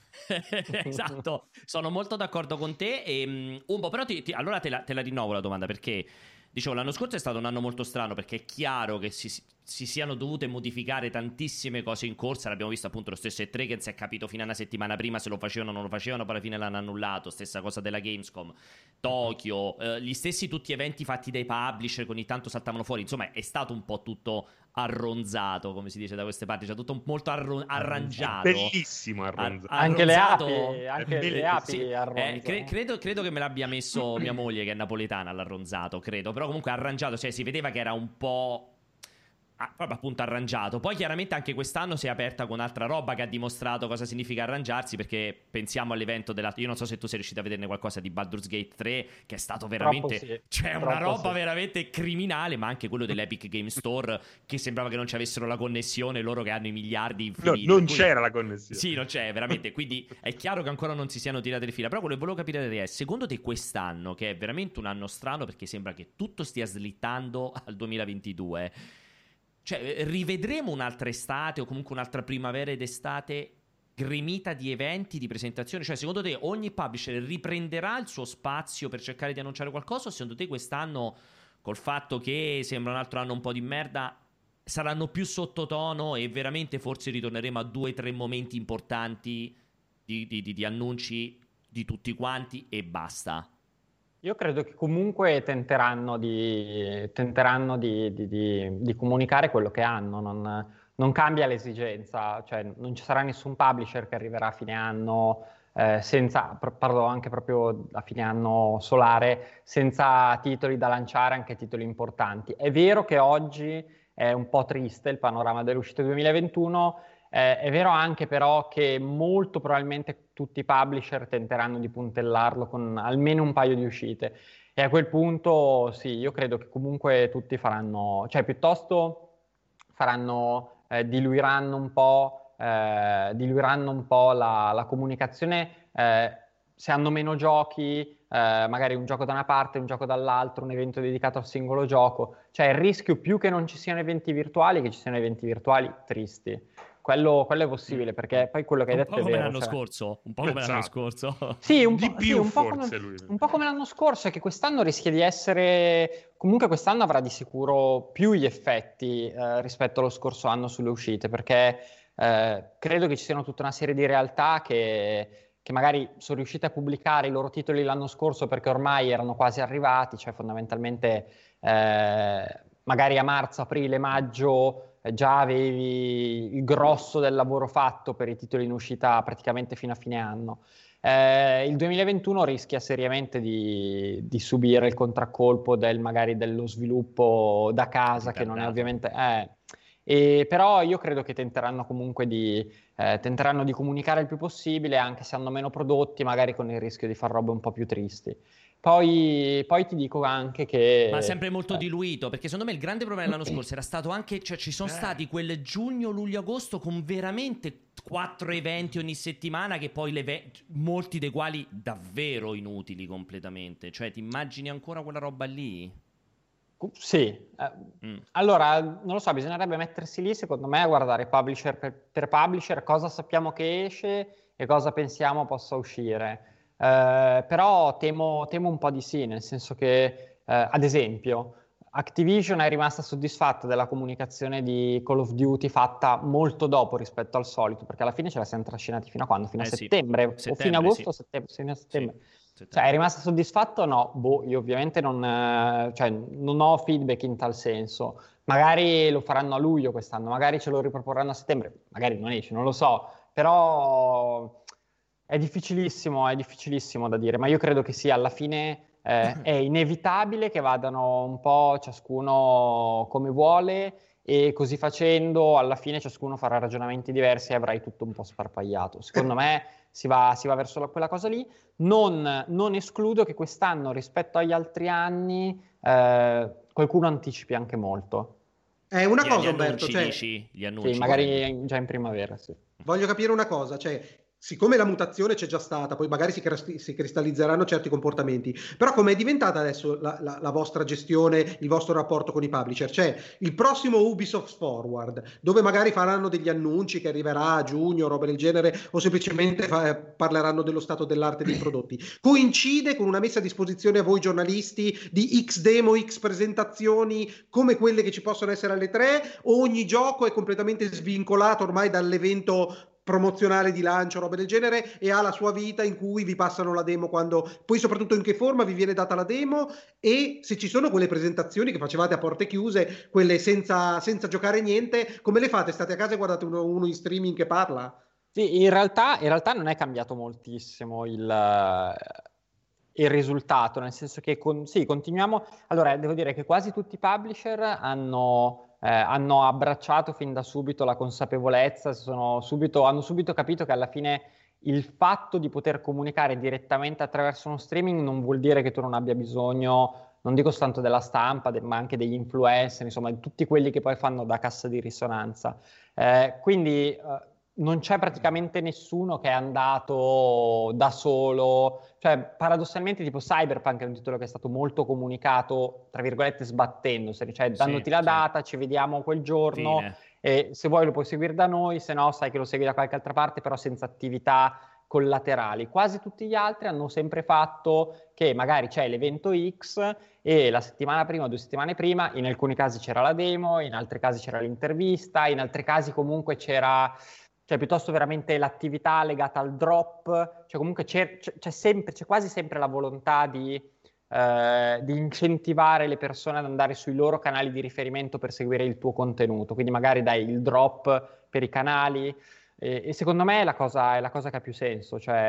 Esatto, sono molto d'accordo con te. Umbo, però allora te la rinnovo la domanda, perché dicevo, l'anno scorso è stato un anno molto strano, perché è chiaro che si siano dovute modificare tantissime cose in corsa. L'abbiamo visto appunto lo stesso E3, che non si è capito fino a una settimana prima se lo facevano o non lo facevano, poi alla fine l'hanno annullato. Stessa cosa della Gamescom, Tokyo, gli stessi tutti eventi fatti dai publisher che ogni tanto saltavano fuori. Insomma, è stato un po' tutto arronzato, come si dice da queste parti, cioè tutto molto arrangiato. Bellissimo arronzato. Anche le api arronzano. Credo che me l'abbia messo mia moglie, che è napoletana, all'arronzato, credo. Però comunque arrangiato, cioè si vedeva che era un po'... proprio appunto arrangiato. Poi chiaramente anche quest'anno si è aperta con altra roba che ha dimostrato cosa significa arrangiarsi, perché pensiamo all'evento io non so se tu sei riuscito a vederne qualcosa di Baldur's Gate 3, che è stato veramente una roba veramente criminale, ma anche quello dell'Epic Game Store, che sembrava che non ci avessero la connessione, loro che hanno i miliardi infiniti. No, non c'era la connessione. Sì, non c'è veramente, quindi è chiaro che ancora non si siano tirate le fila. Però quello che volevo capire è, secondo te quest'anno, che è veramente un anno strano perché sembra che tutto stia slittando al 2022, cioè, rivedremo un'altra estate o comunque un'altra primavera ed estate gremita di eventi, di presentazioni? Cioè, secondo te ogni publisher riprenderà il suo spazio per cercare di annunciare qualcosa, o secondo te quest'anno, col fatto che sembra un altro anno un po' di merda, saranno più sottotono e veramente forse ritorneremo a 2 o 3 momenti importanti di annunci di tutti quanti e basta? Io credo che comunque tenteranno di comunicare quello che hanno, non cambia l'esigenza, cioè non ci sarà nessun publisher che arriverà a fine anno parlo anche proprio a fine anno solare, senza titoli da lanciare, anche titoli importanti. È vero che oggi è un po' triste il panorama delle uscite 2021, è vero anche però che molto probabilmente tutti i publisher tenteranno di puntellarlo con almeno un paio di uscite. E a quel punto sì, io credo che comunque tutti faranno, cioè piuttosto diluiranno un po' la comunicazione, se hanno meno giochi, magari un gioco da una parte, un gioco dall'altro, un evento dedicato al singolo gioco. Cioè il rischio più che non ci siano eventi virtuali, che ci siano eventi virtuali tristi. Quello è possibile, perché poi quello che hai detto è vero. Un po' come l'anno scorso. Sì, un po' come l'anno scorso, è che quest'anno rischia di essere... Comunque quest'anno avrà di sicuro più gli effetti rispetto allo scorso anno sulle uscite, perché credo che ci siano tutta una serie di realtà che magari sono riuscite a pubblicare i loro titoli l'anno scorso perché ormai erano quasi arrivati, cioè fondamentalmente magari a marzo, aprile, maggio già avevi il grosso del lavoro fatto per i titoli in uscita praticamente fino a fine anno. Il 2021 rischia seriamente di subire il contraccolpo magari dello sviluppo da casa, che non è ovviamente... però io credo che tenteranno comunque di comunicare il più possibile, anche se hanno meno prodotti, magari con il rischio di far robe un po' più tristi. Poi ti dico anche che... Ma sempre molto diluito, perché secondo me il grande problema dell'anno scorso era stato anche, cioè ci sono stati quel giugno, luglio, agosto con veramente 4 eventi ogni settimana, che poi molti dei quali davvero inutili completamente. Cioè ti immagini ancora quella roba lì? Sì, allora non lo so, bisognerebbe mettersi lì secondo me a guardare publisher per publisher cosa sappiamo che esce e cosa pensiamo possa uscire. Però temo un po' di sì, nel senso che ad esempio Activision è rimasta soddisfatta della comunicazione di Call of Duty fatta molto dopo rispetto al solito, perché alla fine ce la siamo trascinati fino a quando? Fino a settembre, o fino a agosto sì. o fino a settembre. Cioè, è rimasta soddisfatto o no? Io ovviamente non ho feedback in tal senso. Magari lo faranno a luglio quest'anno, magari ce lo riproporranno a settembre, magari non esce, non lo so. Però è difficilissimo da dire, ma io credo che sia alla fine è inevitabile che vadano un po' ciascuno come vuole, e così facendo alla fine ciascuno farà ragionamenti diversi e avrai tutto un po' sparpagliato. Secondo me si va verso quella cosa lì. Non escludo che quest'anno rispetto agli altri anni qualcuno anticipi anche molto. È una cosa, Umberto, gli annunci, sì, magari già in primavera, sì. Voglio capire una cosa, cioè siccome la mutazione c'è già stata, poi magari si cristallizzeranno certi comportamenti, però com'è diventata adesso la vostra gestione, il vostro rapporto con i publisher? Cioè il prossimo Ubisoft Forward, dove magari faranno degli annunci che arriverà a giugno, roba del genere, o semplicemente parleranno dello stato dell'arte dei prodotti, coincide con una messa a disposizione a voi giornalisti di X demo, X presentazioni come quelle che ci possono essere alle 3, o ogni gioco è completamente svincolato ormai dall'evento promozionale di lancio, robe del genere, e ha la sua vita in cui vi passano la demo poi soprattutto in che forma vi viene data la demo, e se ci sono quelle presentazioni che facevate a porte chiuse, quelle senza giocare niente, come le fate? State a casa e guardate uno in streaming che parla? Sì, in realtà non è cambiato moltissimo il risultato, nel senso che continuiamo. Allora, devo dire che quasi tutti i publisher hanno abbracciato fin da subito la consapevolezza, hanno subito capito che alla fine il fatto di poter comunicare direttamente attraverso uno streaming non vuol dire che tu non abbia bisogno, non dico soltanto della stampa, ma anche degli influencer, insomma, di tutti quelli che poi fanno da cassa di risonanza. Quindi non c'è praticamente nessuno che è andato da solo, cioè paradossalmente tipo Cyberpunk è un titolo che è stato molto comunicato, tra virgolette sbattendosi, cioè dandoti la data, ci vediamo quel giorno, e se vuoi lo puoi seguire da noi, se no sai che lo segui da qualche altra parte, però senza attività collaterali. Quasi tutti gli altri hanno sempre fatto che magari c'è l'evento X e la settimana prima o 2 settimane prima, in alcuni casi c'era la demo, in altri casi c'era l'intervista, in altri casi comunque c'è piuttosto veramente l'attività legata al drop, cioè comunque c'è quasi sempre la volontà di incentivare le persone ad andare sui loro canali di riferimento per seguire il tuo contenuto, quindi magari dai il drop per i canali, e secondo me è la cosa che ha più senso, cioè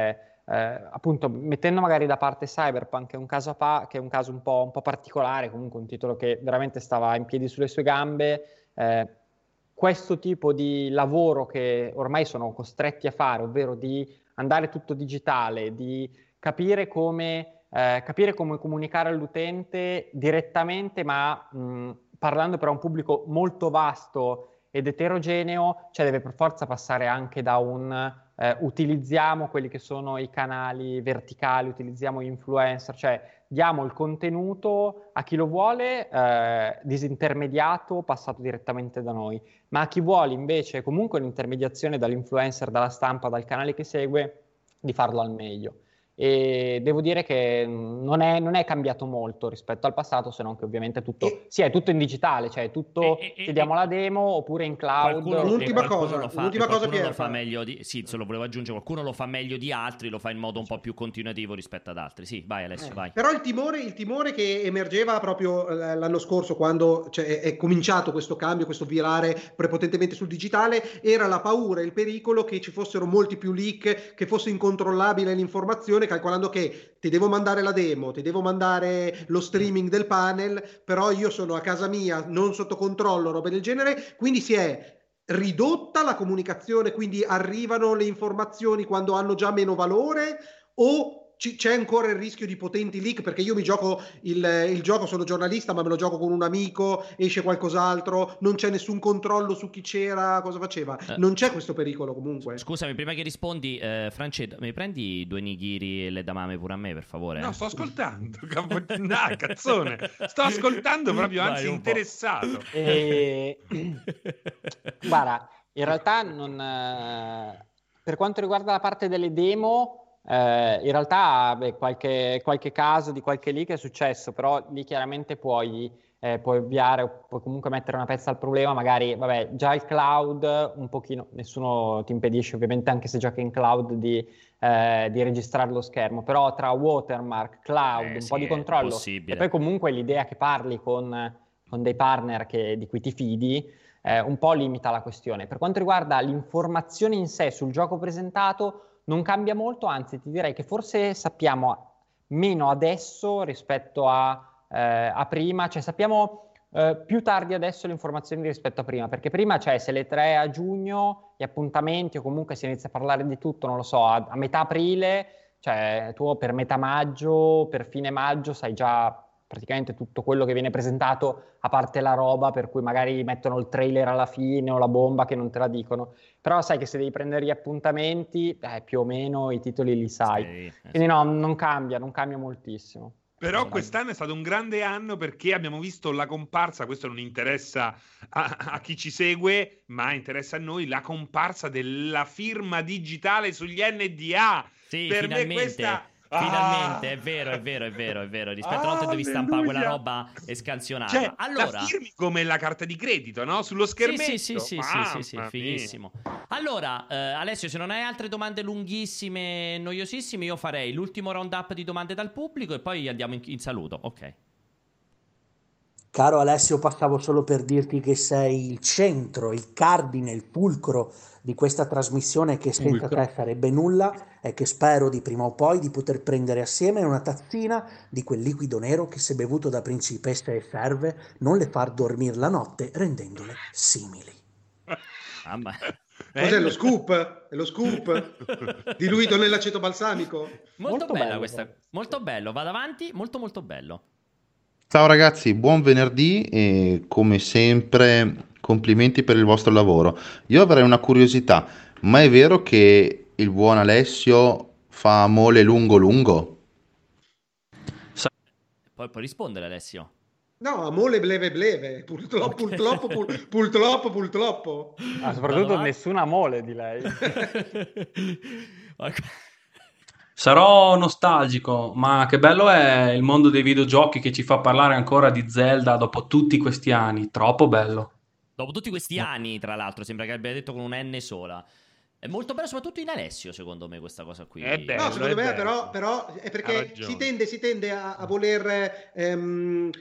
appunto mettendo magari da parte Cyberpunk, che è un caso un po' particolare, comunque un titolo che veramente stava in piedi sulle sue gambe, questo tipo di lavoro che ormai sono costretti a fare, ovvero di andare tutto digitale, di capire come comunicare all'utente direttamente, ma parlando per un pubblico molto vasto ed eterogeneo, cioè deve per forza passare anche da un utilizziamo quelli che sono i canali verticali, utilizziamo gli influencer, cioè diamo il contenuto a chi lo vuole disintermediato, passato direttamente da noi, ma a chi vuole invece comunque l'intermediazione dall'influencer, dalla stampa, dal canale che segue, di farlo al meglio. E devo dire che non è cambiato molto rispetto al passato, se non che ovviamente è tutto in digitale, cioè tutto chiediamo la demo oppure in cloud. L'ultima cosa lo fa meglio lo volevo aggiungere, qualcuno lo fa meglio di altri, lo fa in modo un po' più continuativo rispetto ad altri. Sì, vai Alessio, vai. Però il timore che emergeva proprio l'anno scorso, quando è cominciato questo cambio, questo virare prepotentemente sul digitale, era la paura, il pericolo che ci fossero molti più leak, che fosse incontrollabile l'informazione, calcolando che ti devo mandare la demo, ti devo mandare lo streaming del panel, però io sono a casa mia, non sotto controllo, roba del genere, quindi si è ridotta la comunicazione, quindi arrivano le informazioni quando hanno già meno valore, o c'è ancora il rischio di potenti leak? Perché io mi gioco il gioco, sono giornalista, ma me lo gioco con un amico, esce qualcos'altro, non c'è nessun controllo su chi c'era, cosa faceva. Non c'è questo pericolo comunque. Scusami, prima che rispondi, Francesco, mi prendi 2 nigiri e le damame pure a me, per favore? No, sto ascoltando. Cazzone. Sto ascoltando proprio, anzi interessato. Guarda, in realtà per quanto riguarda la parte delle demo, in realtà qualche caso di qualche leak è successo, però lì chiaramente puoi ovviare o puoi comunque mettere una pezza al problema. Magari già il cloud un pochino, nessuno ti impedisce ovviamente, anche se giochi in cloud, di registrare lo schermo, però tra watermark, cloud, un po' di controllo e poi comunque l'idea che parli con dei partner di cui ti fidi, un po' limita la questione. Per quanto riguarda l'informazione in sé sul gioco presentato, non cambia molto, anzi ti direi che forse sappiamo meno adesso rispetto a prima, cioè sappiamo più tardi adesso le informazioni rispetto a prima, perché prima, cioè, se le 3 a giugno, gli appuntamenti o comunque si inizia a parlare di tutto, non lo so, a metà aprile, cioè tu per metà maggio, per fine maggio sai già praticamente tutto quello che viene presentato, a parte la roba per cui magari mettono il trailer alla fine o la bomba che non te la dicono, però sai che se devi prendere gli appuntamenti più o meno i titoli li sai, quindi no, non cambia moltissimo. Però quest'anno è stato un grande anno perché abbiamo visto la comparsa, questo non interessa a chi ci segue, ma interessa a noi, la comparsa della firma digitale sugli NDA. Sì, per finalmente. Me questa... Finalmente, è vero. Rispetto a una volta devi stampare quella roba e scansionata. Cioè, allora, la firmi come la carta di credito, no? Sullo schermetto. Sì, fighissimo. Allora, Alessio, se non hai altre domande lunghissime e noiosissime, io farei l'ultimo round-up di domande dal pubblico e poi andiamo in saluto. Ok. Caro Alessio, passavo solo per dirti che sei il centro, il cardine, il fulcro di questa trasmissione, che senza te sarebbe nulla, e che spero di prima o poi di poter prendere assieme una tazzina di quel liquido nero che, se bevuto da principesse e serve, non le far dormire la notte rendendole simili. Cos'è lo scoop? È lo scoop diluito nell'aceto balsamico? Molto bella questa, molto bello, vado avanti, molto molto bello. Ciao ragazzi, buon venerdì e come sempre complimenti per il vostro lavoro. Io avrei una curiosità, ma è vero che il buon Alessio fa mole lungo? Poi puoi rispondere, Alessio. No, mole bleve, purtroppo. Soprattutto nessuna mole di lei. Sarò nostalgico, ma che bello è il mondo dei videogiochi che ci fa parlare ancora di Zelda dopo tutti questi anni. Troppo bello. Dopo tutti questi anni, tra l'altro, sembra che abbia detto con una N sola. È molto bello, soprattutto in Alessio, secondo me, questa cosa qui. È bello, no, secondo me, però è perché si tende a voler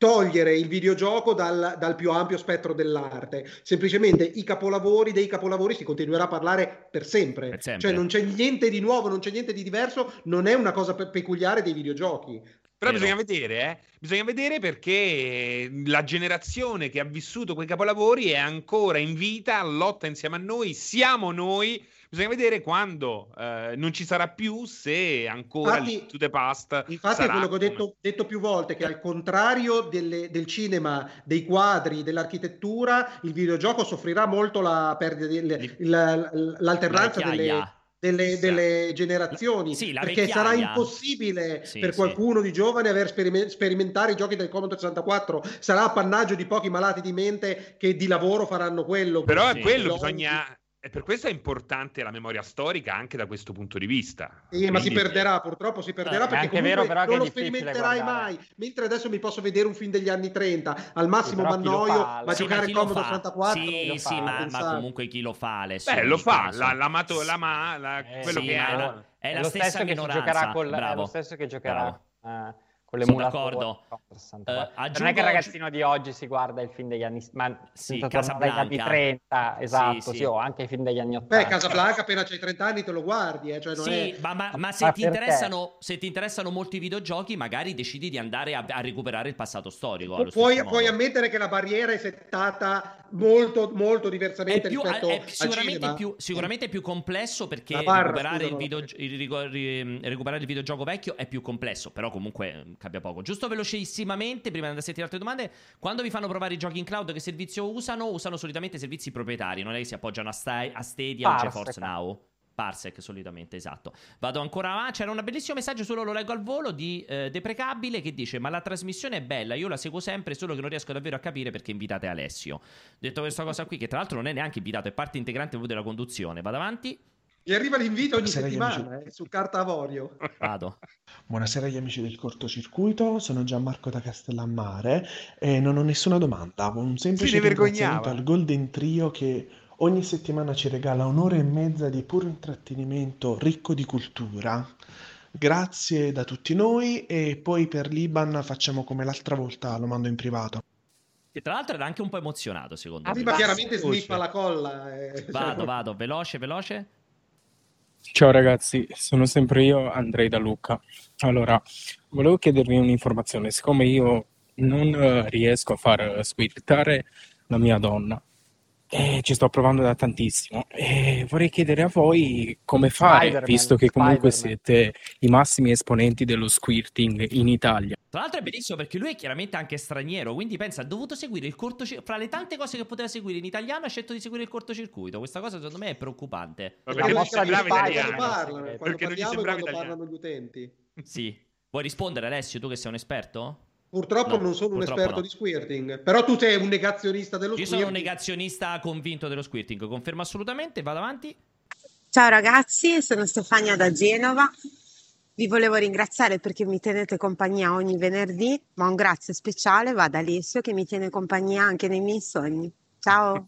togliere il videogioco dal più ampio spettro dell'arte. Semplicemente dei capolavori si continuerà a parlare per sempre. Cioè non c'è niente di nuovo, non c'è niente di diverso, non è una cosa peculiare dei videogiochi. Però bisogna vedere perché la generazione che ha vissuto quei capolavori è ancora in vita, lotta insieme a noi, siamo noi. Bisogna vedere quando non ci sarà più, se ancora to the past. Infatti è quello che ho detto più volte, che al contrario del cinema, dei quadri, dell'architettura, il videogioco soffrirà molto la perdita, l'alternanza delle generazioni, perché sarà impossibile per qualcuno di giovane aver sperimentare i giochi del Commodore 64, sarà appannaggio di pochi malati di mente che di lavoro faranno quello. Però è quello, e per questo è importante la memoria storica anche da questo punto di vista. Ma si perderà, purtroppo si perderà, perché comunque non lo sperimenterai mai. Mentre adesso mi posso vedere un film degli anni 30, al massimo m'annoio, ma giocare il Commodore 64 ma comunque chi lo fa adesso? Lo fa, quello che è la stessa minoranza. È lo stesso che giocherà con l'emulatore. Non è che il ragazzino di oggi si guarda il film degli anni, dagli anni 30, esatto, o anche i film degli anni 80. Casablanca appena c'hai 30 anni te lo guardi, cioè non è... ma se ti interessano molti videogiochi, magari decidi di andare a recuperare il passato storico. Puoi ammettere che la barriera è settata molto molto diversamente rispetto al cinema. Sicuramente è più complesso, perché recuperare il videogioco vecchio è più complesso, però comunque cambia poco. Giusto velocissimamente, prima di andare a sentire altre domande, quando vi fanno provare i giochi in cloud, che servizio usano solitamente servizi proprietari, non è che si appoggiano a Stadia o GeForce Now. Parsec solitamente, esatto. Vado ancora avanti. C'era un bellissimo messaggio, solo lo leggo al volo, di Deprecabile, che dice: ma la trasmissione è bella, io la seguo sempre, solo che non riesco davvero a capire perché invitate Alessio. Detto questa cosa qui, che tra l'altro non è neanche invitato, è parte integrante della conduzione. Vado avanti. Mi arriva l'invito ogni settimana su carta avorio. Vado. Buonasera agli amici del cortocircuito, sono Gianmarco da Castellammare e non ho nessuna domanda, ho un semplice ringraziamento al Golden Trio che ogni settimana ci regala un'ora e mezza di puro intrattenimento ricco di cultura. Grazie da tutti noi, e poi per l'Iban facciamo come l'altra volta, lo mando in privato. Che tra l'altro era anche un po' emozionato, secondo me. Ma chiaramente sniffa la colla. Vado, veloce. Ciao ragazzi, sono sempre io, Andrei da Lucca. Allora, volevo chiedervi un'informazione. Siccome io non riesco a far squirtare la mia donna, ci sto provando da tantissimo, e vorrei chiedere a voi come fare, visto che comunque siete i massimi esponenti dello squirting in Italia. Tra l'altro è bellissimo perché lui è chiaramente anche straniero, quindi pensa, ha dovuto seguire il cortocircuito. Fra le tante cose che poteva seguire in italiano, ha scelto di seguire il cortocircuito. Questa cosa secondo me è preoccupante. Perché non gli sembrava italiano. Parlano gli utenti. Sì. Vuoi rispondere, Alessio, tu che sei un esperto? Purtroppo non sono un esperto di squirting, però tu sei un negazionista dello squirting. Io sono un negazionista convinto dello squirting, confermo assolutamente, vado avanti. Ciao ragazzi, sono Stefania da Genova. Vi volevo ringraziare perché mi tenete compagnia ogni venerdì, ma un grazie speciale va ad Alessio che mi tiene compagnia anche nei miei sogni. Ciao.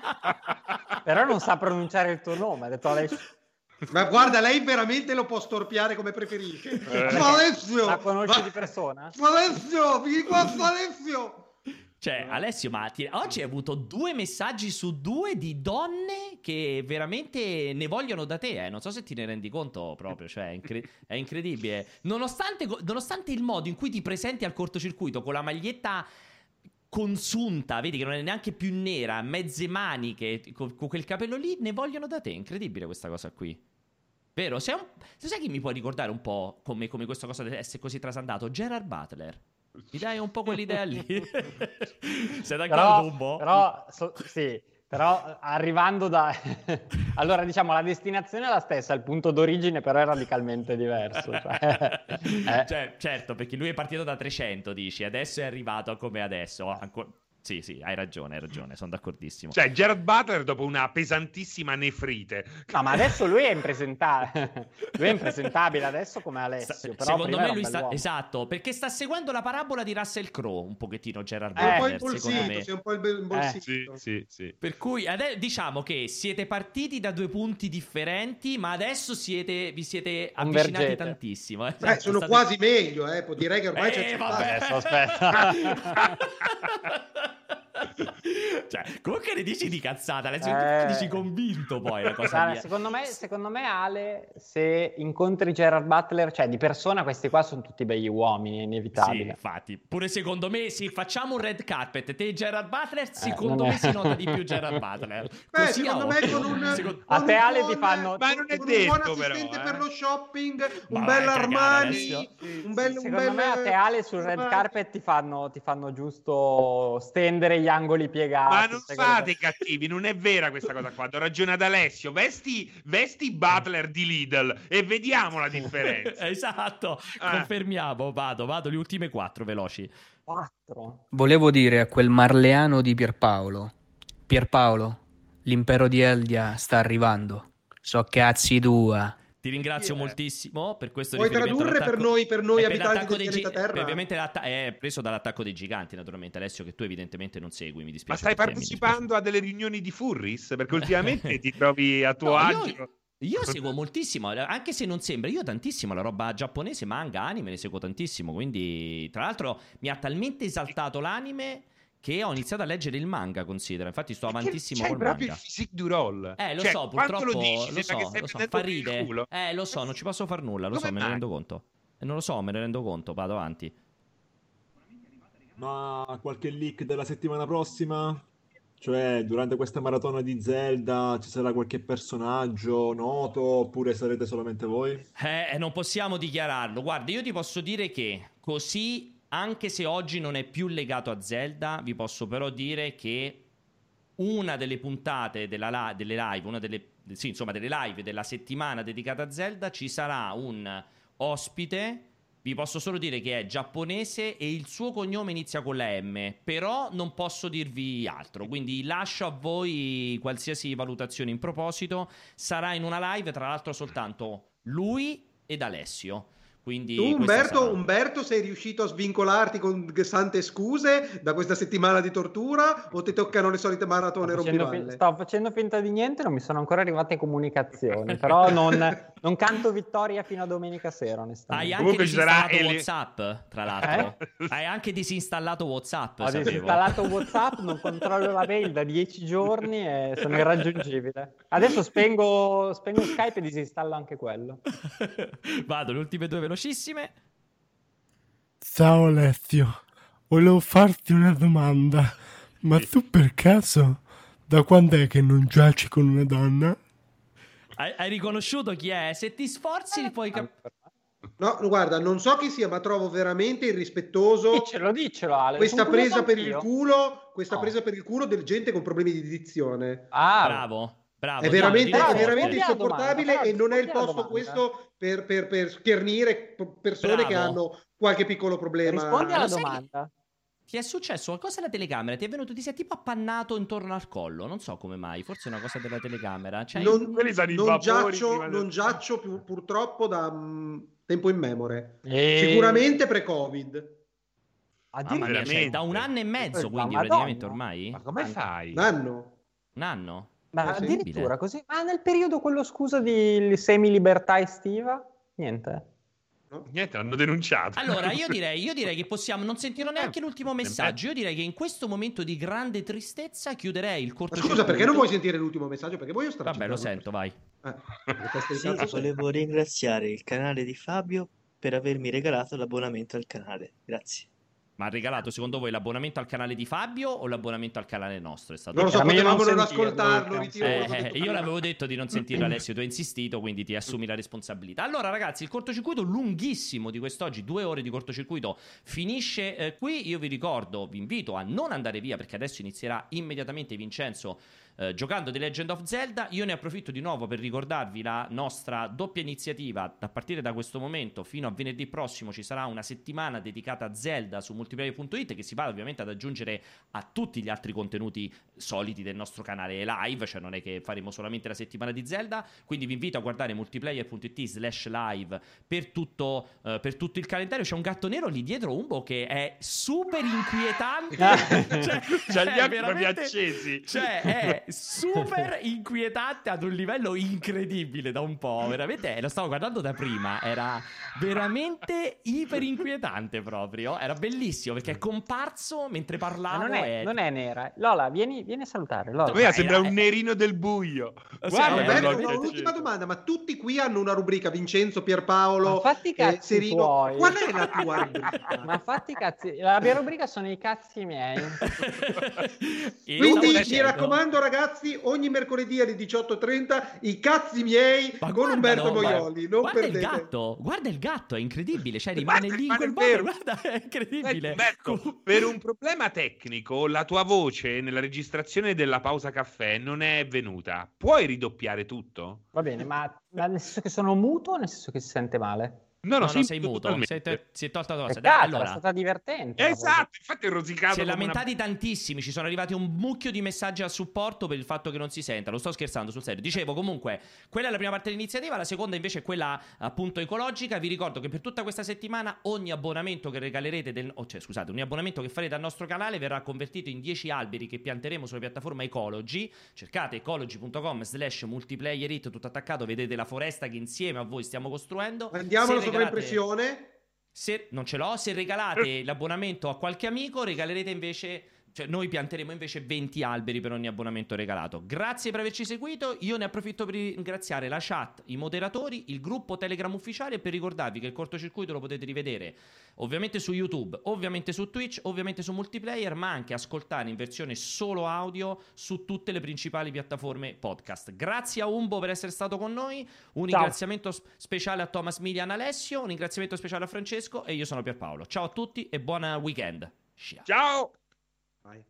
Però non sa pronunciare il tuo nome, ha detto Alessio. Ma guarda, lei veramente lo può storpiare come preferisce. Alessio! La conosci di persona? Alessio, vieni qua, Alessio! Cioè, Alessio, ma oggi hai avuto 2 messaggi su 2 di donne che veramente ne vogliono da te, non so se ti ne rendi conto proprio, cioè è incredibile. Nonostante il modo in cui ti presenti al cortocircuito con la maglietta consunta, vedi che non è neanche più nera, mezze maniche, con quel capello lì, ne vogliono da te, incredibile questa cosa qui. Vero? Se sai chi mi può ricordare un po' come questa cosa deve essere così trasandato? Gerard Butler. Mi dai un po' quell'idea lì? Sei d'accordo un po'? Sì, però arrivando da... Allora, diciamo, la destinazione è la stessa, il punto d'origine però è radicalmente diverso. Cioè, certo, perché lui è partito da 300, dici, adesso è arrivato a come adesso. Sì, hai ragione, sono d'accordissimo. Cioè, Gerard Butler dopo una pesantissima nefrite. No, ma adesso lui è impresentabile. Lui è impresentabile adesso come Alessio. Però secondo me lui sta... Esatto, perché sta seguendo la parabola di Russell Crowe, un pochettino Gerard Butler. Secondo Sei un po' il bolsito. Sì. Per cui diciamo che siete partiti da 2 punti differenti, ma adesso vi siete avvicinati tantissimo. Sono quasi meglio, direi che ormai c'è adesso aspetta. Cioè, comunque ne dici di cazzata, ne dici convinto poi la cosa mia. Secondo me Ale, se incontri Gerard Butler, cioè di persona questi qua sono tutti begli uomini, è inevitabile. Sì, infatti, pure secondo me facciamo un red carpet, te Gerard Butler, secondo me si nota di più Gerard Butler. Così secondo me con un a te Ale ti fanno ma non è con detto, un buon assistente per lo shopping, un bel Armani, secondo me a te Ale sul red carpet ti fanno giusto stendere gli angoli piegati. Ma non fate cattivi, non è vera questa cosa qua. Do ragione ad Alessio. Vesti Butler di Lidl e vediamo la differenza. Esatto, confermiamo. Vado le ultime 4 veloci. 4. Volevo dire a quel marleano di Pierpaolo, l'impero di Eldia sta arrivando. So cazzi tua. Ti ringrazio moltissimo per questo Puoi tradurre per noi abitanti del pianeta Terra? Ovviamente è preso dall'attacco dei giganti, naturalmente, Alessio, che tu evidentemente non segui, mi dispiace. Ma stai partecipando a delle riunioni di Furris? Perché ultimamente ti trovi a tuo agio. Io seguo moltissimo, anche se non sembra, io tantissimo la roba giapponese, manga, anime, ne seguo tantissimo, quindi tra l'altro mi ha talmente esaltato l'anime che ho iniziato a leggere il manga, considera. Infatti sto avantissimo col manga. C'è proprio il physique du roll. Lo so, purtroppo lo so, fa ride. Lo so, non ci posso far nulla, me ne rendo conto. Non lo so, me ne rendo conto, vado avanti. Ma qualche leak della settimana prossima? Cioè, durante questa maratona di Zelda ci sarà qualche personaggio noto oppure sarete solamente voi? Non possiamo dichiararlo. Guarda, io ti posso dire che così, anche se oggi non è più legato a Zelda, vi posso però dire che una delle puntate delle live della settimana dedicata a Zelda ci sarà un ospite. Vi posso solo dire che è giapponese e il suo cognome inizia con la M, però non posso dirvi altro, quindi lascio a voi qualsiasi valutazione in proposito. Sarà in una live, tra l'altro soltanto lui ed Alessio. Quindi tu Umberto sei riuscito a svincolarti con sante scuse da questa settimana di tortura o ti toccano le solite maratone rompivalle? Stavo facendo finta di niente, non mi sono ancora arrivate comunicazioni, però non canto vittoria fino a domenica sera, onestamente. Hai anche disinstallato WhatsApp, tra l'altro. Hai anche disinstallato WhatsApp. Ho disinstallato WhatsApp, non controllo la mail da 10 giorni e sono irraggiungibile. Adesso spengo Skype e disinstallo anche quello. Vado, le ultime 2 velocissime. Ciao Alessio, volevo farti una domanda, ma tu per caso da quando è che non giaci con una donna? Hai riconosciuto chi è? Se ti sforzi puoi No, guarda, non so chi sia, ma trovo veramente irrispettoso. Diccelo Ale. Questa presa per il culo, del gente con problemi di dizione. Bravo. È veramente insopportabile e non è il posto questo per schernire persone che hanno qualche piccolo problema. Rispondi alla domanda. Ti è successo qualcosa alla telecamera? Ti sei tipo appannato intorno al collo? Non so come mai, forse è una cosa della telecamera. Cioè, non giaccio purtroppo da tempo immemore. Sicuramente pre-Covid. Addirittura, da 1 anno e mezzo, quindi praticamente ormai. Ma come fai? Un anno? Ma addirittura così? Ma nel periodo quello, scusa, di semi-libertà estiva? Niente. No? Niente, hanno denunciato. Allora, io direi che possiamo. Non sentirò neanche l'ultimo messaggio. Io direi che in questo momento di grande tristezza chiuderei il cortocircuito. Scusa, perché non vuoi sentire l'ultimo messaggio? Perché voglio stare. Vabbè, lo sento, vai. Sì, volevo ringraziare il canale di Fabio per avermi regalato l'abbonamento al canale. Grazie. Ma ha regalato secondo voi l'abbonamento al canale di Fabio o l'abbonamento al canale nostro? È stato non lo so, potevamo non ascoltarlo. Io l'avevo detto di non sentirlo, Alessio, tu hai insistito, quindi ti assumi la responsabilità. Allora ragazzi, il cortocircuito lunghissimo di quest'oggi, 2 ore di cortocircuito, finisce qui. Io vi invito a non andare via perché adesso inizierà immediatamente Vincenzo giocando The Legend of Zelda. Io ne approfitto di nuovo per ricordarvi la nostra doppia iniziativa. A partire da questo momento fino a venerdì prossimo ci sarà una settimana dedicata a Zelda su multiplayer.it, che si va ovviamente ad aggiungere a tutti gli altri contenuti soliti del nostro canale live, cioè non è che faremo solamente la settimana di Zelda, quindi vi invito a guardare multiplayer.it/live per tutto il calendario. C'è un gatto nero lì dietro, Umbo, che è super inquietante. C'ha gli occhi proprio accesi. Cioè è super inquietante ad un livello incredibile da un po', veramente. Lo stavo guardando da prima, era veramente iper inquietante proprio. Era bellissimo perché è comparso mentre parlavo. Non è nera. Lola, vieni a salutare. Lola. Sembra un nerino del buio. Guarda, un'ultima domanda, ma tutti qui hanno una rubrica, Vincenzo, Pierpaolo, ma fatti i cazzi Serino. tuoi. Qual è la tua rubrica? Ma fatti i cazzi. La mia rubrica sono i cazzi miei. Quindi mi raccomando, ragazzi, ogni mercoledì alle 18:30 i cazzi miei con Umberto Moioli. Non guarda perdete. Guarda il gatto, è incredibile. Cioè rimane lì in quel modo. Guarda, è incredibile. Per un problema tecnico, la tua voce nella registrazione della pausa caffè non è venuta. Puoi ridoppiare tutto? Va bene, ma nel senso che sono muto o nel senso che si sente male? No, sei muto, si è tolta la cosa. Allora, è stata divertente. Esatto, infatti è rosicato. Si è lamentati tantissimi, ci sono arrivati un mucchio di messaggi a supporto per il fatto che non si senta. Lo sto scherzando, sul serio. Dicevo, comunque, quella è la prima parte dell'iniziativa, la seconda invece è quella appunto ecologica. Vi ricordo che per tutta questa settimana ogni abbonamento che regalerete ogni abbonamento che farete al nostro canale verrà convertito in 10 alberi che pianteremo sulla piattaforma Ecology. Cercate ecology.com/multiplayerit, tutto attaccato, vedete la foresta che insieme a voi stiamo costruendo. Andiamo alla sovraimpressione. Se non ce l'ho, se regalate l'abbonamento a qualche amico, regalerete invece, cioè noi pianteremo invece 20 alberi per ogni abbonamento regalato. Grazie per averci seguito. Io ne approfitto per ringraziare la chat, i moderatori, il gruppo Telegram ufficiale, e per ricordarvi che il cortocircuito lo potete rivedere ovviamente su YouTube, ovviamente su Twitch, ovviamente su Multiplayer, ma anche ascoltare in versione solo audio su tutte le principali piattaforme podcast. Grazie a Umbo per essere stato con noi, un ringraziamento speciale a Thomas, Milian, Alessio, un ringraziamento speciale a Francesco, e io sono Pierpaolo. Ciao a tutti e buon weekend. Ciao. Bye.